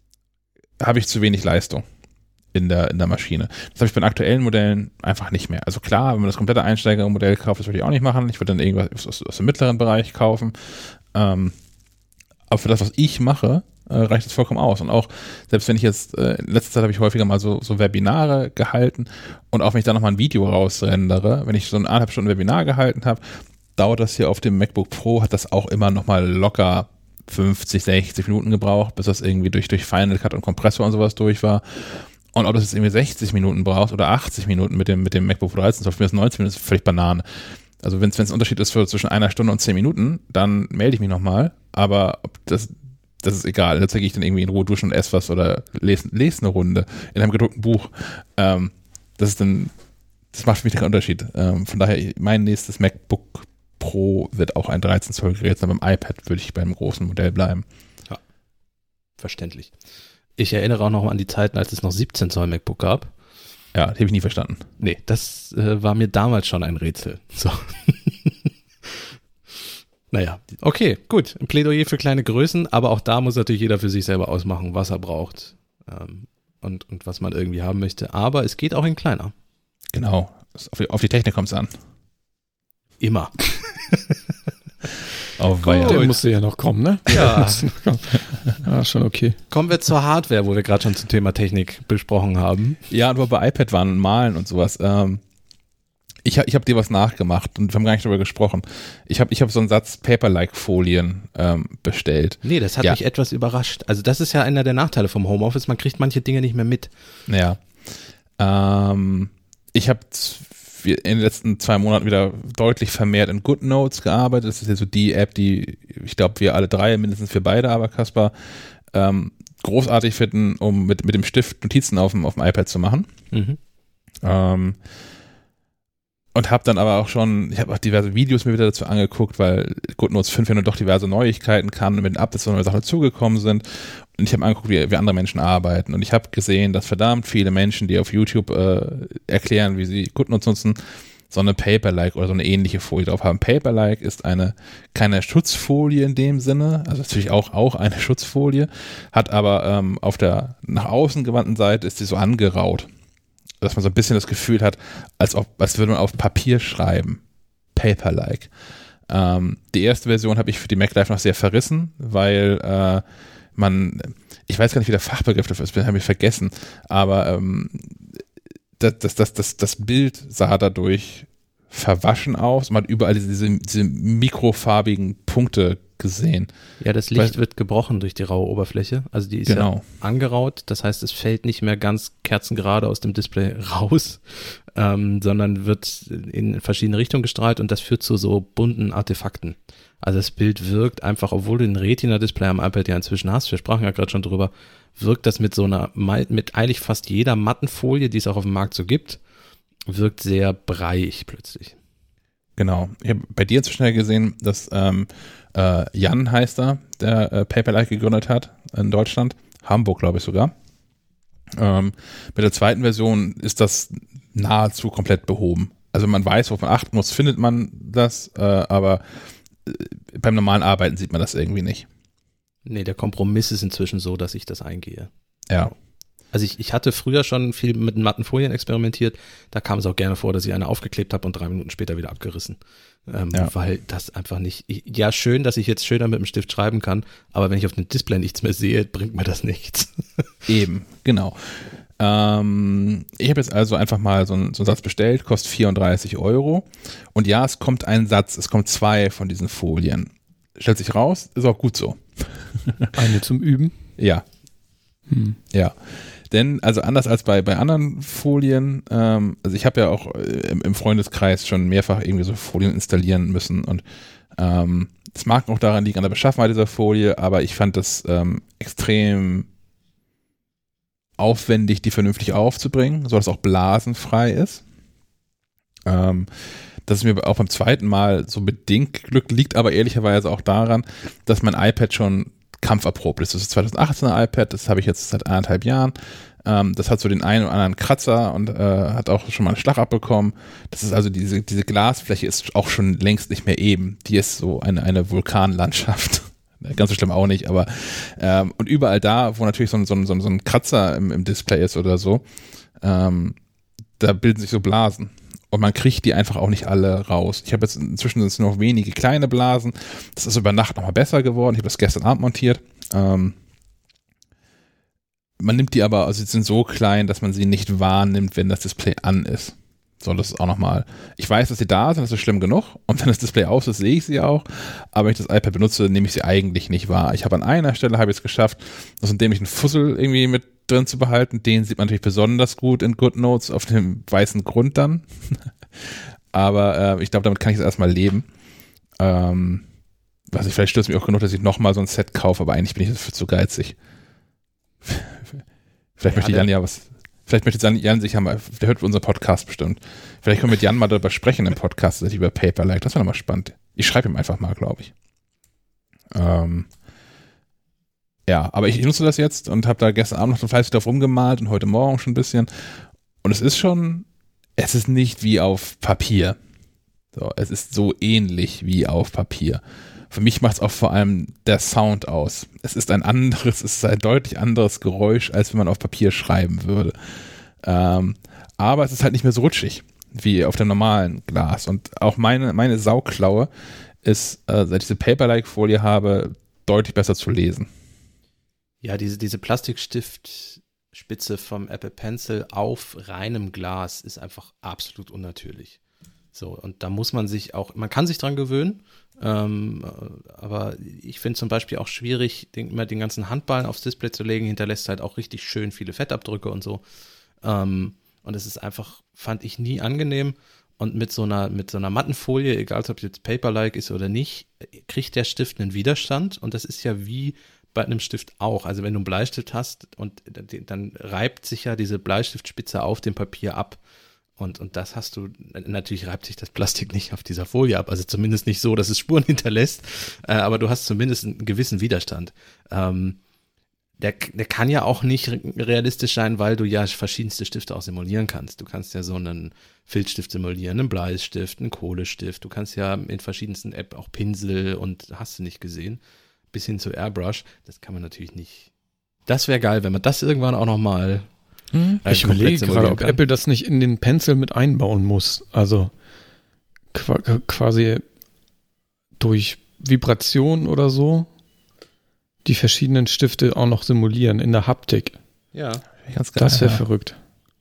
habe ich zu wenig Leistung in der, in der Maschine. Das habe ich bei den aktuellen Modellen einfach nicht mehr. Also klar, wenn man das komplette Einsteigermodell kauft, das würde ich auch nicht machen. Ich würde dann irgendwas aus, aus dem mittleren Bereich kaufen. Ähm, aber für das, was ich mache, äh, reicht es vollkommen aus. Und auch, selbst wenn ich jetzt, äh, in letzter Zeit habe ich häufiger mal so, so Webinare gehalten und auch wenn ich da nochmal ein Video rausrendere, wenn ich so ein eineinhalb Stunden Webinar gehalten habe, dauert das hier auf dem MacBook Pro, hat das auch immer nochmal locker fünfzig, sechzig Minuten gebraucht, bis das irgendwie durch, durch Final Cut und Kompressor und sowas durch war. Und ob das jetzt irgendwie sechzig Minuten braucht oder achtzig Minuten mit dem, mit dem MacBook Pro dreizehn, für mich ist neunzig Minuten, ist völlig Banane. Also wenn es ein Unterschied ist für zwischen einer Stunde und zehn Minuten, dann melde ich mich nochmal. Aber ob das, das ist egal. Da zeige ich dann irgendwie in Ruhe duschen und esse was oder lese, lese eine Runde in einem gedruckten Buch. Ähm, das ist dann, das macht für mich keinen Unterschied. Ähm, von daher, mein nächstes MacBook Pro wird auch ein dreizehn Zoll Gerät sein. Beim iPad würde ich beim großen Modell bleiben.
Ja, verständlich. ich erinnere auch noch mal an die Zeiten, als es noch siebzehn Zoll MacBook gab.
Ja, das habe ich nie verstanden.
Nee, das äh, war mir damals schon ein Rätsel. So. Naja, okay, gut. Ein Plädoyer für kleine Größen, aber auch da muss natürlich jeder für sich selber ausmachen, was er braucht ähm, und, und was man irgendwie haben möchte. Aber es geht auch in kleiner.
Genau. Auf die, auf die Technik kommt es an.
Immer.
Auf Weiher.
Der musste ja noch kommen, ne?
Ja.
Ah, schon okay.
Kommen wir zur Hardware, wo wir gerade schon zum Thema Technik besprochen haben.
Ja, und wo wir bei iPad waren und Malen und sowas. Ähm, ich habe ich hab dir was nachgemacht und wir haben gar nicht darüber gesprochen. Ich habe ich hab so einen Satz Paper-like-Folien ähm, bestellt.
Nee, das hat
ja.
mich etwas überrascht. Also das ist ja einer der Nachteile vom Homeoffice. Man kriegt manche Dinge nicht mehr mit.
Ja. Ähm, ich habe in den letzten zwei Monaten wieder deutlich vermehrt in GoodNotes gearbeitet. Das ist ja so die App, die, ich glaube, wir alle drei, mindestens wir beide, aber Kaspar, ähm, großartig finden, um mit, mit dem Stift Notizen auf dem, auf dem iPad zu machen.
Mhm.
Ähm, und habe dann aber auch schon, ich habe auch diverse Videos mir wieder dazu angeguckt, weil GoodNotes fünf ja nur doch diverse Neuigkeiten kann und mit den Updates neue Sachen dazugekommen sind. Und ich habe angeguckt, wie, wie andere Menschen arbeiten. Und ich habe gesehen, dass verdammt viele Menschen, die auf YouTube äh, erklären, wie sie GoodNotes nutzen, so eine Paper-like oder so eine ähnliche Folie drauf haben. Paper-like ist eine keine Schutzfolie in dem Sinne, also natürlich auch, auch eine Schutzfolie, hat aber ähm, auf der nach außen gewandten Seite ist sie so angeraut, dass man so ein bisschen das Gefühl hat, als, ob, als würde man auf Papier schreiben. Paper-like. Ähm, die erste Version habe ich für die Mac Live noch sehr verrissen, weil äh, man, ich weiß gar nicht, wie der Fachbegriff dafür ist, den habe ich vergessen, aber ähm, das, das, das, das, das Bild sah dadurch verwaschen aus. Man hat überall diese, diese mikrofarbigen Punkte gesehen.
Ja, das Licht
Weil,
wird gebrochen durch die raue Oberfläche. Also die ist
genau.
ja angeraut. Das heißt, es fällt nicht mehr ganz kerzengerade aus dem Display raus, ähm, sondern wird in verschiedene Richtungen gestrahlt und das führt zu so bunten Artefakten. Also das Bild wirkt einfach, obwohl du ein Retina-Display am iPad ja inzwischen hast, wir sprachen ja gerade schon drüber, wirkt das mit so einer, mit eigentlich fast jeder Mattenfolie, die es auch auf dem Markt so gibt, wirkt sehr breiig plötzlich.
Genau. Ich habe bei dir inzwischen gesehen, dass ähm, äh, Jan heißt er, der äh, Paper-like gegründet hat in Deutschland, Hamburg glaube ich sogar. Ähm, mit der zweiten Version ist das nahezu komplett behoben. Also man weiß, worauf man achten muss, findet man das, äh, aber äh, beim normalen Arbeiten sieht man das irgendwie nicht.
Nee, der Kompromiss ist inzwischen so, dass ich das eingehe.
Ja.
Also ich, ich hatte früher schon viel mit matten Folien experimentiert, da kam es auch gerne vor, dass ich eine aufgeklebt habe und drei Minuten später wieder abgerissen. Ähm,
ja.
Weil das einfach nicht, ich, ja schön, dass ich jetzt schöner mit dem Stift schreiben kann, aber wenn ich auf dem Display nichts mehr sehe, bringt mir das nichts.
Eben, genau. Ähm, ich habe jetzt also einfach mal so einen, so einen Satz bestellt, kostet vierunddreißig Euro und ja, es kommt ein Satz, es kommen zwei von diesen Folien. Stellt sich raus, ist auch gut so.
Eine zum Üben?
Ja.
Hm.
Ja. Denn, also anders als bei, bei anderen Folien, ähm, also ich habe ja auch im, im Freundeskreis schon mehrfach irgendwie so Folien installieren müssen und ähm, es mag auch daran liegen, an der Beschaffenheit dieser Folie, aber ich fand das ähm, extrem aufwendig, die vernünftig aufzubringen, sodass auch blasenfrei ist. Ähm, das ist mir auch beim zweiten Mal so bedingt Glück, liegt aber ehrlicherweise auch daran, dass mein iPad schon kampferprobt ist. Das ist zweitausendachtzehner iPad, das habe ich jetzt seit anderthalb Jahren. Ähm, das hat so den einen oder anderen Kratzer und äh, hat auch schon mal einen Schlag abbekommen. Das ist also diese, diese Glasfläche ist auch schon längst nicht mehr eben. Die ist so eine, eine Vulkanlandschaft. Ganz so schlimm auch nicht, aber ähm, und überall da, wo natürlich so ein, so ein, so ein Kratzer im, im Display ist oder so, ähm, da bilden sich so Blasen. Und man kriegt die einfach auch nicht alle raus. Ich habe jetzt inzwischen sind es nur noch wenige kleine Blasen. Das ist über Nacht nochmal besser geworden. Ich habe das gestern Abend montiert. Ähm, man nimmt die aber, also sie sind so klein, dass man sie nicht wahrnimmt, wenn das Display an ist. So, das ist auch nochmal. Ich weiß, dass sie da sind, das ist schlimm genug. Und wenn das Display aus ist, sehe ich sie auch. Aber wenn ich das iPad benutze, nehme ich sie eigentlich nicht wahr. Ich habe an einer Stelle habe ich es geschafft, aus dem ich einen Fussel irgendwie mit drin zu behalten. Den sieht man natürlich besonders gut in GoodNotes auf dem weißen Grund dann. Aber äh, ich glaube, damit kann ich es erstmal leben. Ähm, was ich vielleicht stürzt mich auch genug, dass ich nochmal so ein Set kaufe, aber eigentlich bin ich dafür zu geizig. Vielleicht ja, möchte Jan ja was. Vielleicht möchte Jan, Jan sich ja mal, der hört unseren Podcast bestimmt. Vielleicht können wir mit Jan mal darüber sprechen im Podcast, über Paper-like. Das wäre nochmal spannend. Ich schreibe ihm einfach mal, glaube ich. Ähm, ja, aber ich nutze das jetzt und habe da gestern Abend noch so fleißig drauf rumgemalt und heute Morgen schon ein bisschen. Und es ist schon, es ist nicht wie auf Papier. So, es ist so ähnlich wie auf Papier. Für mich macht es auch vor allem der Sound aus. Es ist ein anderes, es ist ein deutlich anderes Geräusch, als wenn man auf Papier schreiben würde. Ähm, aber es ist halt nicht mehr so rutschig wie auf dem normalen Glas. Und auch meine, meine Sauklaue ist, äh, seit ich diese Paper-like-Folie habe, deutlich besser zu lesen.
Ja, diese, diese Plastikstiftspitze vom Apple Pencil auf reinem Glas ist einfach absolut unnatürlich. So, und da muss man sich auch, man kann sich dran gewöhnen, ähm, aber ich finde zum Beispiel auch schwierig, den, immer den ganzen Handballen aufs Display zu legen, hinterlässt halt auch richtig schön viele Fettabdrücke und so. Ähm, und es ist einfach, fand ich nie angenehm. Und mit so einer, mit so einer matten Folie, egal ob es jetzt Paper-like ist oder nicht, kriegt der Stift einen Widerstand. Und das ist ja wie bei einem Stift auch. Also wenn du einen Bleistift hast und dann reibt sich ja diese Bleistiftspitze auf dem Papier ab. Und, und das hast du, natürlich reibt sich das Plastik nicht auf dieser Folie ab, also zumindest nicht so, dass es Spuren hinterlässt, äh, aber du hast zumindest einen gewissen Widerstand. Ähm, der, der kann ja auch nicht realistisch sein, weil du ja verschiedenste Stifte auch simulieren kannst. Du kannst ja so einen Filzstift simulieren, einen Bleistift, einen Kohlestift, du kannst ja in verschiedensten Apps auch Pinsel und hast du nicht gesehen, bis hin zu Airbrush, das kann man natürlich nicht. Das wäre geil, wenn man das irgendwann auch nochmal
Hm, ich überlege gerade, ob kann. Apple das nicht in den Pencil mit einbauen muss. Also qu- quasi durch Vibration oder so die verschiedenen Stifte auch noch simulieren in der Haptik.
Ja,
ganz geil. Das wäre ja verrückt.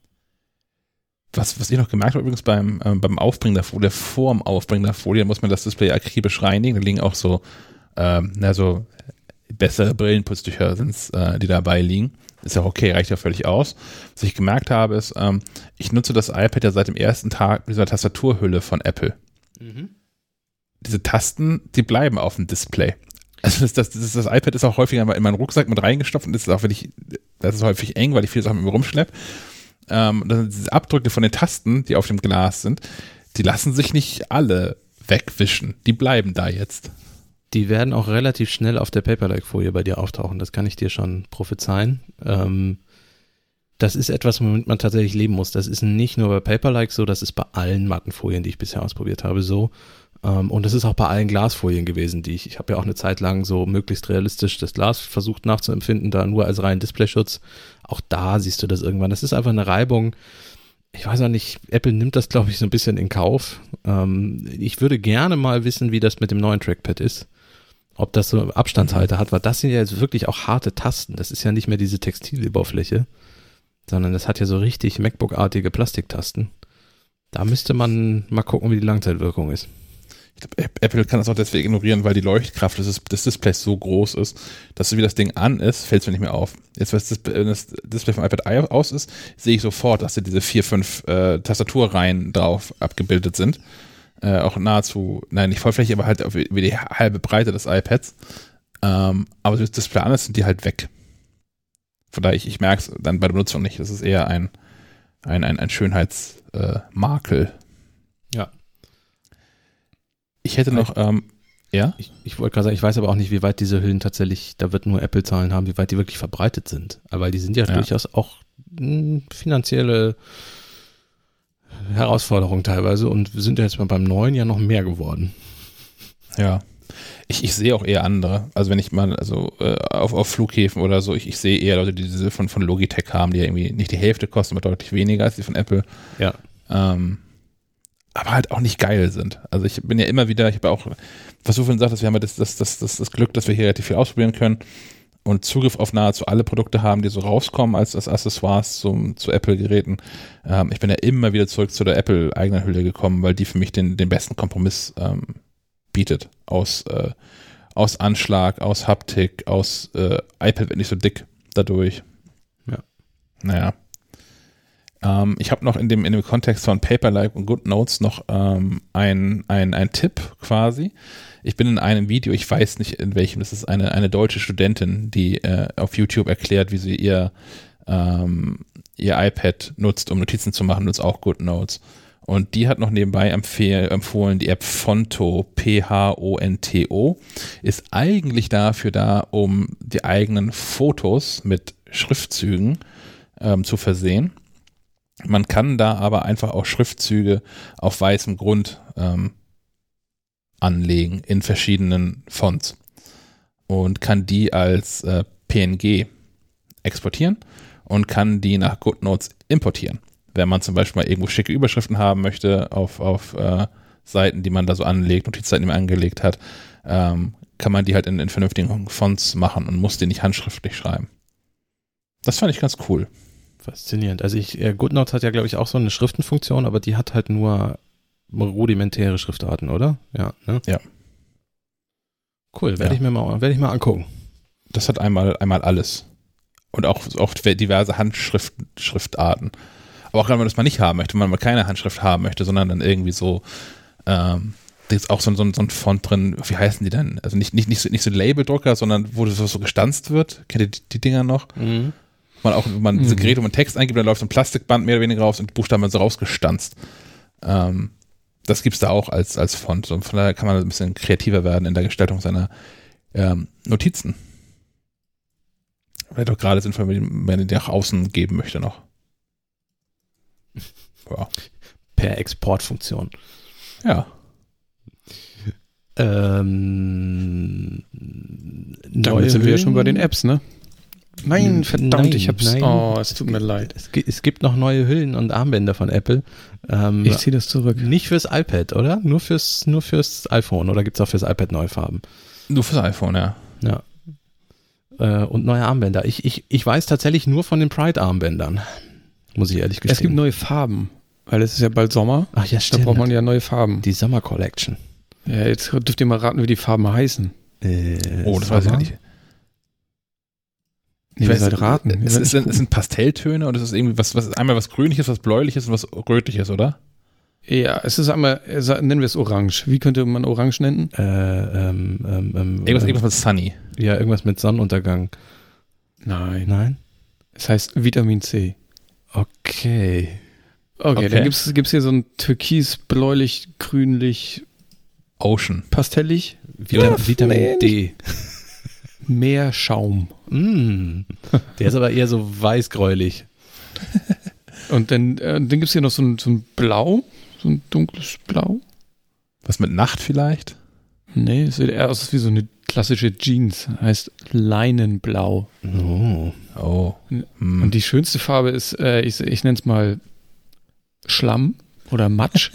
Was, was ich noch gemerkt habe übrigens beim, äh, beim Aufbringen der Folie, vor dem Aufbringen der Folie, muss man das Display akribisch reinigen. Da liegen auch so, ähm, na so bessere Brillenputztücher sind's, äh, die dabei liegen. Ist ja okay, reicht ja völlig aus. Was ich gemerkt habe, ist, ähm, ich nutze das iPad ja seit dem ersten Tag mit dieser Tastaturhülle von Apple. Mhm. Diese Tasten, die bleiben auf dem Display. Also das, das, das, das iPad ist auch häufiger in meinen Rucksack mit reingestopft und das ist auch, wenn ich, das ist häufig eng, weil ich viele Sachen mit mir rumschleppe. Ähm, das, diese Abdrücke von den Tasten, die auf dem Glas sind, die lassen sich nicht alle wegwischen. Die bleiben da jetzt.
Die werden auch relativ schnell auf der Paper-like-Folie bei dir auftauchen. Das kann ich dir schon prophezeien. Ähm, das ist etwas, womit man tatsächlich leben muss. Das ist nicht nur bei Paper-like so, das ist bei allen Mattenfolien, die ich bisher ausprobiert habe, so. Ähm, und das ist auch bei allen Glasfolien gewesen, die ich, ich habe ja auch eine Zeit lang so möglichst realistisch das Glas versucht nachzuempfinden, da nur als reinen Displayschutz. Auch da siehst du das irgendwann. Das ist einfach eine Reibung. Ich weiß auch nicht, Apple nimmt das, glaube ich, so ein bisschen in Kauf. Ähm, ich würde gerne mal wissen, wie das mit dem neuen Trackpad ist. Ob das so Abstandshalter hat, weil das sind ja jetzt wirklich auch harte Tasten. Das ist ja nicht mehr diese Textiloberfläche, sondern das hat ja so richtig MacBook-artige Plastiktasten. Da müsste man mal gucken, wie die Langzeitwirkung ist.
Ich glaube, Apple kann das auch deswegen ignorieren, weil die Leuchtkraft des, des Displays so groß ist, dass so wie das Ding an ist, fällt es mir nicht mehr auf. Jetzt, wenn das Display vom iPad aus ist, sehe ich sofort, dass da diese vier, fünf äh, Tastaturreihen drauf abgebildet sind. Äh, auch nahezu, nein, nicht vollflächig, aber halt wie die halbe Breite des iPads. Ähm, aber das Display an ist, sind die halt weg. Von daher, ich, ich merke es dann bei der Benutzung nicht. Das ist eher ein, ein, ein, ein Schönheitsmakel. Äh,
ja.
Ich hätte noch, ähm, ja?
Ich, ich wollte gerade sagen, ich weiß aber auch nicht, wie weit diese Hüllen tatsächlich, da wird nur Apple-Zahlen haben, wie weit die wirklich verbreitet sind. Aber die sind ja, ja. durchaus auch mh, finanzielle Herausforderung teilweise und wir sind ja jetzt mal beim neuen ja noch mehr geworden.
Ja, ich, ich sehe auch eher andere. Also wenn ich mal also äh, auf, auf Flughäfen oder so, ich, ich sehe eher Leute, die diese von, von Logitech haben, die ja irgendwie nicht die Hälfte kosten, aber deutlich weniger als die von Apple.
Ja.
Ähm, aber halt auch nicht geil sind. Also ich bin ja immer wieder, ich habe auch, was du vorhin sagtest, wir haben ja das, das, das, das, das Glück, dass wir hier relativ viel ausprobieren können und Zugriff auf nahezu alle Produkte haben, die so rauskommen als, als Accessoires zum, zu Apple-Geräten. Ähm, ich bin ja immer wieder zurück zu der Apple-eigenen Hülle gekommen, weil die für mich den, den besten Kompromiss ähm, bietet. Aus, äh, aus Anschlag, aus Haptik, aus äh, iPad wird nicht so dick dadurch.
Ja.
Naja. Ähm, ich habe noch in dem, in dem Kontext von Paper-like und GoodNotes noch ähm, ein, ein, ein Tipp quasi. Ich bin in einem Video, ich weiß nicht in welchem, das ist eine, eine deutsche Studentin, die äh, auf YouTube erklärt, wie sie ihr, ähm, ihr iPad nutzt, um Notizen zu machen, nutzt auch GoodNotes. Und die hat noch nebenbei empfehl, empfohlen, die App Phonto, P H O N T O, ist eigentlich dafür da, um die eigenen Fotos mit Schriftzügen ähm, zu versehen. Man kann da aber einfach auch Schriftzüge auf weißem Grund ähm, anlegen in verschiedenen Fonts und kann die als äh, P N G exportieren und kann die nach GoodNotes importieren. Wenn man zum Beispiel mal irgendwo schicke Überschriften haben möchte auf, auf äh, Seiten, die man da so anlegt, Notizseiten, die man angelegt hat, ähm, kann man die halt in, in vernünftigen Fonts machen und muss die nicht handschriftlich schreiben. Das fand ich ganz cool.
Faszinierend. Also ich, äh, GoodNotes hat ja, glaube ich, auch so eine Schriftenfunktion, aber die hat halt nur rudimentäre Schriftarten, oder? Ja. Ne?
Ja.
Cool, werde
Ja.
ich mir mal, werde ich mal angucken.
Das hat einmal, einmal alles. Und auch, auch diverse Handschriftarten. Aber auch wenn man das mal nicht haben möchte, wenn man mal keine Handschrift haben möchte, sondern dann irgendwie so, ähm, da ist auch so, so, so ein Font drin, wie heißen die denn? Also nicht, nicht, nicht, so, nicht so Labeldrucker, sondern wo das so, so gestanzt wird. Kennt ihr die, die Dinger noch?
Mhm.
Man auch, wenn man
Mhm.
diese Geräte, wo man Text eingibt, dann läuft so ein Plastikband mehr oder weniger raus und die Buchstaben werden so rausgestanzt. Ähm, das gibt's da auch als, als Font. Und von daher kann man ein bisschen kreativer werden in der Gestaltung seiner ähm, Notizen. Wäre doch gerade sinnvoll, wenn man die nach außen geben möchte noch. Ja.
Per Exportfunktion.
Ja.
Ähm,
Damit sind wir ja schon bei den Apps, ne? Nein,
N-
verdammt,
nein,
ich hab's.
nein.
Oh, es tut mir leid.
Es, gi- es gibt noch neue Hüllen und Armbänder von Apple. Ähm,
Ich ziehe das zurück.
nicht fürs iPad, oder? Nur fürs, nur fürs iPhone oder gibt es auch fürs iPad neue Farben?
Nur fürs iPhone, ja.
Ja. Äh, und neue Armbänder. Ich, ich, ich weiß tatsächlich nur von den Pride-Armbändern. Muss ich ehrlich gestehen.
Es gibt neue Farben, weil es ist ja bald Sommer.
Ach ja,
Da
stimmt.
braucht man ja neue Farben.
die Summer Collection.
Ja, jetzt dürft ihr mal raten, wie die Farben heißen.
Äh,
Oh, das weiß ich
Sommer?
nicht.
Nee, ihr seid raten. Ihr
Es,
seid
ist,
nicht
es sind Pastelltöne und es ist irgendwie was, was einmal was Grünliches, was Bläuliches und was Rötliches, oder?
Ja, es ist einmal, äh, sa- nennen wir es Orange. Wie könnte man Orange nennen?
Äh, ähm, ähm, ähm,
Irgendwas, irgendwas mit Sunny.
Ja, irgendwas mit Sonnenuntergang.
Nein.
Nein?
Es heißt Vitamin C.
Okay.
Okay,
Okay.
dann gibt's gibt's hier so ein türkis, bläulich, grünlich,
Ocean.
pastellig,
Vita
Ja,
Vitamin
nee,
D.
Meerschaum.
Mm. Der ist aber eher so weißgräulich.
Und dann, äh, dann gibt's hier noch so ein, so ein Blau, so ein dunkles Blau.
Was mit Nacht vielleicht?
Nee, es sieht eher aus wie so eine klassische Jeans. Heißt Leinenblau.
Oh.
Oh. Hm.
Und die schönste Farbe ist, äh, ich, ich nenne es mal Schlamm oder Matsch.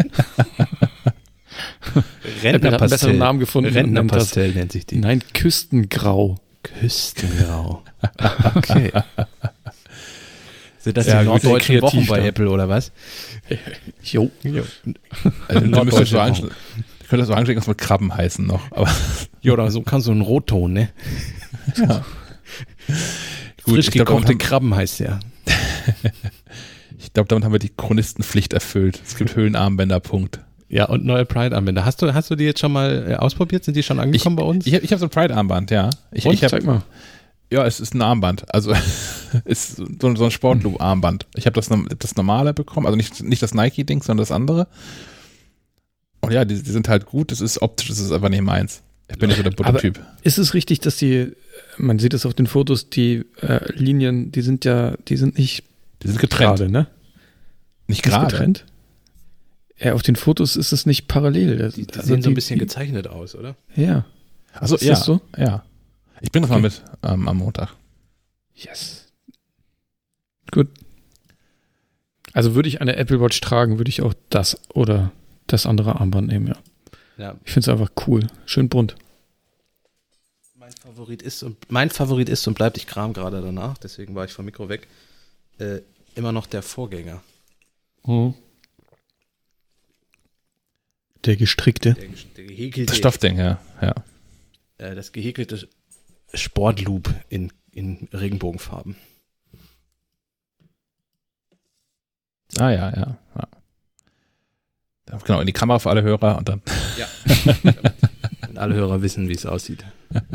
Apple hat einen besseren Namen gefunden. und nennt das-
Rentnerpastell nennt sich die.
Nein, Küstengrau.
Küstengrau. Okay. Sind das
Ja,
die
gut,
norddeutschen
kreativ
Wochen bei
da.
Apple oder was?
Jo.
Also, du müsstest so
Norddeutsche
ange- du könntest so anstellen, was mit Krabben heißen noch. Aber
Ja, oder so kannst du einen Rotton, ne?
ja. Gut,
Frisch
ich glaub,
gekochte
damit haben-
Krabben heißt der.
Ich glaube, damit haben wir die Chronistenpflicht erfüllt. Es gibt Höhlenarmbänder, Punkt.
Ja, und neue Pride-Armbänder. Hast du, hast du die jetzt schon mal äh, ausprobiert? Sind die schon angekommen bei uns?
Ich habe ich hab so ein Pride-Armband, ja. Ich,
Und?
ich hab,
Zeig mal.
Ja, es ist ein Armband. Also ist so, so ein Sportloop-Armband. Ich habe das, das normale bekommen, also nicht, nicht das Nike-Ding, sondern das andere. Und ja, die, die sind halt gut. Das ist optisch, das ist einfach nicht meins. Ich bin nicht so der Prototyp.
Ist es richtig, dass die, man sieht es auf den Fotos, die äh, Linien, die sind ja, die sind nicht
Die sind getrennt.
gerade, ne?
Nicht
Ist
gerade.
getrennt? Ja, auf den Fotos ist es nicht parallel. Das,
Die, die
also
sehen so ein
die-
bisschen gezeichnet aus, oder?
Ja.
Achso,
Ist
ja.
das so?
Ja. Ich bringe das mal mit ähm, am Montag.
Yes. Gut. Also würde ich eine Apple Watch tragen, würde ich auch das oder das andere Armband nehmen, ja.
Ja.
Ich finde es einfach cool. Schön bunt.
Mein Favorit ist und mein Favorit ist und bleibt, ich kram gerade danach, deswegen war ich vom Mikro weg, äh, immer noch der Vorgänger.
Mhm. Der gestrickte.
Der, der gehäkelte,
Das Stoffding, ja. ja.
äh, das gehäkelte Sportloop in, in Regenbogenfarben.
Ah ja, ja. ja. Ja, genau, in die Kamera für alle Hörer und dann.
Ja. Und alle Hörer wissen, wie es aussieht.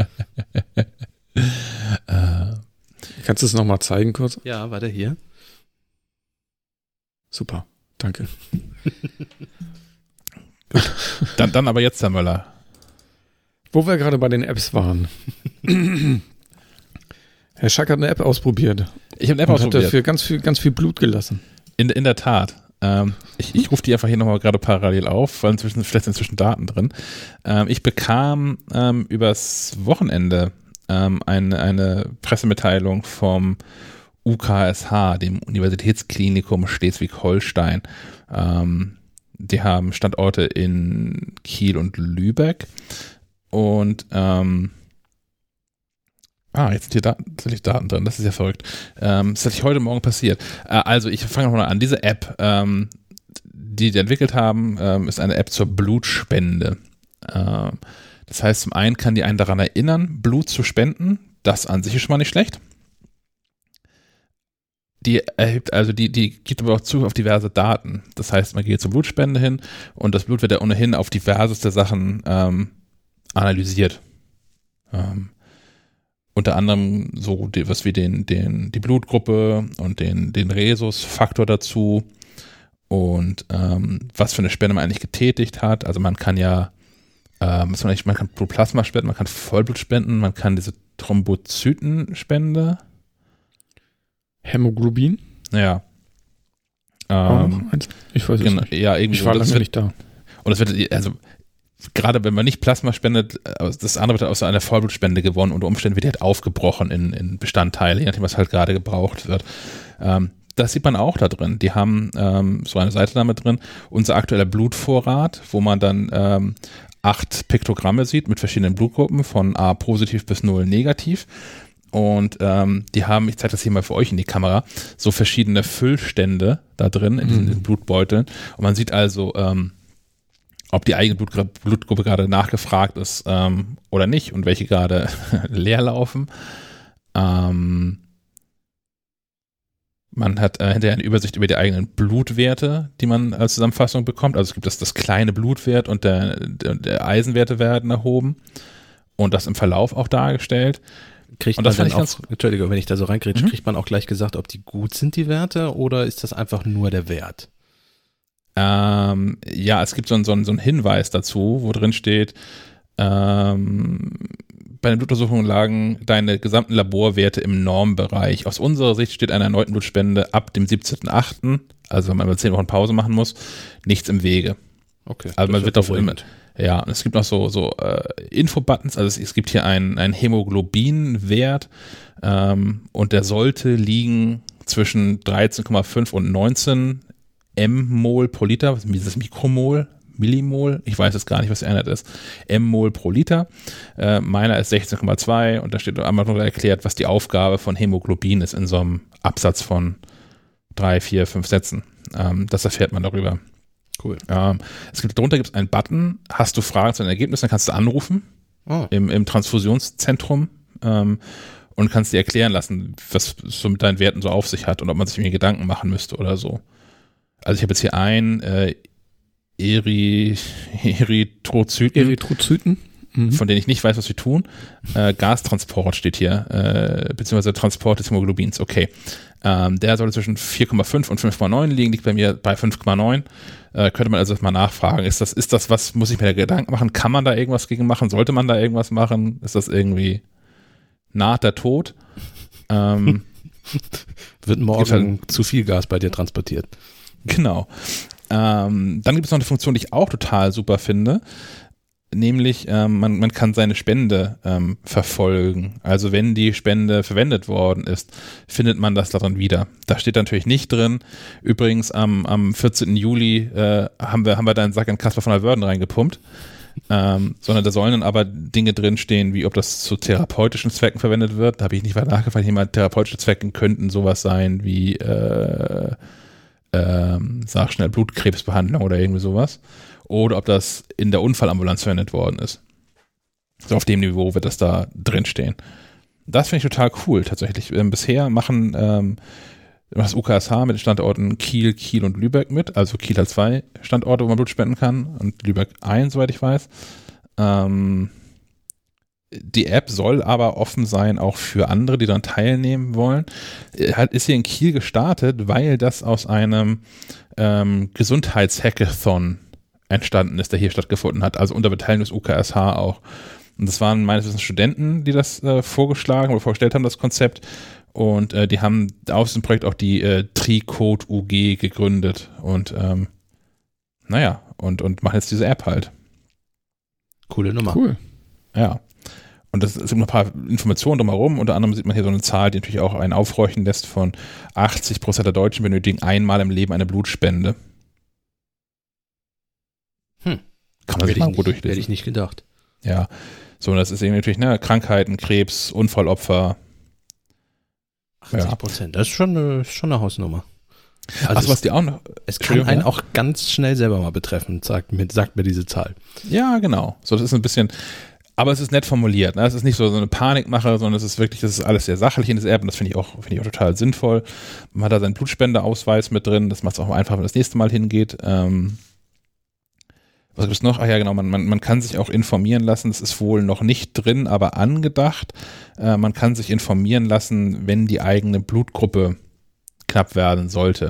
äh,
Kannst du es nochmal zeigen kurz?
Ja, warte hier.
Super. Danke.
Gut. Dann, dann aber jetzt, Herr Möller.
Wo wir gerade bei den Apps waren. Herr Schack hat eine App ausprobiert.
Ich habe eine App
und
ausprobiert.
hat dafür ganz viel, ganz viel Blut gelassen.
In, in der Tat. Ähm, ich ich rufe die einfach hier nochmal gerade parallel auf, weil inzwischen, vielleicht sind inzwischen Daten drin. Ähm, ich bekam ähm, übers Wochenende ähm, eine, eine Pressemitteilung vom U K S H, dem Universitätsklinikum Schleswig-Holstein. Ähm, die haben Standorte in Kiel und Lübeck. Und ähm, Ah, jetzt sind hier Daten, tatsächlich Daten drin, das ist ja verrückt. Ähm, das ist tatsächlich heute Morgen passiert. Äh, also ich fange nochmal an. Diese App, ähm, die die entwickelt haben, ähm, ist eine App zur Blutspende. Ähm, das heißt, zum einen kann die einen daran erinnern, Blut zu spenden. Das an sich ist schon mal nicht schlecht. Die erhebt, also die, die gibt aber auch Zugriff auf diverse Daten. Das heißt, man geht zur Blutspende hin und das Blut wird ja ohnehin auf diverseste Sachen ähm, analysiert. Ähm, Unter anderem so die, was wie den, den, die Blutgruppe und den, den Rhesusfaktor dazu und ähm, was für eine Spende man eigentlich getätigt hat. Also man kann ja, ähm, man, man kann Blutplasma spenden, man kann Vollblut spenden, man kann diese Thrombozytenspende.
Hämoglobin?
Ja.
Ähm, ich weiß es
genau,
nicht.
Ja, irgendwie
ich war
so.
lange
wird,
nicht da.
Und es wird, also gerade wenn man nicht Plasma spendet, das andere wird aus einer Vollblutspende gewonnen. Unter Umständen wird die halt aufgebrochen in, in Bestandteile, je nachdem, was halt gerade gebraucht wird. Ähm, das sieht man auch da drin. Die haben ähm, so eine Seite damit drin, unser aktueller Blutvorrat, wo man dann ähm, acht Piktogramme sieht mit verschiedenen Blutgruppen von A positiv bis null negativ. Und ähm, die haben, ich zeige das hier mal für euch in die Kamera, so verschiedene Füllstände da drin in diesen,
Mhm.
diesen Blutbeuteln. Und man sieht also, ähm, ob die eigene Blutgruppe, Blutgruppe gerade nachgefragt ist ähm, oder nicht und welche gerade leer laufen. Ähm, man hat äh, hinterher eine Übersicht über die eigenen Blutwerte, die man als Zusammenfassung bekommt. Also es gibt das, das kleine Blutwert und der, der, der Eisenwerte werden erhoben und das im Verlauf auch dargestellt.
Kriegt
Und
man
das fand
dann
ich
auch,
ganz-
Entschuldigung, wenn ich da so reingrätsche,
Mhm.
kriegt man auch gleich gesagt, ob die gut sind, die Werte, oder ist das einfach nur der Wert?
Ähm, ja, es gibt so einen, so, einen, so einen Hinweis dazu, wo drin steht, ähm, bei den Blutuntersuchungen lagen deine gesamten Laborwerte im Normbereich. Aus unserer Sicht steht einer erneuten Blutspende ab dem siebzehnten achten, also wenn man mal zehn Wochen Pause machen muss, nichts im Wege.
Okay.
Also man
das
wird
ist
auf immer,
beruhigend.
ja, und es gibt noch so, so äh, Info-Buttons, also es, es gibt hier einen, einen Hämoglobin-Wert ähm, und der sollte liegen zwischen dreizehn Komma fünf und neunzehn M-Mol pro Liter, was ist das, Mikromol, Millimol, ich weiß jetzt gar nicht, was die Einheit ist, M-Mol pro Liter, äh, meiner ist sechzehn Komma zwei und da steht einmal noch erklärt, was die Aufgabe von Hämoglobin ist in so einem Absatz von drei, vier, fünf Sätzen. Ähm, das erfährt man darüber.
Cool.
Ähm, es gibt, darunter gibt es einen Button, hast du Fragen zu den Ergebnissen, dann kannst du anrufen
Oh.
im, im Transfusionszentrum ähm, und kannst dir erklären lassen, was so mit deinen Werten so auf sich hat und ob man sich irgendwie Gedanken machen müsste oder so. Also ich habe jetzt hier ein äh, Eri, Erythrozyten,
Erythrozyten? Mhm.
von denen ich nicht weiß, was sie tun. Äh, Gastransport steht hier, äh, beziehungsweise Transport des Hämoglobins, okay. Ähm, der sollte zwischen vier Komma fünf und fünf Komma neun liegen, liegt bei mir bei fünf Komma neun. Äh, könnte man also mal nachfragen, ist das, ist das was, muss ich mir da Gedanken machen? Kann man da irgendwas gegen machen? Sollte man da irgendwas machen? Ist das irgendwie nach der Tod? Ähm,
Wird morgen
Gibt's halt-
zu viel Gas bei dir transportiert.
Genau. Ähm, dann gibt es noch eine Funktion, die ich auch total super finde, nämlich ähm, man, man kann seine Spende ähm, verfolgen. Also wenn die Spende verwendet worden ist, findet man das darin wieder. Da steht natürlich nicht drin. Übrigens am, am vierzehnten Juli äh, haben wir haben wir da einen Sack in Caspar von der Wörden reingepumpt. Ähm, sondern da sollen dann aber Dinge drinstehen, wie ob das zu therapeutischen Zwecken verwendet wird. Da habe ich nicht weiter nachgefragt. Jemand therapeutische Zwecken könnten sowas sein wie äh, ähm, sag schnell Blutkrebsbehandlung oder irgendwie sowas. Oder ob das in der Unfallambulanz verwendet worden ist. So auf dem Niveau wird das da drinstehen. Das finde ich total cool tatsächlich. Ähm, bisher machen ähm, das U K S H mit den Standorten Kiel, Kiel und Lübeck mit. Also Kiel hat zwei Standorte, wo man Blut spenden kann und Lübeck ein, soweit ich weiß. Ähm, Die App soll aber offen sein, auch für andere, die daran teilnehmen wollen. Halt ist hier in Kiel gestartet, weil das aus einem ähm, Gesundheitshackathon entstanden ist, der hier stattgefunden hat, also unter Beteiligung des U K S H auch. Und das waren meines Wissens Studenten, die das äh, vorgeschlagen oder vorgestellt haben, das Konzept. Und äh, die haben aus dem Projekt auch die äh, Tricode U G gegründet. Und ähm, naja, und, und machen jetzt diese App halt.
Coole Nummer.
Cool.
Ja. Und das sind noch ein paar Informationen drumherum. Unter anderem sieht man hier so eine Zahl, die natürlich auch einen aufhorchen lässt von achtzig Prozent der Deutschen benötigen einmal im Leben eine Blutspende.
Hm.
Kann man sich mal gut durchlesen.
Hätte ich nicht gedacht.
Ja. So, und das ist eben natürlich, ne, Krankheiten, Krebs, Unfallopfer.
achtzig Prozent, ja. Das ist schon eine, schon eine Hausnummer.
Also Achso, was die auch noch.
Es kann einen auch ganz schnell selber mal betreffen, sagt mir, sagt mir diese Zahl.
Ja, genau. So, das ist ein bisschen. Aber es ist nett formuliert. Ne? Es ist nicht so, so eine Panikmache, sondern es ist wirklich, das ist alles sehr sachlich in dieser App und das finde ich auch, finde ich auch total sinnvoll. Man hat da seinen Blutspendeausweis mit drin, das macht es auch einfach, wenn man das nächste Mal hingeht. Ähm, was gibt es noch? Ach ja, genau, man, man, man kann sich auch informieren lassen. Das ist wohl noch nicht drin, aber angedacht. Äh, man kann sich informieren lassen, wenn die eigene Blutgruppe knapp werden sollte.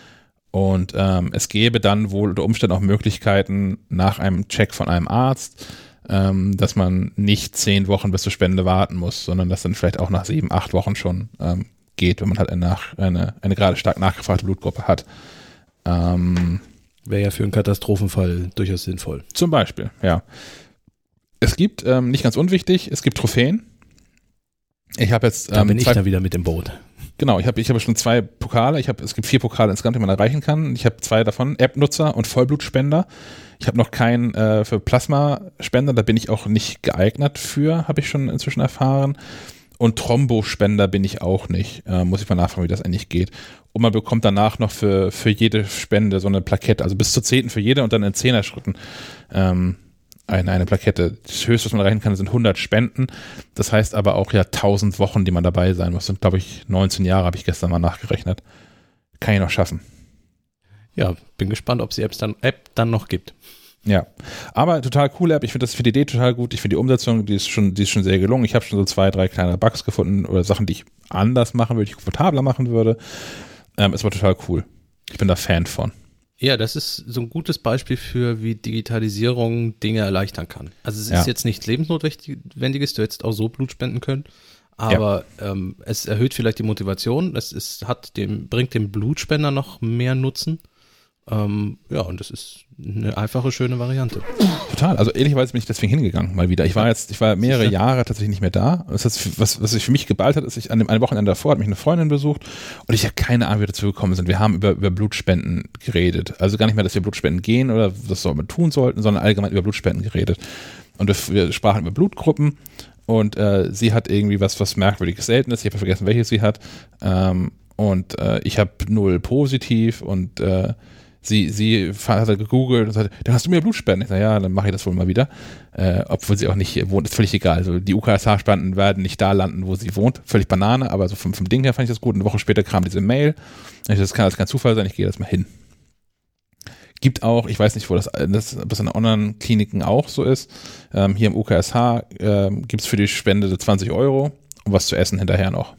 Und ähm, es gäbe dann wohl unter Umständen auch Möglichkeiten nach einem Check von einem Arzt, ähm, dass man nicht zehn Wochen bis zur Spende warten muss, sondern dass dann vielleicht auch nach sieben, acht Wochen schon ähm, geht, wenn man halt eine, nach, eine, eine gerade stark nachgefragte Blutgruppe hat. Ähm,
Wäre ja für einen Katastrophenfall durchaus sinnvoll.
Zum Beispiel, ja. Es gibt, ähm, nicht ganz unwichtig, es gibt Trophäen. Ich habe jetzt. Ähm,
da bin ich
zwei,
dann wieder mit dem Boot.
Genau, ich habe ich hab schon zwei Pokale. Ich hab, es gibt vier Pokale insgesamt, die man erreichen kann. Ich habe zwei davon, App-Nutzer und Vollblutspender. Ich habe noch keinen äh, für Plasmaspender, da bin ich auch nicht geeignet für, habe ich schon inzwischen erfahren. Und Thrombospender bin ich auch nicht. Äh, muss ich mal nachfragen, wie das eigentlich geht. Und man bekommt danach noch für, für jede Spende so eine Plakette, also bis zu zehn für jede und dann in Zehner-Schritten ähm, eine, eine Plakette. Das Höchste, was man erreichen kann, sind hundert Spenden. Das heißt aber auch ja tausend Wochen, die man dabei sein muss. Das sind, glaube ich, neunzehn Jahre, habe ich gestern mal nachgerechnet. Kann ich noch schaffen.
Ja, bin gespannt, ob es die Apps dann, App dann noch gibt.
Ja, aber total coole App. Ich finde das für die Idee total gut. Ich finde die Umsetzung, die ist schon, die ist schon sehr gelungen. Ich habe schon so zwei, drei kleine Bugs gefunden oder Sachen, die ich anders machen würde, die ich komfortabler machen würde. Ähm, es war total cool. Ich bin da Fan von.
Ja, das ist so ein gutes Beispiel für, wie Digitalisierung Dinge erleichtern kann. Also es ist
ja.
jetzt nichts Lebensnotwendiges, du hättest auch so Blut spenden können, aber ja. ähm, es erhöht vielleicht die Motivation, es ist, hat dem, bringt dem Blutspender noch mehr Nutzen. Ähm, ja, und das ist eine einfache, schöne Variante.
Total. Also ehrlicherweise bin ich deswegen hingegangen, mal wieder. Ich war jetzt, ich war mehrere Jahre tatsächlich nicht mehr da. Das heißt, was, was sich für mich geballt hat, ist, ich an dem einen Wochenende davor hat mich eine Freundin besucht und ich habe keine Ahnung, wie wir dazu gekommen sind. Wir haben über, über Blutspenden geredet. Also gar nicht mehr, dass wir Blutspenden gehen oder das soll man tun sollten, sondern allgemein über Blutspenden geredet. Und wir, wir sprachen über Blutgruppen und äh, sie hat irgendwie was, was merkwürdiges Seltenes. Ich habe vergessen, welches sie hat. Ähm, und äh, ich habe null positiv und äh, Sie, sie hat gegoogelt und sagte, dann hast du mir Blutspenden. Ich sage, ja, dann mache ich das wohl mal wieder. Äh, obwohl sie auch nicht wohnt, ist völlig egal. Also die U K S H-Spenden werden nicht da landen, wo sie wohnt. Völlig Banane, aber so vom, vom Ding her fand ich das gut. Eine Woche später kam diese Mail. Das kann alles kein Zufall sein, ich gehe jetzt mal hin. Gibt auch, ich weiß nicht, wo das, das ob das in Online-Kliniken auch so ist. Ähm, hier im U K S H ähm, gibt es für die Spende zwanzig Euro und was zu essen hinterher noch.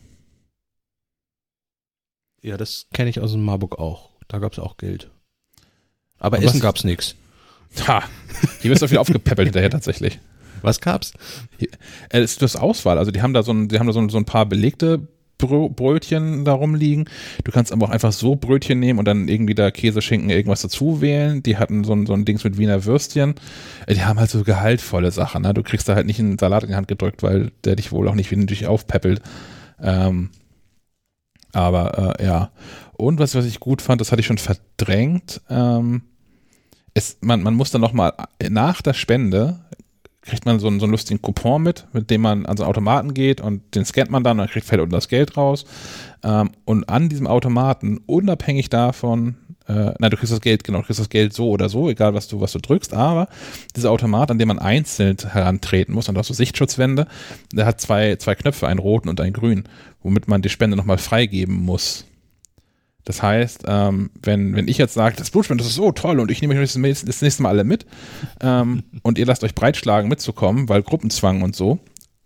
Ja, das kenne ich aus dem Marburg auch. Da gab es auch Geld. Aber
und
Essen gab's nichts.
Ha, hier wirst du wieder aufgepäppelt hinterher tatsächlich.
Was gab's?
Hier, äh, es ist das Auswahl. Also die haben da so ein, die haben da so ein, so ein paar belegte Brö- Brötchen da rumliegen. Du kannst aber auch einfach so Brötchen nehmen und dann irgendwie da Käse, Schinken, irgendwas dazu wählen. Die hatten so ein, so ein Dings mit Wiener Würstchen. Die haben halt so gehaltvolle Sachen. Ne? Du kriegst da halt nicht einen Salat in die Hand gedrückt, weil der dich wohl auch nicht wieder aufpäppelt. Ähm, aber äh, ja. Und was, was ich gut fand, das hatte ich schon verdrängt, ähm, es, man, man muss dann nochmal nach der Spende, kriegt man so einen, so einen lustigen Coupon mit, mit dem man an so einen Automaten geht und den scannt man dann und dann kriegt fällt unten das Geld raus. Ähm, und an diesem Automaten, unabhängig davon, äh, nein, du kriegst das Geld, genau, du kriegst das Geld so oder so, egal was du, was du drückst, aber dieser Automat, an dem man einzeln herantreten muss, und auch so Sichtschutzwände, der hat zwei, zwei Knöpfe, einen roten und einen grünen, womit man die Spende nochmal freigeben muss. Das heißt, ähm, wenn, wenn ich jetzt sage, das Blutspenden, das ist so toll und ich nehme euch das, das nächste Mal alle mit ähm, und ihr lasst euch breitschlagen mitzukommen, weil Gruppenzwang und so,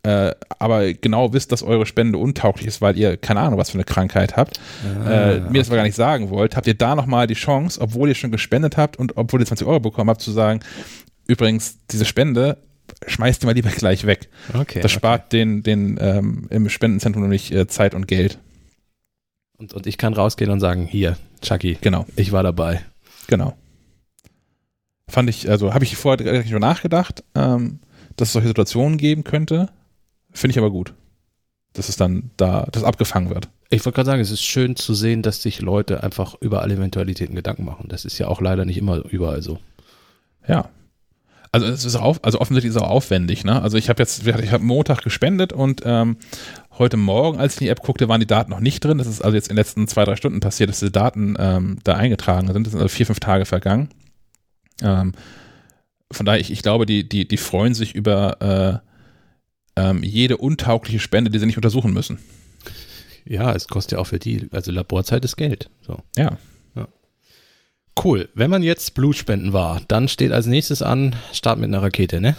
äh, aber genau wisst, dass eure Spende untauglich ist, weil ihr keine Ahnung, was für eine Krankheit habt, ah, äh, mir das aber gar nicht sagen wollt, habt ihr da nochmal die Chance, obwohl ihr schon gespendet habt und obwohl ihr zwanzig Euro bekommen habt, zu sagen, übrigens, diese Spende schmeißt ihr mal lieber gleich weg.
Okay,
das spart
okay.
den, den ähm, im Spendenzentrum nämlich äh, Zeit und Geld.
Und, und ich kann rausgehen und sagen, hier, Chucky,
genau.
ich war dabei.
Genau. Fand ich, also habe ich vorher gar nicht über nachgedacht, ähm, dass es solche Situationen geben könnte. Finde ich aber gut, dass es dann da, das abgefangen wird.
Ich wollte gerade sagen, es ist schön zu sehen, dass sich Leute einfach über alle Eventualitäten Gedanken machen. Das ist ja auch leider nicht immer überall so.
Ja. Also es ist auch, also offensichtlich ist es auch aufwendig, ne? Also ich habe jetzt, ich habe Montag gespendet und ähm, heute Morgen, als ich in die App guckte, waren die Daten noch nicht drin. Das ist also jetzt in den letzten zwei, drei Stunden passiert, dass die Daten ähm, da eingetragen sind. Das sind also vier, fünf Tage vergangen. Ähm, von daher, ich, ich glaube, die, die, die freuen sich über äh, ähm, jede untaugliche Spende, die sie nicht untersuchen müssen.
Ja, es kostet ja auch für die, also Laborzeit ist Geld. So.
Ja.
ja. Cool. Wenn man jetzt Blutspenden war, dann steht als nächstes an, Start mit einer Rakete, ne?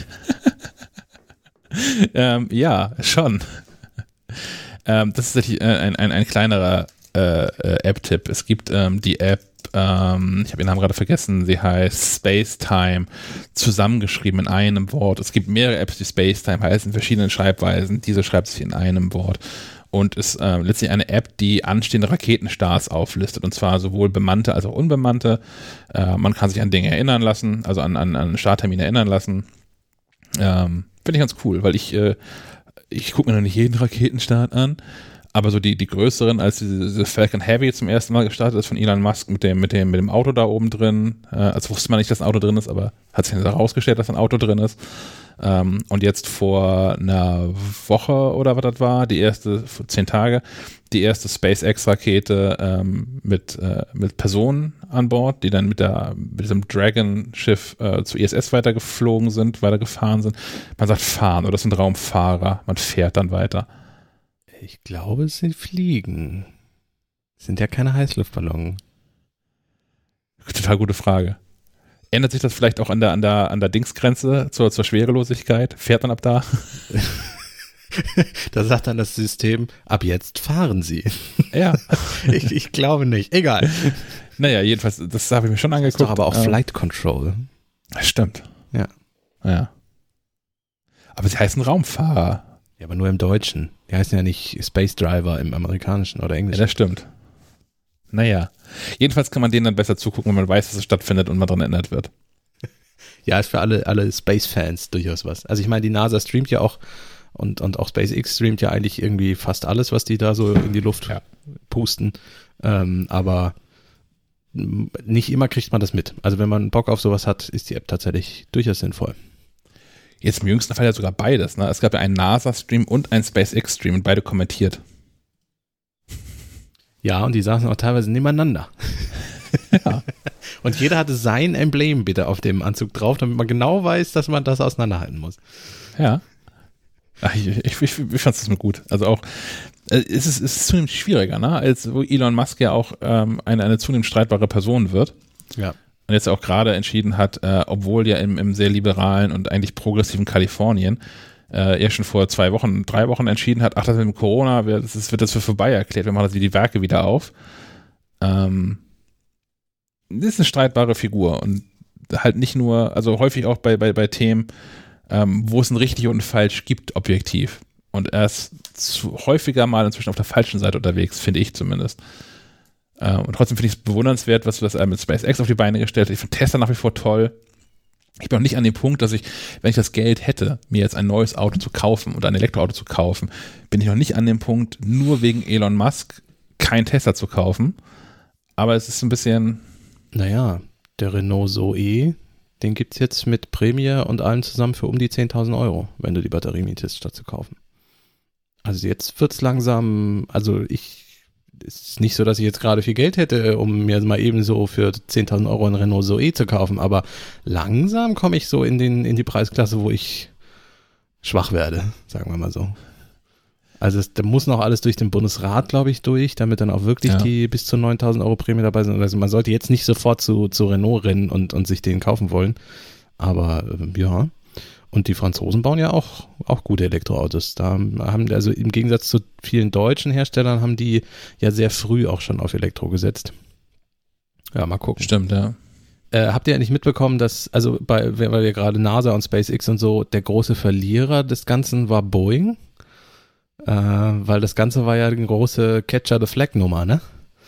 ähm, ja, schon. ähm, das ist tatsächlich ein, ein, ein kleinerer äh, äh, App-Tipp. Es gibt ähm, die App, ähm, ich habe ihren Namen gerade vergessen, sie heißt Spacetime, zusammengeschrieben in einem Wort. Es gibt mehrere Apps, die Spacetime heißen, in verschiedenen Schreibweisen. Diese schreibt sich in einem Wort. Und ist äh, letztlich eine App, die anstehende Raketenstarts auflistet. Und zwar sowohl bemannte als auch unbemannte. Äh, man kann sich an Dinge erinnern lassen, also an, an, an Starttermine erinnern lassen. Ähm, Finde ich ganz cool, weil ich, äh, ich gucke mir noch nicht jeden Raketenstart an, aber so die, die größeren, als diese, diese Falcon Heavy zum ersten Mal gestartet ist von Elon Musk mit dem, mit dem, mit dem Auto da oben drin. Äh, also wusste man nicht, dass ein Auto drin ist, aber hat sich dann herausgestellt, dass ein Auto drin ist. Ähm, und jetzt vor einer Woche oder was das war, die erste, vor zehn Tage, die erste SpaceX-Rakete ähm, mit, äh, mit Personen an Bord, die dann mit, der, mit diesem Dragon-Schiff äh, zur I S S weitergeflogen sind, weitergefahren sind. Man sagt fahren, oder das sind Raumfahrer, man fährt dann weiter.
Ich glaube, es sind Fliegen. Es sind ja keine Heißluftballons.
Total gute Frage. Ändert sich das vielleicht auch an der, an der, an der Dingsgrenze zur, zur Schwerelosigkeit? Fährt man ab da?
Da sagt dann das System, ab jetzt fahren Sie.
Ja.
ich, ich glaube nicht. Egal.
Naja, jedenfalls, das habe ich mir schon angeguckt.
Das ist doch aber auch
ähm,
Flight Control.
Stimmt.
Ja.
Ja. Aber sie heißen Raumfahrer.
Ja, aber nur im Deutschen. Die heißen ja nicht Space Driver im amerikanischen oder englischen.
Ja, das stimmt. Naja. Jedenfalls kann man denen dann besser zugucken, wenn man weiß, dass es stattfindet und man daran erinnert wird.
Ja, ist für alle, alle Space-Fans durchaus was. Also ich meine, die NASA streamt ja auch und, und auch SpaceX streamt ja eigentlich irgendwie fast alles, was die da so in die Luft ja. pusten. Ähm, aber nicht immer kriegt man das mit. Also wenn man Bock auf sowas hat, ist die App tatsächlich durchaus sinnvoll.
Jetzt im jüngsten Fall ja sogar beides. Ne? Es gab ja einen NASA-Stream und einen SpaceX-Stream und beide kommentiert.
Ja, und die saßen auch teilweise nebeneinander.
Ja.
Und jeder hatte sein Emblem bitte auf dem Anzug drauf, damit man genau weiß, dass man das auseinanderhalten muss.
Ja. Ach, ich ich, ich, ich fand es mir gut. Also auch, äh, es, ist, es ist zunehmend schwieriger, ne? Als wo Elon Musk ja auch ähm, eine, eine zunehmend streitbare Person wird.
Ja.
Und jetzt auch gerade entschieden hat, äh, obwohl ja im, im sehr liberalen und eigentlich progressiven Kalifornien äh, er schon vor zwei Wochen, drei Wochen entschieden hat, ach, das mit dem Corona, das ist, wird das für vorbei erklärt, wir machen das wie die Werke wieder auf. Ähm, das ist eine streitbare Figur und halt nicht nur, also häufig auch bei, bei, bei Themen, ähm, wo es ein richtig und ein falsch gibt, objektiv. Und er ist zu, häufiger mal inzwischen auf der falschen Seite unterwegs, finde ich zumindest. Ähm, und trotzdem finde ich es bewundernswert, was, was er mit SpaceX auf die Beine gestellt hat. Ich finde Tesla nach wie vor toll. Ich bin noch nicht an dem Punkt, dass ich, wenn ich das Geld hätte, mir jetzt ein neues Auto zu kaufen oder ein Elektroauto zu kaufen, bin ich noch nicht an dem Punkt, nur wegen Elon Musk kein Tesla zu kaufen. Aber es ist ein bisschen...
Naja, der Renault Zoe, den gibt es jetzt mit Prämie und allem zusammen für um die zehntausend Euro, wenn du die Batterie mietest, statt zu kaufen. Also jetzt wird es langsam, also ich, es ist nicht so, dass ich jetzt gerade viel Geld hätte, um mir mal eben so für zehntausend Euro ein Renault Zoe zu kaufen, aber langsam komme ich so in, den, in die Preisklasse, wo ich schwach werde, sagen wir mal so. Also es, da muss noch alles durch den Bundesrat, glaube ich, durch, damit dann auch wirklich ja. die bis zu neuntausend Euro Prämie dabei sind. Also man sollte jetzt nicht sofort zu, zu Renault rennen und, und sich den kaufen wollen. Aber äh, ja. Und die Franzosen bauen ja auch, auch gute Elektroautos. Da haben, also im Gegensatz zu vielen deutschen Herstellern, haben die ja sehr früh auch schon auf Elektro gesetzt. Ja, mal gucken.
Stimmt, ja.
Äh, habt ihr eigentlich mitbekommen, dass, also bei, weil wir gerade NASA und SpaceX und so, der große Verlierer des Ganzen war Boeing? Äh, weil das Ganze war ja eine große Catcher-the-Flag-Nummer, ne?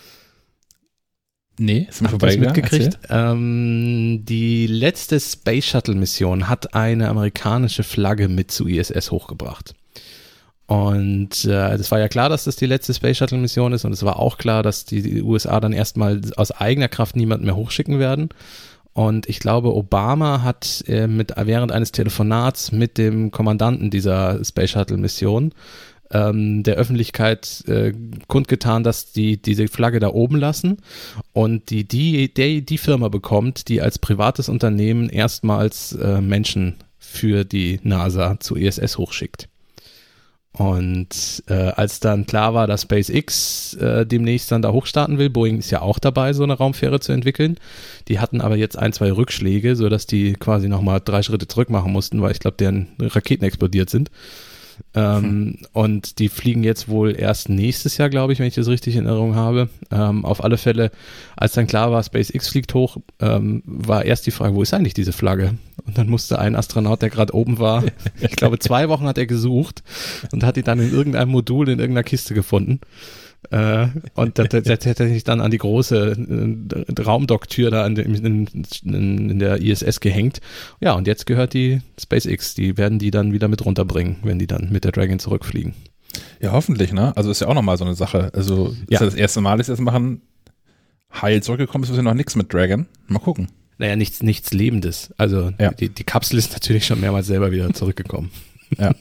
Nee, ist mir
Habt ihr das
vorbeigegangen.
mitgekriegt? Ähm, die letzte Space Shuttle Mission hat eine amerikanische Flagge mit zu I S S hochgebracht. Und äh, es war ja klar, dass das die letzte Space Shuttle Mission ist und es war auch klar, dass die, die U S A dann erstmal aus eigener Kraft niemanden mehr hochschicken werden. Und ich glaube, Obama hat äh, mit, während eines Telefonats mit dem Kommandanten dieser Space Shuttle Mission ähm, der Öffentlichkeit äh, kundgetan, dass die diese Flagge da oben lassen und die die, die, die Firma bekommt, die als privates Unternehmen erstmals äh, Menschen für die NASA zu I S S hochschickt. Und äh, als dann klar war, dass SpaceX äh, demnächst dann da hochstarten will, Boeing ist ja auch dabei, so eine Raumfähre zu entwickeln, die hatten aber jetzt ein, zwei Rückschläge, sodass die quasi nochmal drei Schritte zurück machen mussten, weil ich glaube, deren Raketen explodiert sind. Ähm, hm. Und die fliegen jetzt wohl erst nächstes Jahr, glaube ich, wenn ich das richtig in Erinnerung habe. Ähm, auf alle Fälle, als dann klar war, SpaceX fliegt hoch, ähm, war erst die Frage, wo ist eigentlich diese Flagge? Und dann musste ein Astronaut, der gerade oben war, ich glaube zwei Wochen hat er gesucht und hat die dann in irgendeinem Modul in irgendeiner Kiste gefunden. Äh, und das, das, das hätte sich dann an die große äh, Raumdocktür da an dem, in, in, in der I S S gehängt. Ja, und jetzt gehört die SpaceX. Die werden die dann wieder mit runterbringen, wenn die dann mit der Dragon zurückfliegen.
Ja, hoffentlich, ne? Also ist ja auch nochmal so eine Sache. Also ist ja das erste Mal, dass sie das machen, heil zurückgekommen ist, ist ja noch nichts mit Dragon. Mal gucken.
Naja, nichts, nichts Lebendes. Also ja. die, die Kapsel ist natürlich schon mehrmals selber wieder zurückgekommen.
Ja.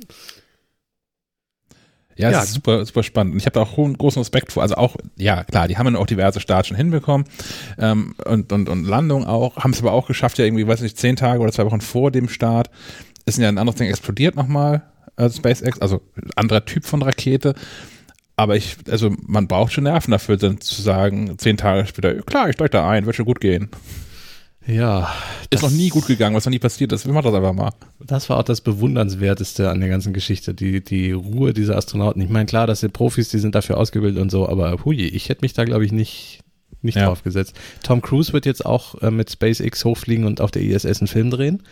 Ja, es ja. ist super, super spannend. Und ich habe da auch hohen, großen Respekt vor. Also auch, ja klar, die haben ja auch diverse Starts schon hinbekommen ähm, und, und, und Landung auch, haben es aber auch geschafft, ja irgendwie, weiß nicht, zehn Tage oder zwei Wochen vor dem Start ist ja ein anderes Ding explodiert nochmal, äh, SpaceX, also anderer Typ von Rakete. Aber ich, also man braucht schon Nerven dafür, dann zu sagen, zehn Tage später, klar, ich steige da ein, wird schon gut gehen.
Ja.
Ist noch nie gut gegangen, was noch nie passiert ist. Wir machen das einfach mal.
Das war auch das Bewundernswerteste an der ganzen Geschichte, die, die Ruhe dieser Astronauten. Ich meine, klar, das sind Profis, die sind dafür ausgebildet und so, aber hui, ich hätte mich da, glaube ich, nicht, nicht
ja.
drauf gesetzt. Tom Cruise wird jetzt auch äh, mit SpaceX hochfliegen und auf der I S S einen Film drehen.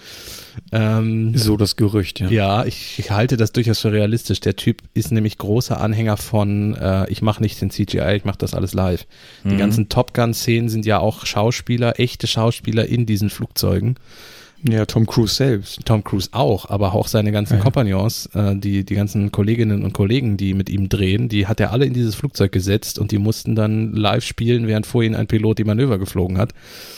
Ähm,
so das Gerücht, ja.
Ja, ich, ich halte das durchaus für realistisch. Der Typ ist nämlich großer Anhänger von, äh, ich mache nicht den C G I, ich mache das alles live. Mhm. Die ganzen Top Gun-Szenen sind ja auch Schauspieler, echte Schauspieler in diesen Flugzeugen.
Ja, Tom Cruise selbst.
Tom Cruise auch, aber auch seine ganzen ja. Kompagnons, äh, die, die ganzen Kolleginnen und Kollegen, die mit ihm drehen, die hat er alle in dieses Flugzeug gesetzt und die mussten dann live spielen, während vor ihnen ein Pilot die Manöver geflogen hat.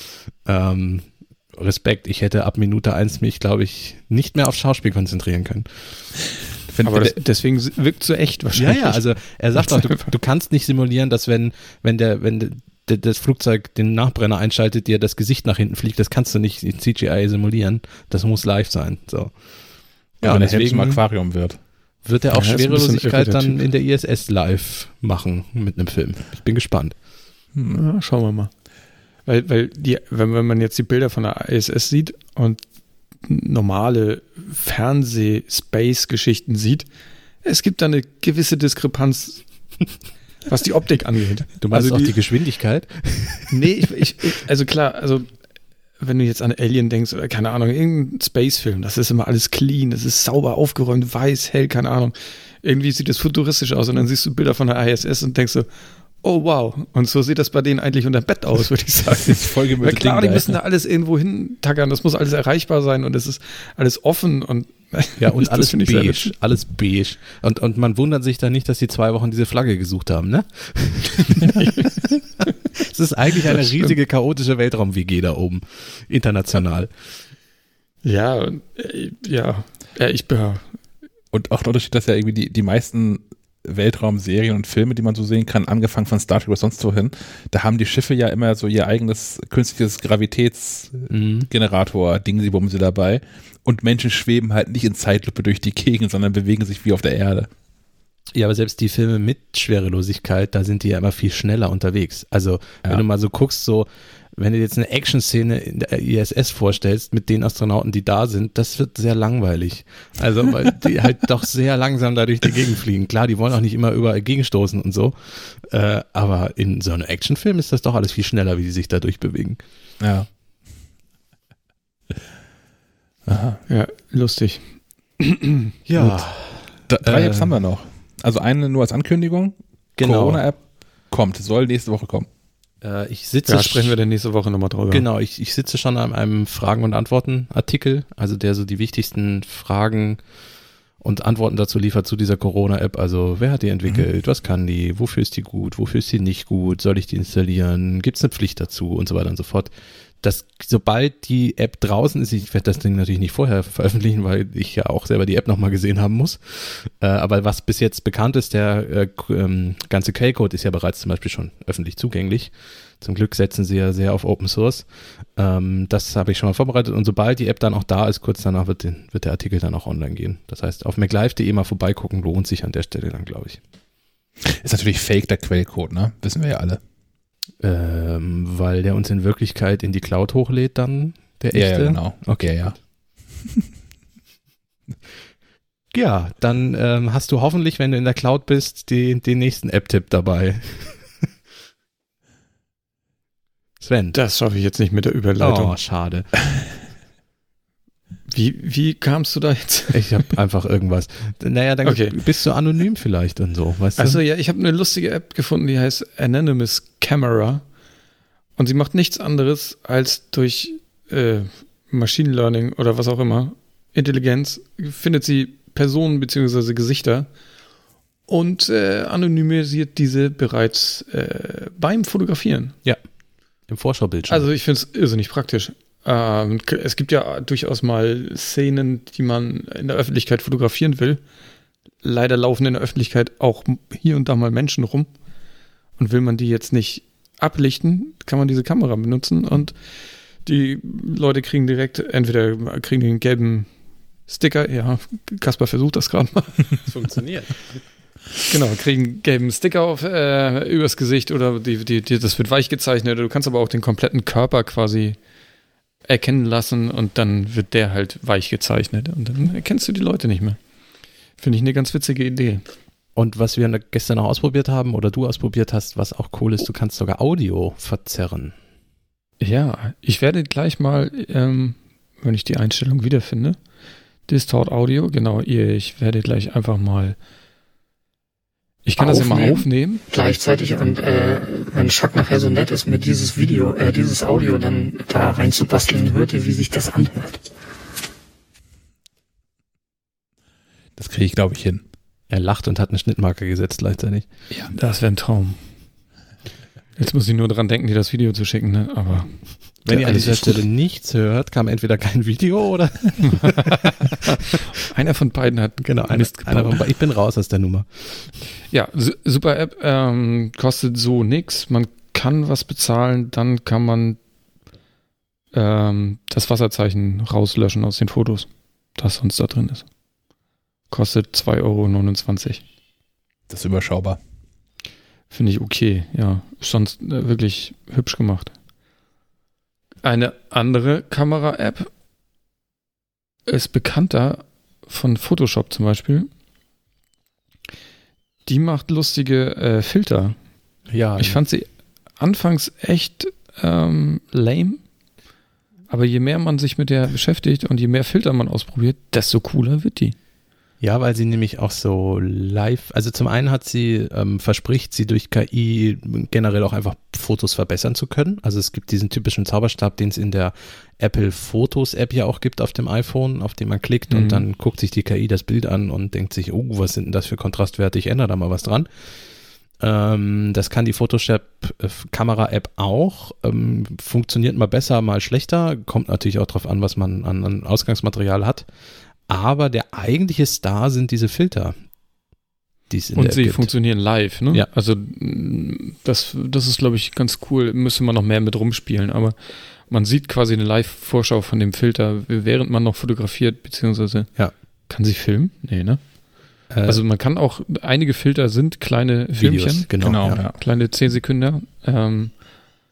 Ähm, Respekt, ich hätte ab Minute eins mich, glaube ich, nicht mehr auf Schauspiel konzentrieren können.
Find, aber das, deswegen wirkt so echt wahrscheinlich.
Ja, ja, also er sagt auch, du, du kannst nicht simulieren, dass wenn, wenn der, wenn der, das Flugzeug den Nachbrenner einschaltet, dir das Gesicht nach hinten fliegt, das kannst du nicht in C G I simulieren. Das muss live sein. So.
Ja, und deswegen zum Aquarium wird.
Wird er auch
ja,
Schwerelosigkeit dann in der I S S live machen mit einem Film. Ich bin gespannt.
Hm, ja, schauen wir mal. Weil, weil die, wenn, wenn man jetzt die Bilder von der I S S sieht und normale Fernseh-Space-Geschichten sieht, es gibt da eine gewisse Diskrepanz, was die Optik angeht.
Du meinst
also
auch
die,
die Geschwindigkeit?
Nee, ich, ich, ich, also klar, also wenn du jetzt an Alien denkst oder keine Ahnung, irgendein Space-Film, das ist immer alles clean, das ist sauber aufgeräumt, weiß, hell, keine Ahnung. Irgendwie sieht das futuristisch aus und dann siehst du Bilder von der I S S und denkst so, oh wow, und so sieht das bei denen eigentlich unter dem Bett aus, würde ich sagen. Das ist voll
ja,
klar, die müssen da alles irgendwo hintackern, das muss alles erreichbar sein und es ist alles offen und
ja, und alles beige, alles beige. Und, und man wundert sich dann nicht, dass die zwei Wochen diese Flagge gesucht haben, ne? Es ist eigentlich eine riesige, chaotische Weltraum-W G da oben, international.
Ja, ja, ja, ich bin...
Und auch dadurch, dass ja irgendwie die, die meisten Weltraumserien und Filme, die man so sehen kann, angefangen von Star Trek oder sonst wohin, da haben die Schiffe ja immer so ihr eigenes künstliches Gravitätsgenerator-Ding, sie bummen sie dabei. Und Menschen schweben halt nicht in Zeitlupe durch die Gegend, sondern bewegen sich wie auf der Erde.
Ja, aber selbst die Filme mit Schwerelosigkeit, da sind die ja immer viel schneller unterwegs. Also, ja. wenn du mal so guckst, so wenn du jetzt eine Action-Szene in der I S S vorstellst mit den Astronauten, die da sind, das wird sehr langweilig. Also, weil die halt doch sehr langsam da durch die Gegend fliegen. Klar, die wollen auch nicht immer überall gegenstoßen und so, äh, aber in so einem Actionfilm ist das doch alles viel schneller, wie die sich da durchbewegen.
Ja.
Aha. Ja, lustig.
Ja.
D- drei
Äh,
Apps haben wir noch. Also eine nur als Ankündigung.
Genau.
Corona-App kommt, soll nächste Woche kommen.
Äh, ich sitze
Da sprechen wir dann nächste Woche nochmal drüber.
Genau, ich, ich sitze schon an einem Fragen- und Antworten-Artikel, also der so die wichtigsten Fragen und Antworten dazu liefert zu dieser Corona-App. Also wer hat die entwickelt, mhm. was kann die, wofür ist die gut, wofür ist die nicht gut, soll ich die installieren, gibt es eine Pflicht dazu und so weiter und so fort. Das, sobald die App draußen ist, ich werde das Ding natürlich nicht vorher veröffentlichen, weil ich ja auch selber die App nochmal gesehen haben muss. Äh, aber was bis jetzt bekannt ist, der äh, ähm, ganze Quellcode ist ja bereits zum Beispiel schon öffentlich zugänglich. Zum Glück setzen sie ja sehr auf Open Source. Ähm, das habe ich schon mal vorbereitet und sobald die App dann auch da ist, kurz danach wird, den, wird der Artikel dann auch online gehen. Das heißt, auf maclive punkt de mal vorbeigucken, lohnt sich an der Stelle dann, glaube ich.
Ist natürlich fake, der Quellcode, ne? Wissen wir ja alle.
Ähm, weil der uns in Wirklichkeit in die Cloud hochlädt dann, der echte?
Ja, ja genau.
Okay, ja. Ja, dann ähm, hast du hoffentlich, wenn du in der Cloud bist, die, den nächsten App-Tipp dabei. Sven.
Das schaffe ich jetzt nicht mit der Überleitung.
Oh, schade.
Wie, wie kamst du da jetzt?
Ich habe einfach irgendwas. Naja, dann
okay.
bist du anonym vielleicht und so, weißt du?
Also ja, ich habe eine lustige App gefunden, die heißt Anonymous Camera und sie macht nichts anderes als durch äh, Machine Learning oder was auch immer, Intelligenz, findet sie Personen bzw. Gesichter und äh, anonymisiert diese bereits äh, beim Fotografieren.
Ja, im Vorschaubildschirm.
Also ich finde es irrsinnig praktisch. Ähm, es gibt ja durchaus mal Szenen, die man in der Öffentlichkeit fotografieren will. Leider laufen in der Öffentlichkeit auch hier und da mal Menschen rum. Und will man die jetzt nicht ablichten, kann man diese Kamera benutzen und die Leute kriegen direkt, entweder kriegen den gelben Sticker, ja, Kaspar versucht das gerade mal.
Das funktioniert.
Genau, kriegen einen gelben Sticker auf, äh, übers Gesicht oder die, die, die, das wird weich gezeichnet. Du kannst aber auch den kompletten Körper quasi erkennen lassen und dann wird der halt weich gezeichnet und dann erkennst du die Leute nicht mehr. Finde ich eine ganz witzige Idee.
Und was wir gestern noch ausprobiert haben oder du ausprobiert hast, was auch cool ist, du kannst sogar Audio verzerren.
Ja, ich werde gleich mal, ähm, wenn ich die Einstellung wiederfinde, Distort Audio, genau, ich werde gleich einfach mal Ich kann aufnehmen, das ja mal aufnehmen.
Gleichzeitig und äh, wenn Chuck nachher so nett ist, mir dieses Video, äh, dieses Audio dann da reinzubasteln, hört ihr, wie sich das anhört.
Das kriege ich, glaube ich, hin.
Er lacht und hat eine Schnittmarke gesetzt gleichzeitig.
Ja, das wäre ein Traum. Jetzt muss ich nur dran denken, dir das Video zu schicken, ne? Aber
wenn ihr an dieser Stelle nichts hört, kam entweder kein Video oder
einer von beiden hat
genau einer, einer von beiden. Ich bin raus aus der Nummer.
Ja, super App, ähm, kostet so nix. Man kann was bezahlen, dann kann man ähm, das Wasserzeichen rauslöschen aus den Fotos, das sonst da drin ist. Kostet zwei Euro neunundzwanzig.
Das ist überschaubar.
Finde ich okay, ja. Sonst äh, wirklich hübsch gemacht. Eine andere Kamera-App ist bekannter von Photoshop zum Beispiel. Die macht lustige äh, Filter.
Ja.
Ich fand sie anfangs echt ähm, lame. Aber je mehr man sich mit der beschäftigt und je mehr Filter man ausprobiert, desto cooler wird die.
Ja, weil sie nämlich auch so live, also zum einen hat sie, ähm, verspricht sie durch K I generell auch einfach Fotos verbessern zu können. Also es gibt diesen typischen Zauberstab, den es in der Apple Fotos App ja auch gibt auf dem iPhone, auf den man klickt mhm. und dann guckt sich die K I das Bild an und denkt sich, oh, was sind denn das für Kontrastwerte, ich ändere da mal was dran. Ähm, das kann die Photoshop Kamera App auch, ähm, funktioniert mal besser, mal schlechter, kommt natürlich auch drauf an, was man an, an Ausgangsmaterial hat. Aber der eigentliche Star sind diese Filter, die es in
Und
der
sie
App gibt.
funktionieren live, ne?
Ja.
Also das, das ist, glaube ich, ganz cool. Müsste man noch mehr mit rumspielen. Aber man sieht quasi eine Live-Vorschau von dem Filter, während man noch fotografiert, beziehungsweise
ja.
Kann sie filmen? Nee, ne?
Äh,
also man kann auch, einige Filter sind kleine
Videos,
Filmchen.
genau.
genau
ja.
ja. Kleine zehn Sekunden. Ähm,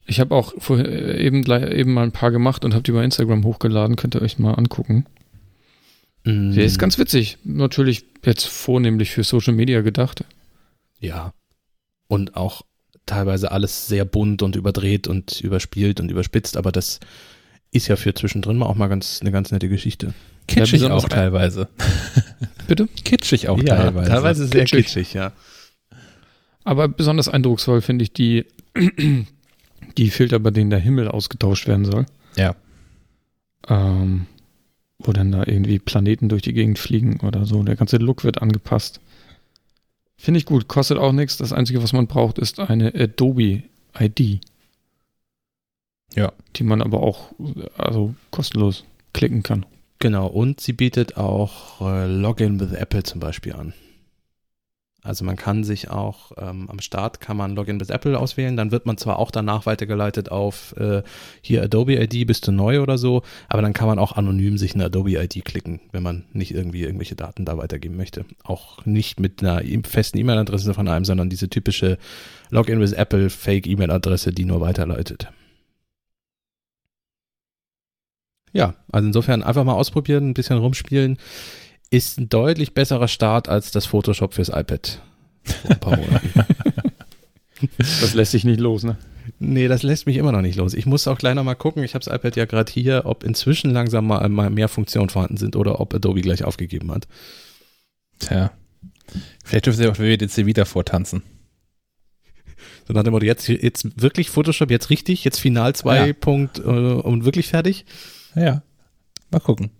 Ich habe auch vorher eben, eben mal ein paar gemacht und habe die bei Instagram hochgeladen. Könnt ihr euch mal angucken.
Mm.
Der ist ganz witzig. Natürlich jetzt vornehmlich für Social Media gedacht.
Ja. Und auch teilweise alles sehr bunt und überdreht und überspielt und überspitzt, aber das ist ja für zwischendrin mal auch mal ganz eine ganz nette Geschichte.
Kitschig
Ja,
auch teilweise.
Bitte?
Kitschig auch
Ja,
teilweise.
teilweise sehr
Kitschig.
kitschig, ja.
Aber besonders eindrucksvoll finde ich die, die Filter, bei denen der Himmel ausgetauscht werden soll.
Ja.
Ähm, wo dann da irgendwie Planeten durch die Gegend fliegen oder so. Der ganze Look wird angepasst. Finde ich gut. Kostet auch nichts. Das Einzige, was man braucht, ist eine Adobe I D.
Ja.
Die man aber auch also kostenlos klicken kann.
Genau, und sie bietet auch äh, Login with Apple zum Beispiel an. Also man kann sich auch, ähm, am Start kann man Login with Apple auswählen, dann wird man zwar auch danach weitergeleitet auf äh, hier Adobe I D, bist du neu oder so, aber dann kann man auch anonym sich eine Adobe I D klicken, wenn man nicht irgendwie irgendwelche Daten da weitergeben möchte. Auch nicht mit einer e- festen E-Mail-Adresse von einem, sondern diese typische Login with Apple Fake-E-Mail-Adresse, die nur weiterleitet. Ja, also insofern einfach mal ausprobieren, ein bisschen rumspielen. Ist ein deutlich besserer Start als das Photoshop fürs iPad vor ein paar Monaten.
Das lässt sich nicht los, ne?
Nee, das lässt mich immer noch nicht los. Ich muss auch gleich nochmal gucken, ich habe das iPad ja gerade hier, ob inzwischen langsam mal, mal mehr Funktionen vorhanden sind oder ob Adobe gleich aufgegeben hat.
Tja. Vielleicht dürfen sie auch W W D C wieder vortanzen.
So nach dem Motto, jetzt, jetzt wirklich Photoshop, jetzt richtig, jetzt Final zwei
Ja.
Punkt äh, und wirklich fertig.
Ja, mal gucken.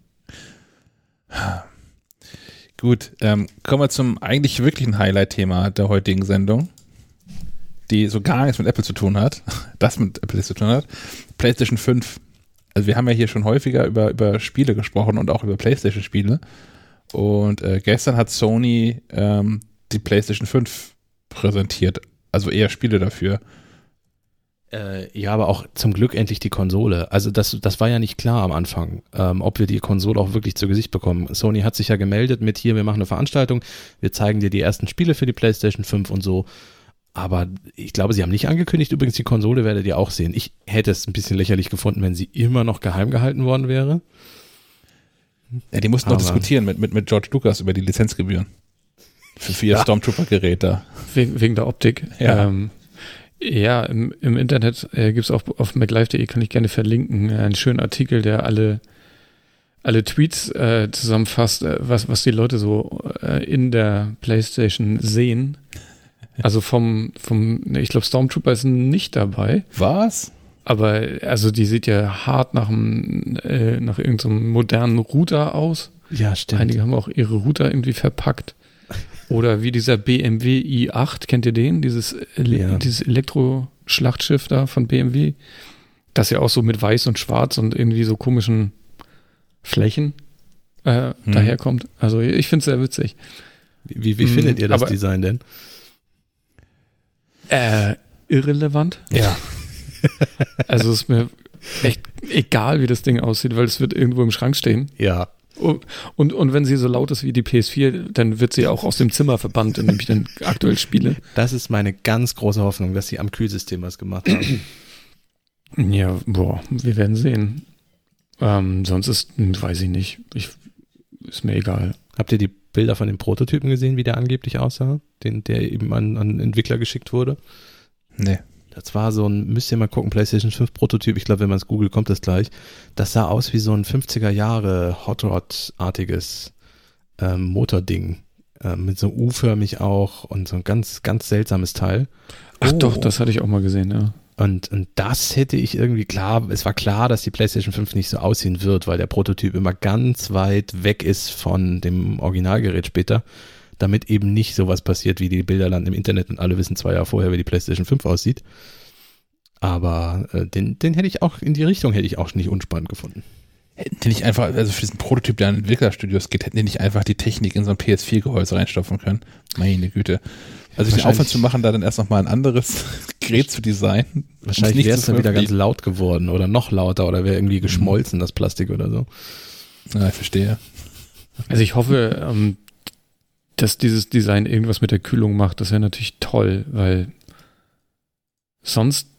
Gut, ähm, kommen wir zum eigentlich wirklichen Highlight-Thema der heutigen Sendung, die so gar nichts mit Apple zu tun hat, das mit Apple zu tun hat. PlayStation fünf. Also wir haben ja hier schon häufiger über, über Spiele gesprochen und auch über PlayStation-Spiele. Und äh, gestern hat Sony ähm, die PlayStation fünf präsentiert, also eher Spiele dafür.
Äh, ja, aber auch zum Glück endlich die Konsole. Also das, das war ja nicht klar am Anfang, ähm, ob wir die Konsole auch wirklich zu Gesicht bekommen. Sony hat sich ja gemeldet mit hier, wir machen eine Veranstaltung, wir zeigen dir die ersten Spiele für die PlayStation fünf und so. Aber ich glaube, sie haben nicht angekündigt, übrigens die Konsole werdet ihr auch sehen. Ich hätte es ein bisschen lächerlich gefunden, wenn sie immer noch geheim gehalten worden wäre.
Ja, die mussten
aber
noch diskutieren mit, mit, mit George Lucas über die Lizenzgebühren. Für, für ihr
Ja.
Stormtrooper-Gerät da.
Wegen, wegen der Optik.
Ja.
Ähm, ja, im, im Internet äh, gibt es auch auf maclife punkt de, kann ich gerne verlinken, äh, einen schönen Artikel, der alle, alle Tweets äh, zusammenfasst, äh, was, was die Leute so äh, in der PlayStation sehen. Also vom, vom ich glaube, Stormtrooper ist nicht dabei.
Was?
Aber also die sieht ja hart nach, einem, äh, nach irgendeinem modernen Router aus.
Ja, stimmt.
Einige haben auch ihre Router irgendwie verpackt. Oder wie dieser B M W i acht, kennt ihr den? Dieses, Ele-
Ja.
dieses Elektro-Schlachtschiff da von B M W. Das ja auch so mit weiß und schwarz und irgendwie so komischen Flächen äh,
Hm.
daherkommt. Also ich finde es sehr witzig.
Wie, wie
Mm,
findet ihr das
aber-
Design denn?
Äh, irrelevant.
Ja.
Also es ist mir echt egal, wie das Ding aussieht, weil es wird irgendwo im Schrank stehen.
Ja.
Und, und, und wenn sie so laut ist wie die P S vier, dann wird sie auch aus dem Zimmer verbannt, in dem ich dann aktuell spiele.
Das ist meine ganz große Hoffnung, dass sie am Kühlsystem was gemacht haben.
Ja, boah, wir werden sehen. Ähm, sonst ist, hm, weiß ich nicht. Ich, ist mir egal.
Habt ihr die Bilder von dem Prototypen gesehen, wie der angeblich aussah? Den, der eben an, an Entwickler geschickt wurde?
Nee.
Das war so ein, müsst ihr mal gucken, PlayStation fünf Prototyp, ich glaube, wenn man es googelt, kommt das gleich. Das sah aus wie so ein fünfziger Jahre Hot Rod-artiges ähm, Motording. Ähm, mit so U-förmig auch und so ein ganz, ganz seltsames Teil.
Ach
Oh.
doch, das hatte ich auch mal gesehen, ja.
Und, und das hätte ich irgendwie klar, es war klar, dass die PlayStation fünf nicht so aussehen wird, weil der Prototyp immer ganz weit weg ist von dem Originalgerät später, damit eben nicht sowas passiert, wie die Bilder landen im Internet und alle wissen zwei Jahre vorher, wie die PlayStation fünf aussieht. Aber äh, den, den hätte ich auch, in die Richtung hätte ich auch nicht unspannend gefunden.
Hätten die nicht einfach, also für diesen Prototyp, der an Entwicklerstudios geht, hätten die nicht einfach die Technik in so ein P S vier Gehäuse reinstopfen können? Meine Güte. Also den Aufwand zu machen, da dann erst nochmal ein anderes Gerät zu designen.
Wahrscheinlich wäre es dann wieder ganz laut geworden oder noch lauter oder wäre irgendwie geschmolzen, das Plastik oder so.
Ja, ich verstehe.
Also ich hoffe, ähm, dass dieses Design irgendwas mit der Kühlung macht. Das wäre natürlich toll, weil sonst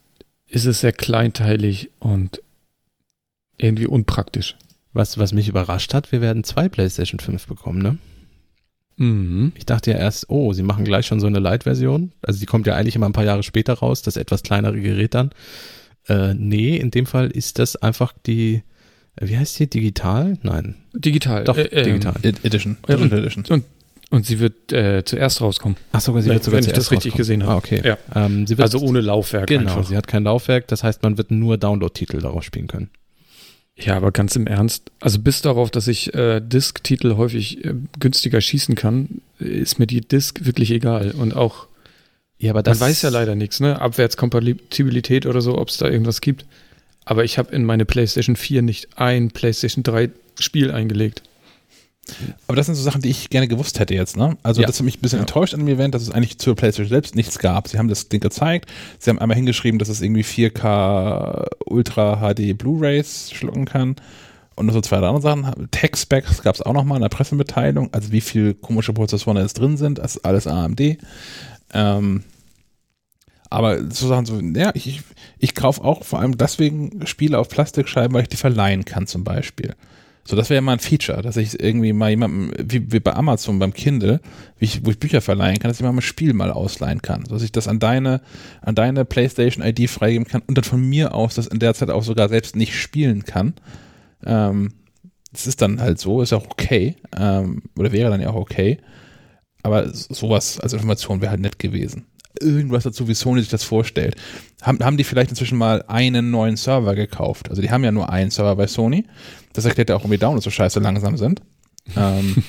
ist es sehr kleinteilig und irgendwie unpraktisch.
Was, was mich überrascht hat, wir werden zwei PlayStation fünf bekommen, ne?
Mhm.
Ich dachte ja erst, oh, sie machen gleich schon so eine Lite-Version. Also die kommt ja eigentlich immer ein paar Jahre später raus, das etwas kleinere Gerät dann. Äh, nee, in dem Fall ist das einfach die, wie heißt die, digital? Nein.
Digital.
Doch,
äh, äh,
digital.
Edition.
Ja, und,
Edition.
und, und sie wird äh, zuerst rauskommen.
Ach sogar, sie wird sogar
wenn ich
zuerst
das richtig
rauskommen.
gesehen habe.
Ah, okay.
Ja.
Ähm, sie wird,
Also ohne Laufwerk
genau,
einfach.
sie hat kein Laufwerk, das heißt, man wird nur Download-Titel darauf spielen können.
Ja, aber ganz im Ernst, also bis darauf, dass ich äh, Disk-Titel häufig äh, günstiger schießen kann, ist mir die Disk wirklich egal. Und auch,
Ja, aber das
man weiß ja leider nichts, ne? Abwärtskompatibilität oder so, ob es da irgendwas gibt. Aber ich habe in meine PlayStation vier nicht ein PlayStation drei Spiel eingelegt.
Aber das sind so Sachen, die ich gerne gewusst hätte jetzt, ne? Also
Ja.
das hat mich ein bisschen
Ja.
enttäuscht an dem Event, dass es eigentlich zur PlayStation selbst nichts gab. Sie haben das Ding gezeigt, sie haben einmal hingeschrieben, dass es irgendwie vier K Ultra H D Blu-Rays schlucken kann und noch so zwei, drei andere Sachen. Tech-Specs gab es auch nochmal in der Pressemitteilung, also wie viel komische Prozessoren da jetzt drin sind, das ist alles A M D. Ähm, aber so Sachen so, ja, ich, ich, ich kaufe auch vor allem deswegen Spiele auf Plastikscheiben, weil ich die verleihen kann zum Beispiel. So, das wäre ja mal ein Feature, dass ich irgendwie mal jemandem, wie, wie bei Amazon beim Kindle, wie ich, wo ich Bücher verleihen kann, dass ich mal ein Spiel mal ausleihen kann. Dass ich das an deine, an deine PlayStation-I D freigeben kann und dann von mir aus das in der Zeit auch sogar selbst nicht spielen kann. Ähm, das ist dann halt so, ist auch okay. Ähm, oder wäre dann ja auch okay. Aber sowas als Information wäre halt nett gewesen. Irgendwas dazu, wie Sony sich das vorstellt. Haben, haben die vielleicht inzwischen mal einen neuen Server gekauft? Also die haben ja nur einen Server bei Sony. Das erklärt ja auch, warum die Downloads so scheiße langsam sind. ähm,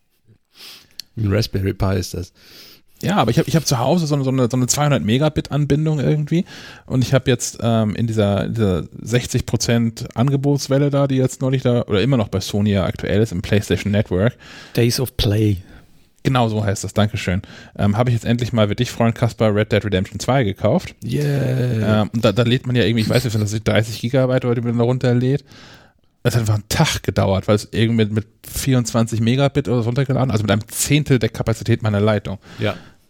Ein Raspberry Pi ist das.
ja, aber ich habe ich hab zu Hause so eine, so eine, so eine zweihundert Megabit Anbindung irgendwie und ich habe jetzt ähm, in dieser, dieser sechzig Prozent Angebotswelle da, die jetzt neulich da, oder immer noch bei Sony ja aktuell ist, im PlayStation Network.
Days of Play.
Genau so heißt das, Dankeschön. Ähm, habe ich jetzt endlich mal für dich, Freund Kasper, Red Dead Redemption zwei gekauft.
Yeah.
Ähm, und da, da lädt man ja irgendwie, ich weiß nicht, wenn das dreißig Gigabyte oder die man da runterlädt. Das hat einfach einen Tag gedauert, weil es irgendwie mit, mit vierundzwanzig Megabit oder so runtergeladen, also mit einem Zehntel der Kapazität meiner Leitung.
Ja.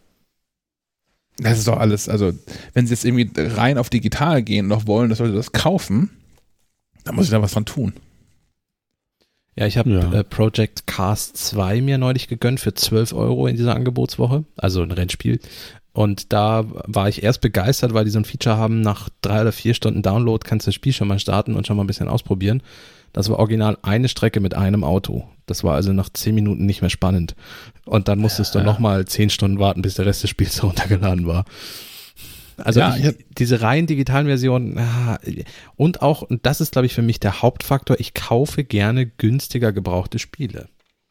Das ist doch alles, also wenn sie jetzt irgendwie rein auf digital gehen und noch wollen, dass Leute das kaufen, dann muss ich da was dran tun.
Ja, ich habe
Ja.
äh, Project Cars zwei mir neulich gegönnt für zwölf Euro in dieser Angebotswoche, also ein Rennspiel. Und da war ich erst begeistert, weil die so ein Feature haben, nach drei oder vier Stunden Download kannst du das Spiel schon mal starten und schon mal ein bisschen ausprobieren. Das war original eine Strecke mit einem Auto. Das war also nach zehn Minuten nicht mehr spannend. Und dann musstest du
Ja.
nochmal zehn Stunden warten, bis der Rest des Spiels runtergeladen war. Also
Ja,
ich,
ich-
diese rein digitalen Versionen ah, und auch, und das ist glaube ich für mich der Hauptfaktor, ich kaufe gerne günstiger gebrauchte Spiele.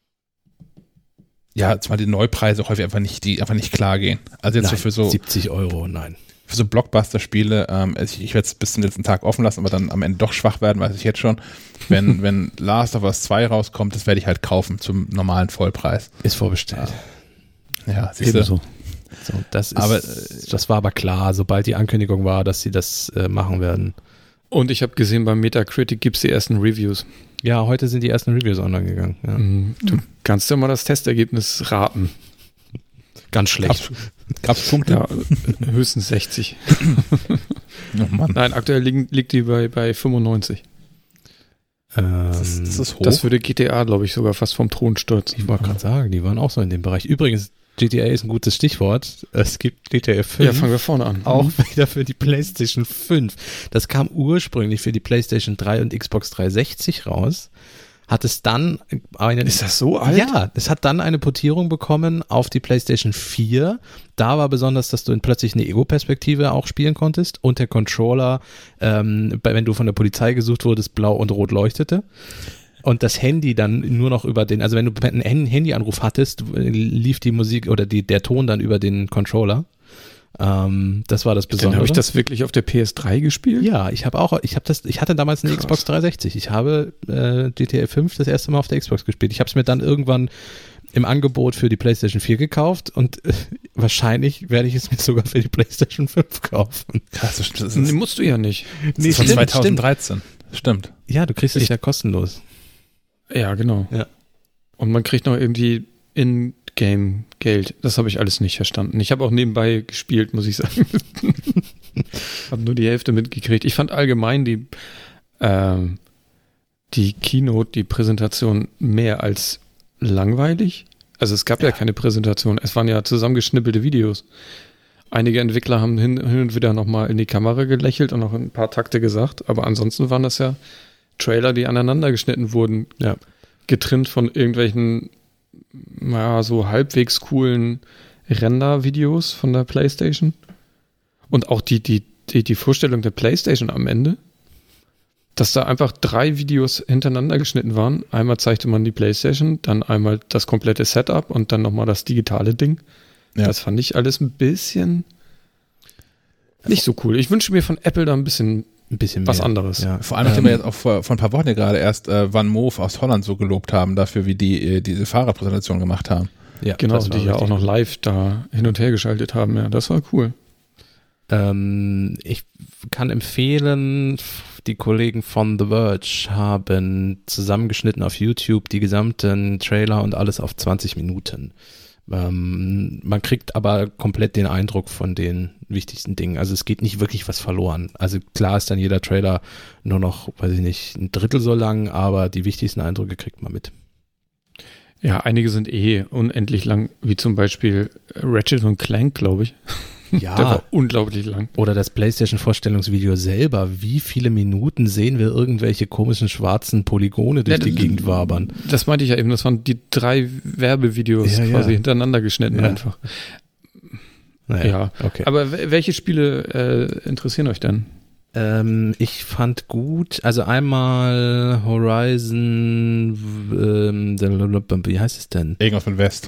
Ja, zumal die Neupreise häufig einfach nicht, die einfach nicht klar gehen. Also jetzt so
Nein,
für so,
siebzig Euro, nein.
für so Blockbuster-Spiele, ähm, ich, ich werde es bis zum letzten Tag offen lassen, aber dann am Ende doch schwach werden, weiß ich jetzt schon. Wenn, wenn Last of Us zwei rauskommt, das werde ich halt kaufen zum normalen Vollpreis.
Ist vorbestellt.
Ja, siehst du.
Ebenso.
So, das ist,
Aber,
das war aber klar, sobald die Ankündigung war, dass sie das äh, machen werden.
Und ich habe gesehen, beim Metacritic gibt es die ersten Reviews.
Ja, heute sind die ersten Reviews online gegangen. Ja.
Mhm. Du kannst ja mal das Testergebnis raten.
Ganz schlecht.
Gab's, gab's Punkte?
Ja, höchstens sechzig.
Oh Mann.
Nein, aktuell liegen, liegt die bei, bei fünfundneunzig.
Ähm,
Das ist, das ist hoch.
Das würde G T A, glaube ich, sogar fast vom Thron stürzen.
ich wollte gerade sagen, die waren auch so in dem Bereich. Übrigens, G T A ist ein gutes Stichwort. Es gibt G T A fünf.
Ja, fangen wir vorne an.
Auch wieder für die PlayStation fünf. Das kam ursprünglich für die PlayStation drei und Xbox dreihundertsechzig raus. Hat es dann eine...
Ist das so alt?
Ja, es hat dann eine Portierung bekommen auf die PlayStation vier. Da war besonders, dass du in plötzlich eine Ego-Perspektive auch spielen konntest und der Controller, ähm, bei- wenn du von der Polizei gesucht wurdest, blau und rot leuchtete. Und das Handy dann nur noch über den, also wenn du einen Hen- Handyanruf hattest, lief die Musik oder die, der Ton dann über den Controller. Ähm, das war das
Dann
Besondere.
habe ich das wirklich auf der P S drei gespielt?
Ja, ich habe auch, ich habe das, ich hatte damals eine
Krass.
Xbox dreihundertsechzig. Ich habe äh, G T A fünf das erste Mal auf der Xbox gespielt. Ich habe es mir dann irgendwann im Angebot für die PlayStation vier gekauft und äh, wahrscheinlich werde ich es mir sogar für die PlayStation fünf kaufen.
Krass, das, das
Nee,
ist,
musst du ja nicht.
das ist von zweitausenddreizehn. Stimmt.
Ja, du kriegst es
Ich-
ja kostenlos.
Ja, genau.
Ja.
Und man kriegt noch irgendwie In-Game Geld. Das habe ich alles nicht verstanden. Ich habe auch nebenbei gespielt, muss ich sagen. Habe nur die Hälfte mitgekriegt. Ich fand allgemein die, ähm, die Keynote, die Präsentation mehr als langweilig. Also es gab ja, ja keine Präsentation. Es waren ja zusammengeschnippelte Videos. Einige Entwickler haben hin, hin und wieder nochmal in die Kamera gelächelt und noch ein paar Takte gesagt. Aber ansonsten waren das ja Trailer, die aneinander geschnitten wurden. Ja. Getrimmt von irgendwelchen, naja, so halbwegs coolen Render-Videos von der PlayStation. Und auch die, die, die, die Vorstellung der PlayStation am Ende, dass da einfach drei Videos hintereinander geschnitten waren. Einmal zeigte man die PlayStation, dann einmal das komplette Setup und dann nochmal das digitale Ding. Ja. Das fand ich alles ein bisschen nicht so cool. Ich wünsche mir von Apple da ein bisschen, ein bisschen was mehr. anderes.
Ja. Vor allem, nachdem ähm, wir jetzt auch vor, vor ein paar Wochen ja gerade erst äh, Van Moof aus Holland so gelobt haben, dafür, wie die äh, diese Fahrerpräsentation gemacht haben.
Ja, genau, die ja auch noch live da hin und her geschaltet haben. Ja, das war cool.
Ähm, ich kann empfehlen, die Kollegen von The Verge haben zusammengeschnitten auf YouTube die gesamten Trailer und alles auf zwanzig Minuten. Ähm, man kriegt aber komplett den Eindruck von den wichtigsten Dingen. Also es geht nicht wirklich was verloren. Also klar ist dann jeder Trailer nur noch, weiß ich nicht, ein Drittel so lang, aber die wichtigsten Eindrücke kriegt man mit.
Ja, einige sind eh unendlich lang, wie zum Beispiel Ratchet und Clank, glaube ich.
Ja.
Der war unglaublich lang.
Oder das PlayStation-Vorstellungsvideo selber. Wie viele Minuten sehen wir irgendwelche komischen schwarzen Polygone durch ja, die Gegend wabern?
Das meinte ich ja eben. Das waren die drei Werbevideos ja, quasi ja. hintereinander geschnitten ja. einfach.
Naja,
ja, okay. Aber welche Spiele äh, interessieren euch denn?
Ähm, ich fand gut, also einmal Horizon, ähm, wie heißt es denn?
Irgendwas mit West.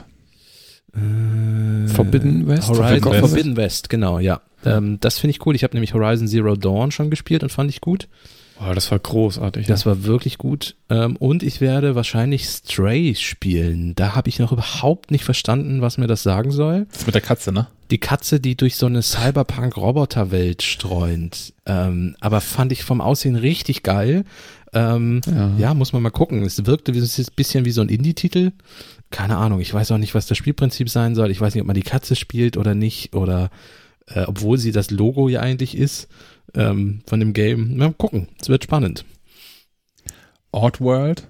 Äh,
Forbidden West?
Horizon Forbidden, Forbidden West, genau, ja. Ähm, das finde ich cool. Ich habe nämlich Horizon Zero Dawn schon gespielt und fand ich gut.
Oh, das war großartig.
Das
ja.
war wirklich gut. Ähm, und ich werde wahrscheinlich Stray spielen. Da habe ich noch überhaupt nicht verstanden, was mir das sagen soll.
Das ist mit der Katze, ne?
Die Katze, die durch so eine Cyberpunk-Roboterwelt streunt. Ähm, aber fand ich vom Aussehen richtig geil. Ähm, ja. ja, muss man mal gucken. Es wirkte wie, es ist ein bisschen wie so ein Indie-Titel. Keine Ahnung, ich weiß auch nicht, was das Spielprinzip sein soll. Ich weiß nicht, ob man die Katze spielt oder nicht. Oder äh, obwohl sie das Logo ja eigentlich ist. Ähm, von dem Game. Mal gucken, es wird spannend.
Oddworld?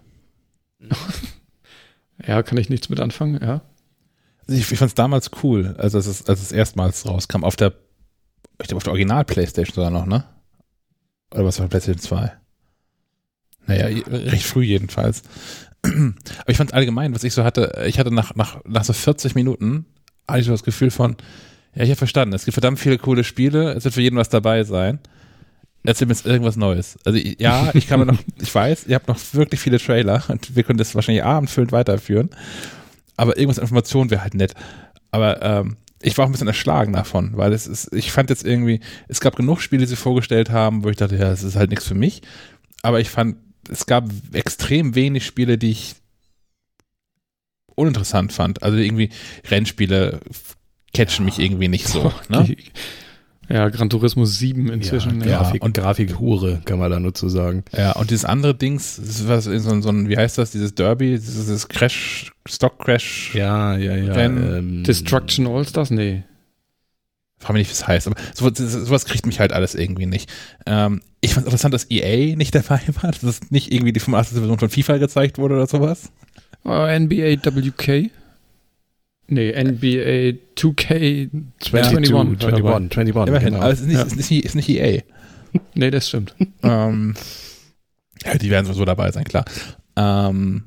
Ja, kann ich nichts mit anfangen, ja.
Ich, ich fand es damals cool, also als es, als es erstmals rauskam, auf der, ich glaube auf der Original-Playstation sogar noch, ne? Oder was war PlayStation zwei? Naja, recht früh jedenfalls. Aber ich fand allgemein, was ich so hatte, ich hatte nach, nach, nach so vierzig Minuten, hatte ich so das Gefühl von, ja, ich habe verstanden, es gibt verdammt viele coole Spiele, es wird für jeden was dabei sein. Erzähl mir jetzt irgendwas Neues. Also ja, ich kann mir noch, ich weiß, ihr habt noch wirklich viele Trailer und wir können das wahrscheinlich abendfüllend weiterführen, aber irgendwas Information wäre halt nett. Aber ähm, ich war auch ein bisschen erschlagen davon, weil es ist, ich fand jetzt irgendwie, es gab genug Spiele, die sie vorgestellt haben, wo ich dachte, ja, es ist halt nichts für mich, aber ich fand, es gab extrem wenig Spiele, die ich uninteressant fand. Also irgendwie Rennspiele catchen mich irgendwie nicht so. Ne?
Ja, Gran Turismo sieben inzwischen.
Ja, Grafik, ja. Und Grafikhure, kann man da nur zu sagen.
Ja, und dieses andere Dings, das ist was, so, so ein, wie heißt das, dieses Derby, dieses Crash, Stock Crash.
Ja, ja, ja.
Ähm, Destruction All-Stars? Nee.
Frag mich nicht, was das heißt, aber sowas, sowas kriegt mich halt alles irgendwie nicht. Ähm, ich fand es interessant, dass E A nicht dabei war, dass es nicht irgendwie die fünfundachtzigste Version von FIFA gezeigt wurde oder sowas.
Oh, N B A W K? Nee, N B A two K
zweiundzwanzig. einundzwanzig,
Immerhin, genau. Aber es ist nicht, ja. ist nicht, ist nicht E A.
Nee, das stimmt.
ähm, ja, die werden sowieso dabei sein, klar. Ähm,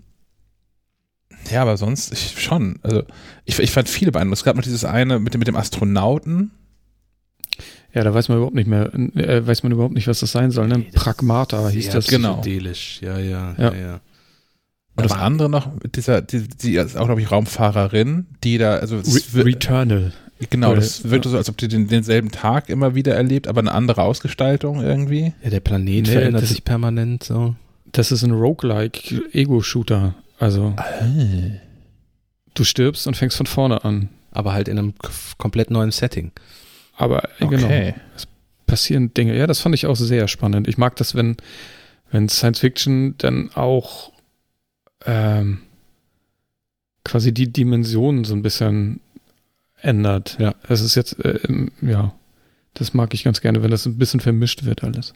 ja, aber sonst ich, schon. Also ich, ich fand viele beeindruckend. Es gab noch dieses eine mit dem, mit dem Astronauten.
Ja, da weiß man überhaupt nicht mehr, äh, weiß man überhaupt nicht, was das sein soll. Ne? Nee, Pragmata hieß das.
Genau.
Psychedelisch, ja, ja, ja, ja.
Und das andere noch, mit dieser, die, die ist auch, glaube ich, Raumfahrerin, die da, also
Re- Returnal.
Genau, das wirkte ja so, als ob die den, denselben Tag immer wieder erlebt, aber eine andere Ausgestaltung irgendwie.
Ja, der Planet nee, verändert sich permanent so.
Das ist ein Roguelike Ego-Shooter. Also
ah.
du stirbst und fängst von vorne an.
Aber halt in einem k- komplett neuen Setting.
Aber okay. Genau, es passieren Dinge. Ja, das fand ich auch sehr spannend. Ich mag das, wenn, wenn Science Fiction dann auch ähm, quasi die Dimensionen so ein bisschen ändert.
Ja.
Es ist jetzt, äh, ja, das mag ich ganz gerne, wenn das ein bisschen vermischt wird alles.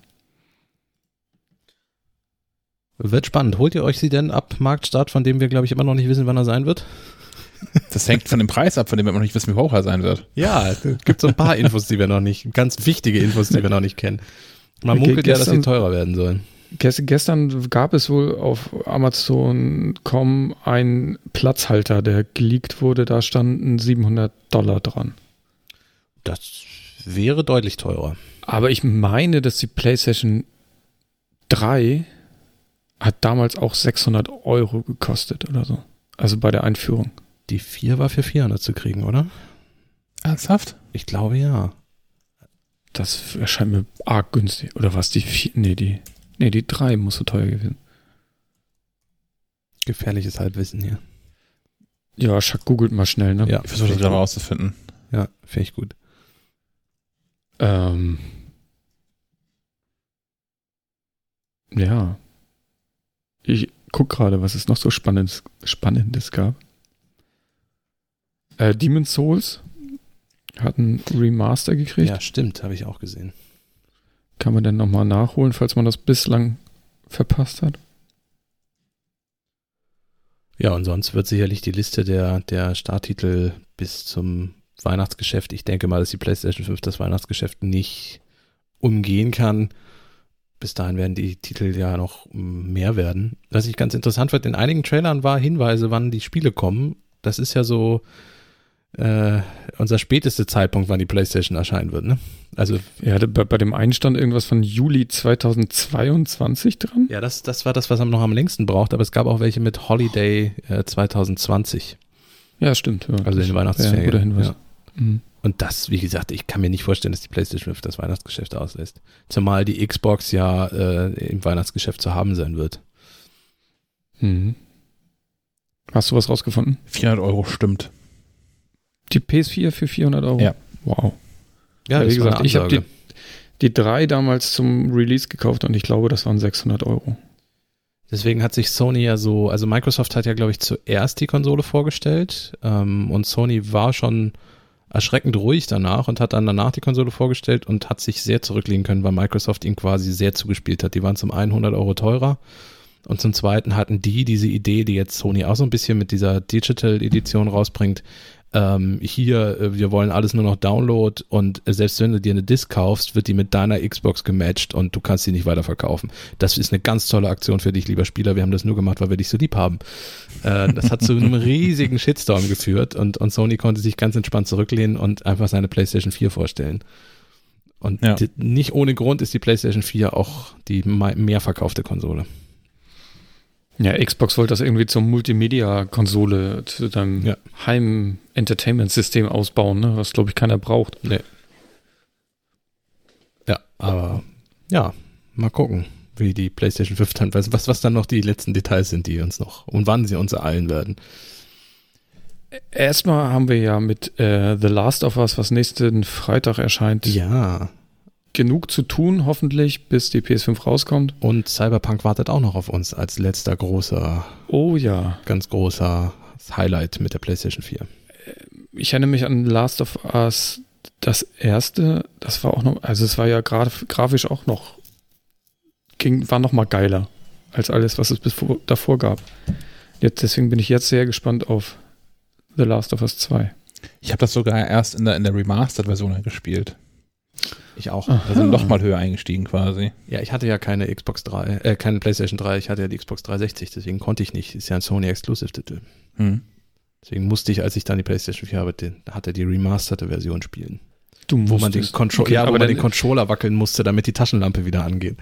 Wird spannend. Holt ihr euch sie denn ab Marktstart, von dem wir, glaube ich, immer noch nicht wissen, wann er sein wird?
Das hängt von dem Preis ab, von dem wir noch nicht wissen, wie hoch er sein wird.
Ja, es gibt so ein paar Infos, die wir noch nicht, ganz wichtige Infos, die wir noch nicht kennen. Man
Okay,
munkelt ja, dass sie
gestern-
teurer werden sollen.
Gest- Gestern gab es wohl auf Amazon Punkt com einen Platzhalter, der geleakt wurde, da standen siebenhundert Dollar dran.
Das wäre deutlich teurer.
Aber ich meine, dass die PlayStation drei hat damals auch sechshundert Euro gekostet oder so. Also bei der Einführung.
Die vier war für vierhundert zu kriegen, oder?
Ernsthaft?
Ich glaube ja.
Das erscheint mir arg günstig. Oder was? Die vier? Nee, die, nee, die drei muss so teuer gewesen.
Gefährliches Halbwissen hier.
Ja, Schack googelt mal schnell, ne?
Ja,
Ich versuche das gerade rauszufinden.
Ja, finde ich gut.
Ähm. Ja. Ich guck gerade, was es noch so Spannendes, Spannendes gab. Äh, Demon's Souls hat ein Remaster gekriegt.
Ja, stimmt, habe ich auch gesehen.
Kann man denn nochmal nachholen, falls man das bislang verpasst hat?
Ja, und sonst wird sicherlich die Liste der, der Starttitel bis zum Weihnachtsgeschäft, ich denke mal, dass die PlayStation fünf das Weihnachtsgeschäft nicht umgehen kann. Bis dahin werden die Titel ja noch mehr werden. Was ich ganz interessant fand, in einigen Trailern war Hinweise, wann die Spiele kommen. Das ist ja so äh, unser spätester Zeitpunkt, wann die PlayStation erscheinen wird, ne? Also
Ja, bei, bei dem einen stand irgendwas von Juli zweitausendzweiundzwanzig dran.
ja, das, das war das, was man noch am längsten braucht, aber es gab auch welche mit Holiday äh, zwanzig zwanzig.
Ja, stimmt. Ja.
Also in den
Ja,
Weihnachtsferien.
guter Hinweis.
Ja.
Mhm.
Und das, wie gesagt, ich kann mir nicht vorstellen, dass die PlayStation fünf das Weihnachtsgeschäft auslässt. Zumal die Xbox ja äh, im Weihnachtsgeschäft zu haben sein wird.
Mhm. Hast du was rausgefunden?
vierhundert Euro stimmt.
Die P S vier für vierhundert Euro?
Ja.
Wow.
Ja,
Ja,
das
wie
war
gesagt,
eine
ich habe
Ansage.
die, die drei damals zum Release gekauft und ich glaube, das waren sechshundert Euro.
Deswegen hat sich Sony ja so, also Microsoft hat ja, glaube ich, zuerst die Konsole vorgestellt ähm, und Sony war schon erschreckend ruhig danach und hat dann danach die Konsole vorgestellt und hat sich sehr zurücklehnen können, weil Microsoft ihn quasi sehr zugespielt hat. Die waren zum einen hundert Euro teurer und zum zweiten hatten die diese Idee, die jetzt Sony auch so ein bisschen mit dieser Digital-Edition rausbringt, ähm, hier, äh, wir wollen alles nur noch Download und äh, selbst wenn du dir eine Disc kaufst, wird die mit deiner Xbox gematcht und du kannst sie nicht weiterverkaufen. Das ist eine ganz tolle Aktion für dich, lieber Spieler. Wir haben das nur gemacht, weil wir dich so lieb haben. Äh, das hat zu einem riesigen Shitstorm geführt und, und Sony konnte sich ganz entspannt zurücklehnen und einfach seine PlayStation vier vorstellen. Und
Ja.
die, nicht ohne Grund ist die PlayStation vier auch die me- mehr verkaufte Konsole.
Ja, Xbox wollte das irgendwie zur Multimedia-Konsole, zu deinem
Ja.
Heim-Entertainment-System ausbauen, ne? Was, glaube ich, keiner braucht.
Nee. Ja, aber ja, mal gucken, wie die PlayStation fünf dann, was, was dann noch die letzten Details sind, die uns noch und wann sie uns ereilen werden.
Erstmal haben wir ja mit äh, The Last of Us, was nächsten Freitag erscheint,
Ja,
genug zu tun, hoffentlich, bis die P S fünf rauskommt.
und Cyberpunk wartet auch noch auf uns als letzter großer,
Oh ja.
ganz großer Highlight mit der PlayStation vier.
Ich erinnere mich an Last of Us, das erste, das war auch noch, also es war ja graf, grafisch auch noch, ging, war noch mal geiler als alles, was es bis vor, davor gab. Jetzt, deswegen bin ich jetzt sehr gespannt auf The Last of Us zwei.
Ich habe das sogar erst in der, in der Remastered-Version gespielt.
Ich auch.
Also nochmal höher eingestiegen quasi.
Ja, ich hatte ja keine Xbox drei, äh, keine PlayStation drei, ich hatte ja die Xbox dreihundertsechzig, deswegen konnte ich nicht. Ist ja ein Sony-Exclusive-Titel.
Hm.
Deswegen musste ich, als ich dann die PlayStation vier habe, den, hatte die remasterte Version spielen.
Du
Wo man, den,
musstest.
Contro-
Okay,
ja, wo
aber
man
dann-
den Controller wackeln musste, damit die Taschenlampe wieder angeht.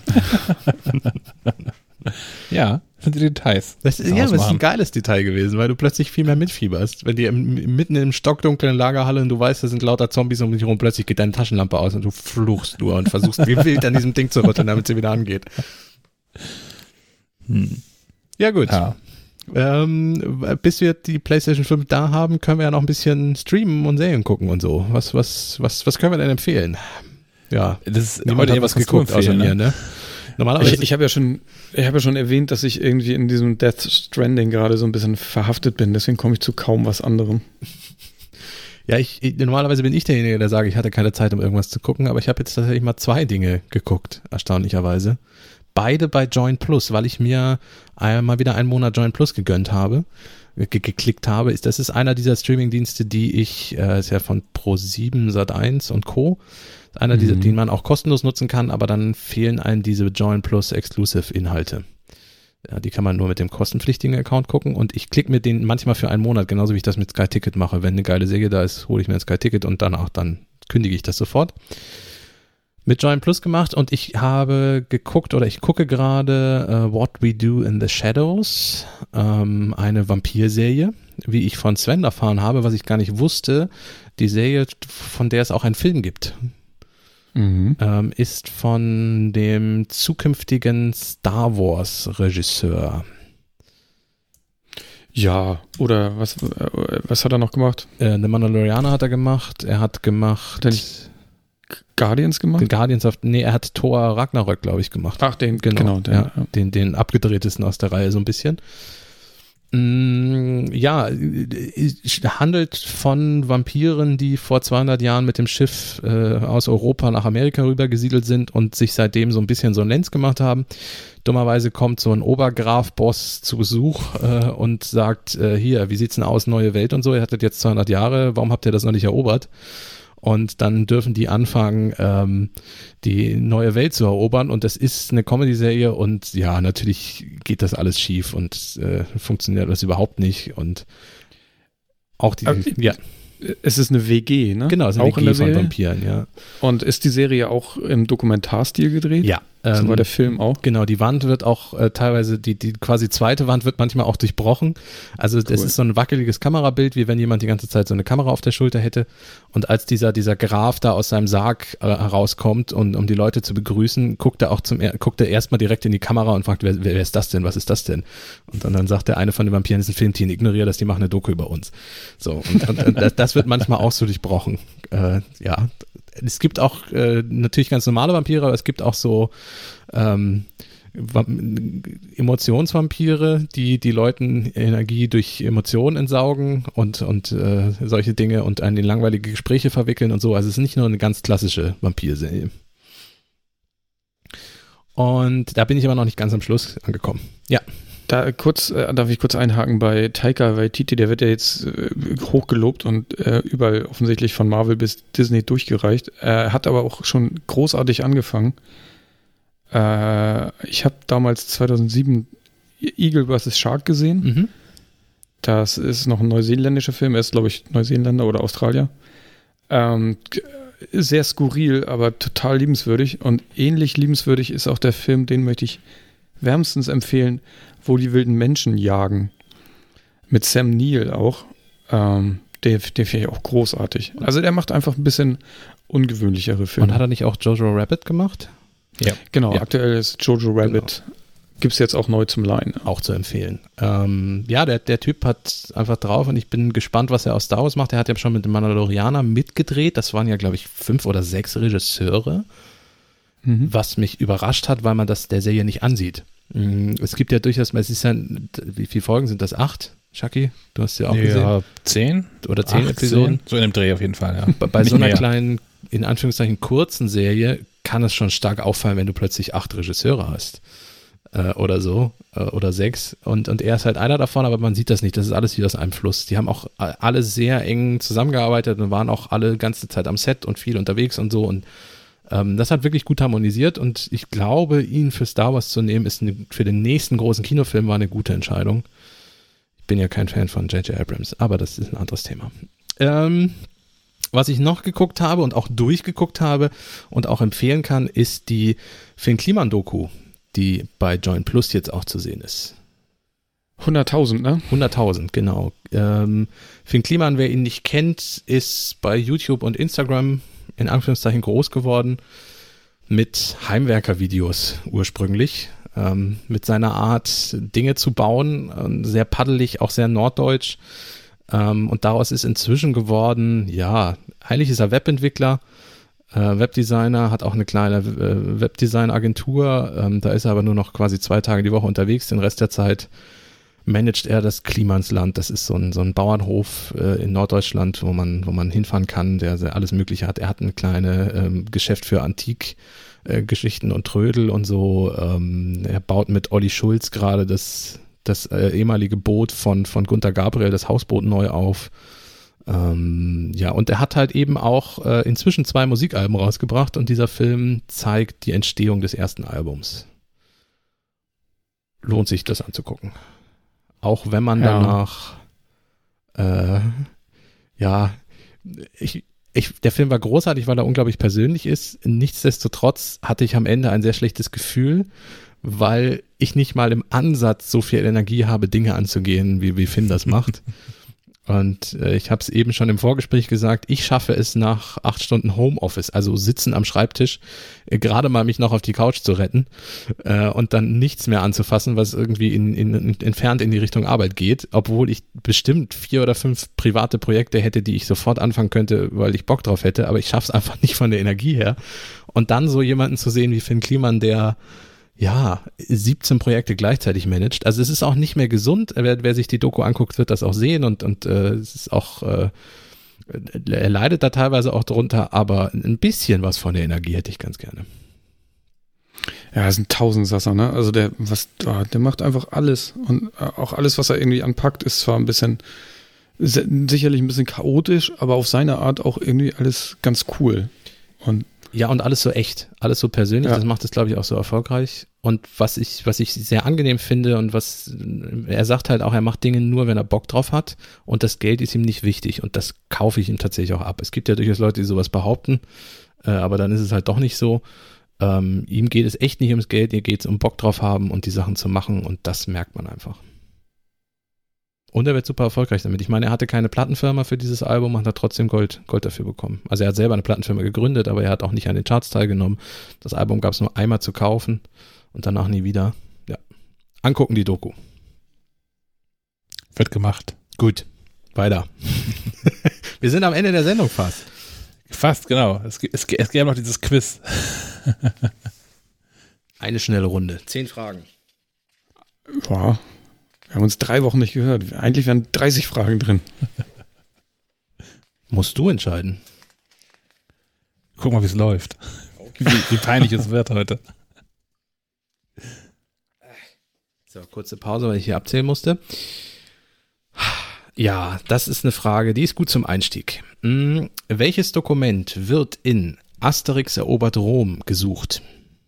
Ja, sind die Details.
Das ist,
Kann
ja, das ist
ausmachen.
ein geiles Detail gewesen, weil du plötzlich viel mehr mitfieberst. Wenn die im, mitten im stockdunklen Lagerhalle und du weißt, da sind lauter Zombies um dich herum, plötzlich geht deine Taschenlampe aus und du fluchst nur und versuchst wie wild an diesem Ding zu rütteln, damit sie wieder angeht.
Hm.
Ja gut.
Ja.
Ähm, bis wir die PlayStation fünf da haben, können wir ja noch ein bisschen streamen und Serien gucken und so. Was, was, was, was können wir denn empfehlen? Ja,
Das ist
niemand
heute
hat
eher
was
was
geguckt außer mir, ne? Normalerweise,
Ich, ich habe ja schon, ich habe ja schon erwähnt, dass ich irgendwie in diesem Death Stranding gerade so ein bisschen verhaftet bin, deswegen komme ich zu kaum was anderem.
Ja, ich, ich normalerweise bin ich derjenige, der sagt, ich hatte keine Zeit, um irgendwas zu gucken, aber ich habe jetzt tatsächlich mal zwei Dinge geguckt, erstaunlicherweise. Beide bei Join Plus, weil ich mir einmal wieder einen Monat Join Plus gegönnt habe, ge- geklickt habe. Ist, das ist einer dieser Streamingdienste, die ich, äh, ist ja von ProSieben, Sat eins und Co., einer dieser,
Mhm.
den man auch kostenlos nutzen kann, aber dann fehlen einem diese Join Plus Exclusive Inhalte. Ja, die kann man nur mit dem kostenpflichtigen Account gucken und ich klicke mir den manchmal für einen Monat, genauso wie ich das mit Sky Ticket mache. Wenn eine geile Serie da ist, hole ich mir ein Sky Ticket und danach dann kündige ich das sofort. Mit Join Plus gemacht und ich habe geguckt oder ich gucke gerade uh, What We Do in the Shadows, ähm, eine Vampirserie, wie ich von Sven erfahren habe, was ich gar nicht wusste. Die Serie, von der es auch einen Film gibt.
Mhm.
Ähm, ist von dem zukünftigen Star Wars Regisseur.
Ja, oder was, äh, was hat er noch gemacht?
Äh, The Mandalorianer hat er gemacht. Er hat gemacht
Hat er nicht Guardians gemacht?
den Guardians of, nee, er hat Thor Ragnarök, glaube ich, gemacht.
Ach, den,
Genau,
genau, den,
ja, den, den abgedrehtesten aus der Reihe so ein bisschen. Mm, ja, es handelt von Vampiren, die vor zweihundert Jahren mit dem Schiff äh, aus Europa nach Amerika rübergesiedelt sind und sich seitdem so ein bisschen so ein Lenz gemacht haben. Dummerweise kommt so ein Obergraf-Boss zu Besuch äh, und sagt, äh, hier, wie sieht's denn aus, neue Welt und so, ihr hattet jetzt zweihundert Jahre, warum habt ihr das noch nicht erobert? Und dann dürfen die anfangen, ähm, die neue Welt zu erobern. Und das ist eine Comedy-Serie und ja, natürlich geht das alles schief und äh, funktioniert das überhaupt nicht. Und auch die,
Aber,
ja,
Es ist eine W G, ne?
genau, es ist
auch
eine
in
W
der
G von
Serie.
Vampiren, ja.
Und ist die Serie auch im Dokumentarstil gedreht?
Ja.
So
ähm,
war der Film auch.
Genau, die Wand wird auch äh, teilweise, die, die quasi zweite Wand wird manchmal auch durchbrochen. Also das
Cool.
ist so ein wackeliges Kamerabild, wie wenn jemand die ganze Zeit so eine Kamera auf der Schulter hätte. Und als dieser, dieser Graf da aus seinem Sarg äh, herauskommt, und, um die Leute zu begrüßen, guckt er auch zum, er- guckt er erstmal direkt in die Kamera und fragt, wer, wer, wer ist das denn? Was ist das denn? Und dann, dann sagt der eine von den Vampiren, das ist ein Filmteam, ignoriere das, die machen eine Doku über uns. So, und, und, und das, das wird manchmal auch so durchbrochen. Äh, ja, es gibt auch äh, natürlich ganz normale Vampire, aber es gibt auch so ähm, Vamp- Emotionsvampire, die die Leuten Energie durch Emotionen entsaugen und, und äh, solche Dinge und einen in langweilige Gespräche verwickeln und so. Also es ist nicht nur eine ganz klassische Vampirserie. Und da bin ich aber noch nicht ganz am Schluss angekommen. Ja.
Da kurz, äh, darf ich kurz einhaken bei Taika Waititi, der wird ja jetzt äh, hochgelobt und äh, überall offensichtlich von Marvel bis Disney durchgereicht. Er hat aber auch schon großartig angefangen. Äh, ich habe damals zweitausendsieben Eagle versus. Shark gesehen.
Mhm.
Das ist noch ein neuseeländischer Film. Er ist, glaube ich, Neuseeländer oder Australier. Ähm, g- sehr skurril, aber total liebenswürdig. Und ähnlich liebenswürdig ist auch der Film, den möchte ich wärmstens empfehlen, Wo die wilden Menschen jagen. Mit Sam Neill auch. Ähm, den den finde ich auch großartig. Also der macht einfach ein bisschen ungewöhnlichere Filme.
Und hat er nicht auch Jojo Rabbit gemacht?
Ja.
genau,
Ja.
aktuell ist Jojo Rabbit. Gibt es jetzt auch neu zum Leihen.
Auch zu empfehlen. Ähm, ja, der, der Typ hat einfach drauf und ich bin gespannt, was er aus Star Wars macht. Er hat ja schon mit dem Mandalorianer mitgedreht. Das waren ja, glaube ich, fünf oder sechs Regisseure,
Mhm.
was mich überrascht hat, weil man das der Serie nicht ansieht. Mm, Es gibt ja durchaus, es ist ja, wie viele Folgen sind das? Acht? Shaki, du hast ja auch gesehen.
Ja, zehn?
Oder zehn
Acht,
Episoden.
So in dem Dreh auf jeden Fall, ja.
Bei, bei
Nicht
so einer
mehr.
kleinen, in Anführungszeichen kurzen Serie kann es schon stark auffallen, wenn du plötzlich acht Regisseure hast. Äh, oder so. Äh, oder sechs. Und, und er ist halt einer davon, aber man sieht das nicht. Das ist alles wie aus einem Fluss. Die haben auch a- alle sehr eng zusammengearbeitet und waren auch alle ganze Zeit am Set und viel unterwegs und so. Und ähm, das hat wirklich gut harmonisiert. Und ich glaube, ihn für Star Wars zu nehmen, ist eine, für den nächsten großen Kinofilm war eine gute Entscheidung. Ich bin ja kein Fan von J J Abrams, aber das ist ein anderes Thema. Ähm, was ich noch geguckt habe und auch durchgeguckt habe und auch empfehlen kann, ist die Finn Kliman-Doku, die bei Join Plus jetzt auch zu sehen ist.
hunderttausend, ne?
hunderttausend, genau. Ähm, Finn Kliman, wer ihn nicht kennt, ist bei YouTube und Instagram in Anführungszeichen groß geworden mit Heimwerker-Videos ursprünglich. Ähm, mit seiner Art, Dinge zu bauen, ähm, sehr paddelig, auch sehr norddeutsch. Ähm, und daraus ist inzwischen geworden, ja, eigentlich ist er Webentwickler, äh, Webdesigner, hat auch eine kleine äh, Webdesign-Agentur. Ähm, da ist er aber nur noch quasi zwei Tage die Woche unterwegs, den Rest der Zeit managt er das Klimansland. Das ist so ein, so ein Bauernhof äh, in Norddeutschland, wo man, wo man hinfahren kann, der, der alles Mögliche hat. Er hat ein kleines ähm, Geschäft für Antikgeschichten äh, und Trödel und so. Ähm, er baut mit Olli Schulz gerade das, das äh, ehemalige Boot von, von Gunter Gabriel, das Hausboot, neu auf. Ähm, ja, und er hat halt eben auch äh, inzwischen zwei Musikalben rausgebracht und dieser Film zeigt die Entstehung des ersten Albums. Lohnt sich, das anzugucken. Auch wenn man
ja.
danach äh, ja, ich, ich, der Film war großartig, weil er unglaublich persönlich ist. Nichtsdestotrotz hatte ich am Ende ein sehr schlechtes Gefühl, weil ich nicht mal im Ansatz so viel Energie habe, Dinge anzugehen, wie, wie Finn das macht. Und äh, ich habe es eben schon im Vorgespräch gesagt, ich schaffe es nach acht Stunden Homeoffice, also sitzen am Schreibtisch, äh, gerade mal mich noch auf die Couch zu retten äh, und dann nichts mehr anzufassen, was irgendwie in, in, in, entfernt in die Richtung Arbeit geht, obwohl ich bestimmt vier oder fünf private Projekte hätte, die ich sofort anfangen könnte, weil ich Bock drauf hätte, aber ich schaffe es einfach nicht von der Energie her. Und dann so jemanden zu sehen wie Finn Kliman, der ja, siebzehn Projekte gleichzeitig managt. Also es ist auch nicht mehr gesund. Wer, wer sich die Doku anguckt, wird das auch sehen und, und äh, es ist auch, äh, er leidet da teilweise auch drunter, aber ein bisschen was von der Energie hätte ich ganz gerne.
Ja, es sind Tausendsasser, ne? Also der, was, der macht einfach alles und auch alles, was er irgendwie anpackt, ist zwar ein bisschen, sicherlich ein bisschen chaotisch, aber auf seine Art auch irgendwie alles ganz cool. Und
ja, und alles so echt, alles so persönlich, ja. Das macht es, glaube ich, auch so erfolgreich. Und was ich, was ich sehr angenehm finde und was, er sagt halt auch, er macht Dinge nur, wenn er Bock drauf hat und das Geld ist ihm nicht wichtig und das kaufe ich ihm tatsächlich auch ab. Es gibt ja durchaus Leute, die sowas behaupten, äh, aber dann ist es halt doch nicht so. Ähm, ihm geht es echt nicht ums Geld, ihr geht es um Bock drauf haben und die Sachen zu machen und das merkt man einfach. Und er wird super erfolgreich damit. Ich meine, er hatte keine Plattenfirma für dieses Album und hat trotzdem Gold, Gold dafür bekommen. Also er hat selber eine Plattenfirma gegründet, aber er hat auch nicht an den Charts teilgenommen. Das Album gab es nur einmal zu kaufen und danach nie wieder. Ja. Angucken die Doku.
Wird gemacht.
Gut. Weiter. Wir sind am Ende der Sendung fast.
Fast, genau. Es, es, es gäbe noch dieses Quiz.
Eine schnelle Runde. Zehn Fragen.
Ja. Wir haben uns drei Wochen nicht gehört. Eigentlich wären dreißig Fragen drin.
Musst du entscheiden.
Guck mal, wie es läuft. Wie, wie peinlich es wird heute.
So, kurze Pause, weil ich hier abzählen musste. Ja, das ist eine Frage, die ist gut zum Einstieg. Hm, welches Dokument wird in Asterix erobert Rom gesucht?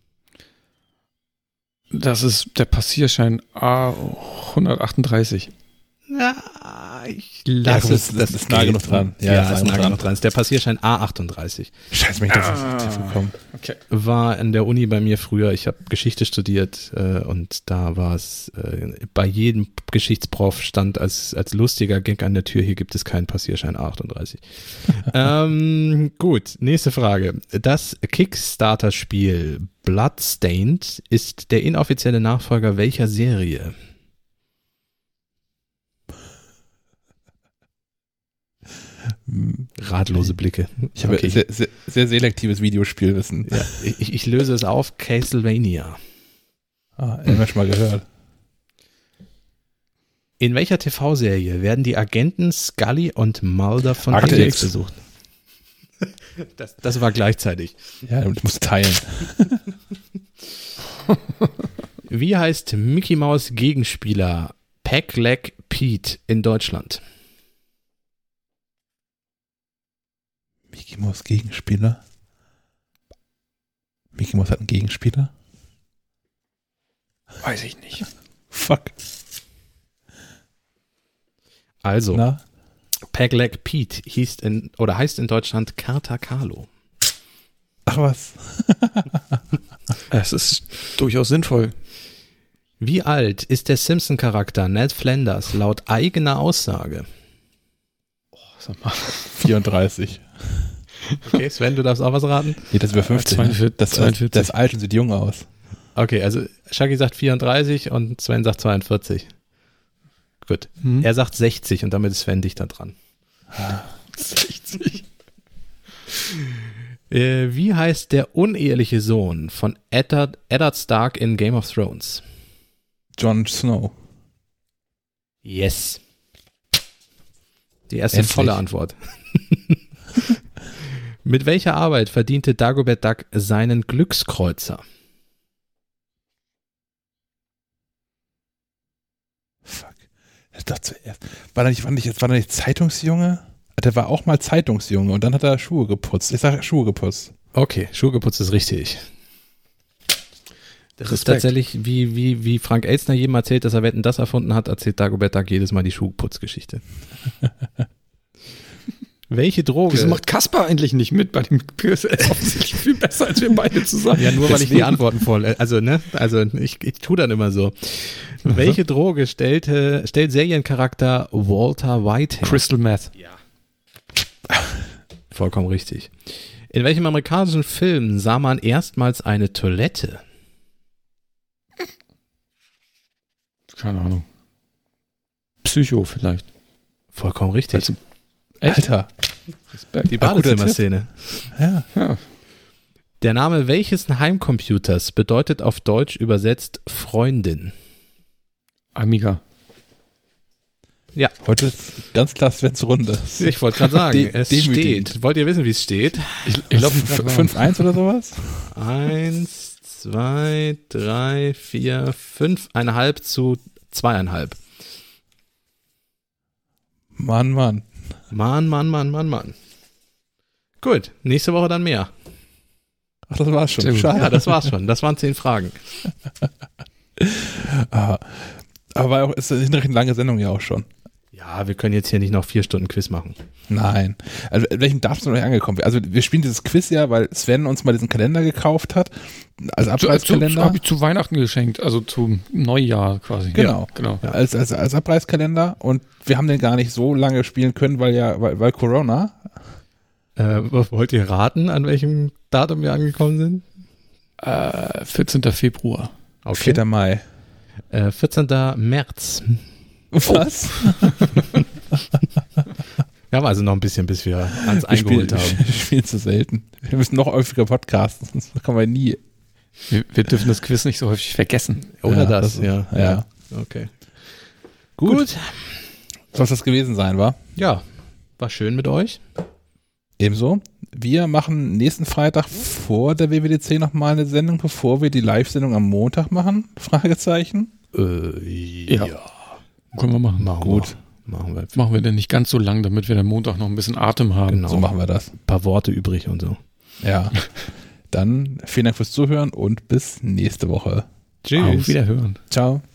Das ist der Passierschein A hundertachtunddreißig.
Ja, ich lasse
ja,
es.
Das ist nah genug dran.
Ja, ja ist nah genug dran. Das ist der Passierschein A achtunddreißig.
Scheiße, mich das ah, ist gekommen.
Okay.
War an der Uni bei mir früher. Ich habe Geschichte studiert äh, und da war es äh, bei jedem Geschichtsprof stand als, als lustiger Gag an der Tür, hier gibt es keinen Passierschein A achtunddreißig. ähm, gut, nächste Frage. Das Kickstarter-Spiel Bloodstained ist der inoffizielle Nachfolger welcher Serie? Ratlose Blicke.
Ich habe okay. sehr, sehr, sehr selektives Videospielwissen.
Ja, ich, ich löse es auf. Castlevania.
Ah, haben wir schon mal gehört.
In welcher T V-Serie werden die Agenten Scully und Mulder von
Akte
X besucht? Das, das war gleichzeitig.
Ja, ich muss teilen.
Wie heißt Mickey Mouse Gegenspieler Peg-Leg Pete in Deutschland?
Mickey Mouse Gegenspieler? Mickey Mouse hat einen Gegenspieler?
Weiß ich nicht.
Fuck.
Also,
Na?
Peg-Leg Pete hieß in, oder heißt in Deutschland Carta Carlo.
Ach was.
Es ist durchaus sinnvoll.
Wie alt ist der Simpson-Charakter Ned Flanders laut eigener Aussage?
Oh, sag mal.
vierunddreißig.
Okay, Sven, du darfst auch was raten?
Nee, das ist über fünfzehn.
zweiundvierzig,
das,
zweiundvierzig.
das ist alt und sieht jung aus.
Okay, also Shaggy sagt vierunddreißig und Sven sagt zweiundvierzig. Gut.
Hm.
Er sagt sechzig und damit ist Sven dichter dran.
sechzig.
Äh, wie heißt der uneheliche Sohn von Eddard, Eddard Stark in Game of Thrones?
Jon Snow.
Yes. Die erste
Endlich.
volle Antwort. Mit welcher Arbeit verdiente Dagobert Duck seinen Glückskreuzer?
Fuck. Doch zuerst. War da nicht, war nicht, war da nicht Zeitungsjunge? Der war auch mal Zeitungsjunge und dann hat er Schuhe geputzt. Ich sage Schuhe geputzt.
Okay, Schuhe geputzt ist richtig. Das ist
Respekt.
tatsächlich, wie, wie, wie Frank Elstner jedem erzählt, dass er Wetten, das erfunden hat, erzählt Dagobert Duck jedes Mal die Schuhputzgeschichte. Welche Droge?
Wieso macht Kaspar eigentlich nicht mit bei dem Quiz? Er ist offensichtlich viel besser als wir beide zusammen.
Ja, nur weil ich
Deswegen.
die Antworten voll, also, ne, also ich, ich tue dann immer so. Welche Droge stellte, stellt Seriencharakter Walter White her?
Crystal Meth.
Vollkommen richtig. In welchem amerikanischen Film sah man erstmals eine Toilette?
Keine Ahnung. Psycho vielleicht.
Vollkommen richtig.
Also, echt?
Alter.
Respekt.
Die
Ah, guter
Badezimmerszene.
Ja.
Ja.
Der Name welches Heimcomputers bedeutet auf Deutsch übersetzt Freundin?
Amiga.
Ja,
Heute ist ganz klar Svens Runde.
ich wollte gerade sagen,
De-
es
demütigend.
steht. Wollt ihr wissen, wie es steht?
Ich, ich glaube,
fünf eins oder sowas?
Eins, zwei, drei, vier, fünf, eineinhalb zu zweieinhalb.
Mann, Mann.
Mann, Mann, Mann, Mann, Mann. Gut, nächste Woche dann mehr.
Ach, das war's schon.
Sehr gut.
Schade.
Ja, das war's schon. Das waren zehn Fragen.
Ah, aber war auch, ist eine recht lange Sendung ja auch schon.
Ja, wir können jetzt hier nicht noch vier Stunden Quiz machen.
Nein. Also, in welchem Darf es noch nicht angekommen? Also, wir spielen dieses Quiz ja, weil Sven uns mal diesen Kalender gekauft hat. Als Abreißkalender.
Habe ich zu Weihnachten geschenkt, also zum Neujahr quasi.
Genau.
Ja, genau.
Ja.
Als, als, als Abreißkalender. Und wir haben den gar nicht so lange spielen können, weil ja, weil, weil Corona.
Äh, wollt ihr raten, an welchem Datum wir angekommen sind?
Äh, vierzehnten Februar.
vierter Mai.
Äh, vierzehnten März.
Was?
Wir haben also noch ein bisschen, bis wir ans
Wir
eingeholt
spielen,
haben.
wir spielen zu selten. Wir müssen noch häufiger podcasten, sonst kommen wir nie.
Wir, wir dürfen das Quiz nicht so häufig vergessen.
Oder
Ja,
das,
das-
ja.
ja.
Okay.
Gut.
Gut.
Soll das gewesen sein, war?
Ja, war schön mit euch.
Ebenso. Wir machen nächsten Freitag vor der W W D C nochmal eine Sendung, bevor wir die Live-Sendung am Montag machen? Fragezeichen.
Äh,
Ja. Können wir machen.
Machen
Gut.
Wir. Machen wir.
Machen wir denn nicht ganz so lang, damit wir am Montag noch ein bisschen Atem haben.
Genau.
So machen wir das.
Ein paar Worte übrig und so.
Ja. Dann vielen Dank fürs Zuhören und bis nächste Woche.
Auf Wiederhören.
Ciao.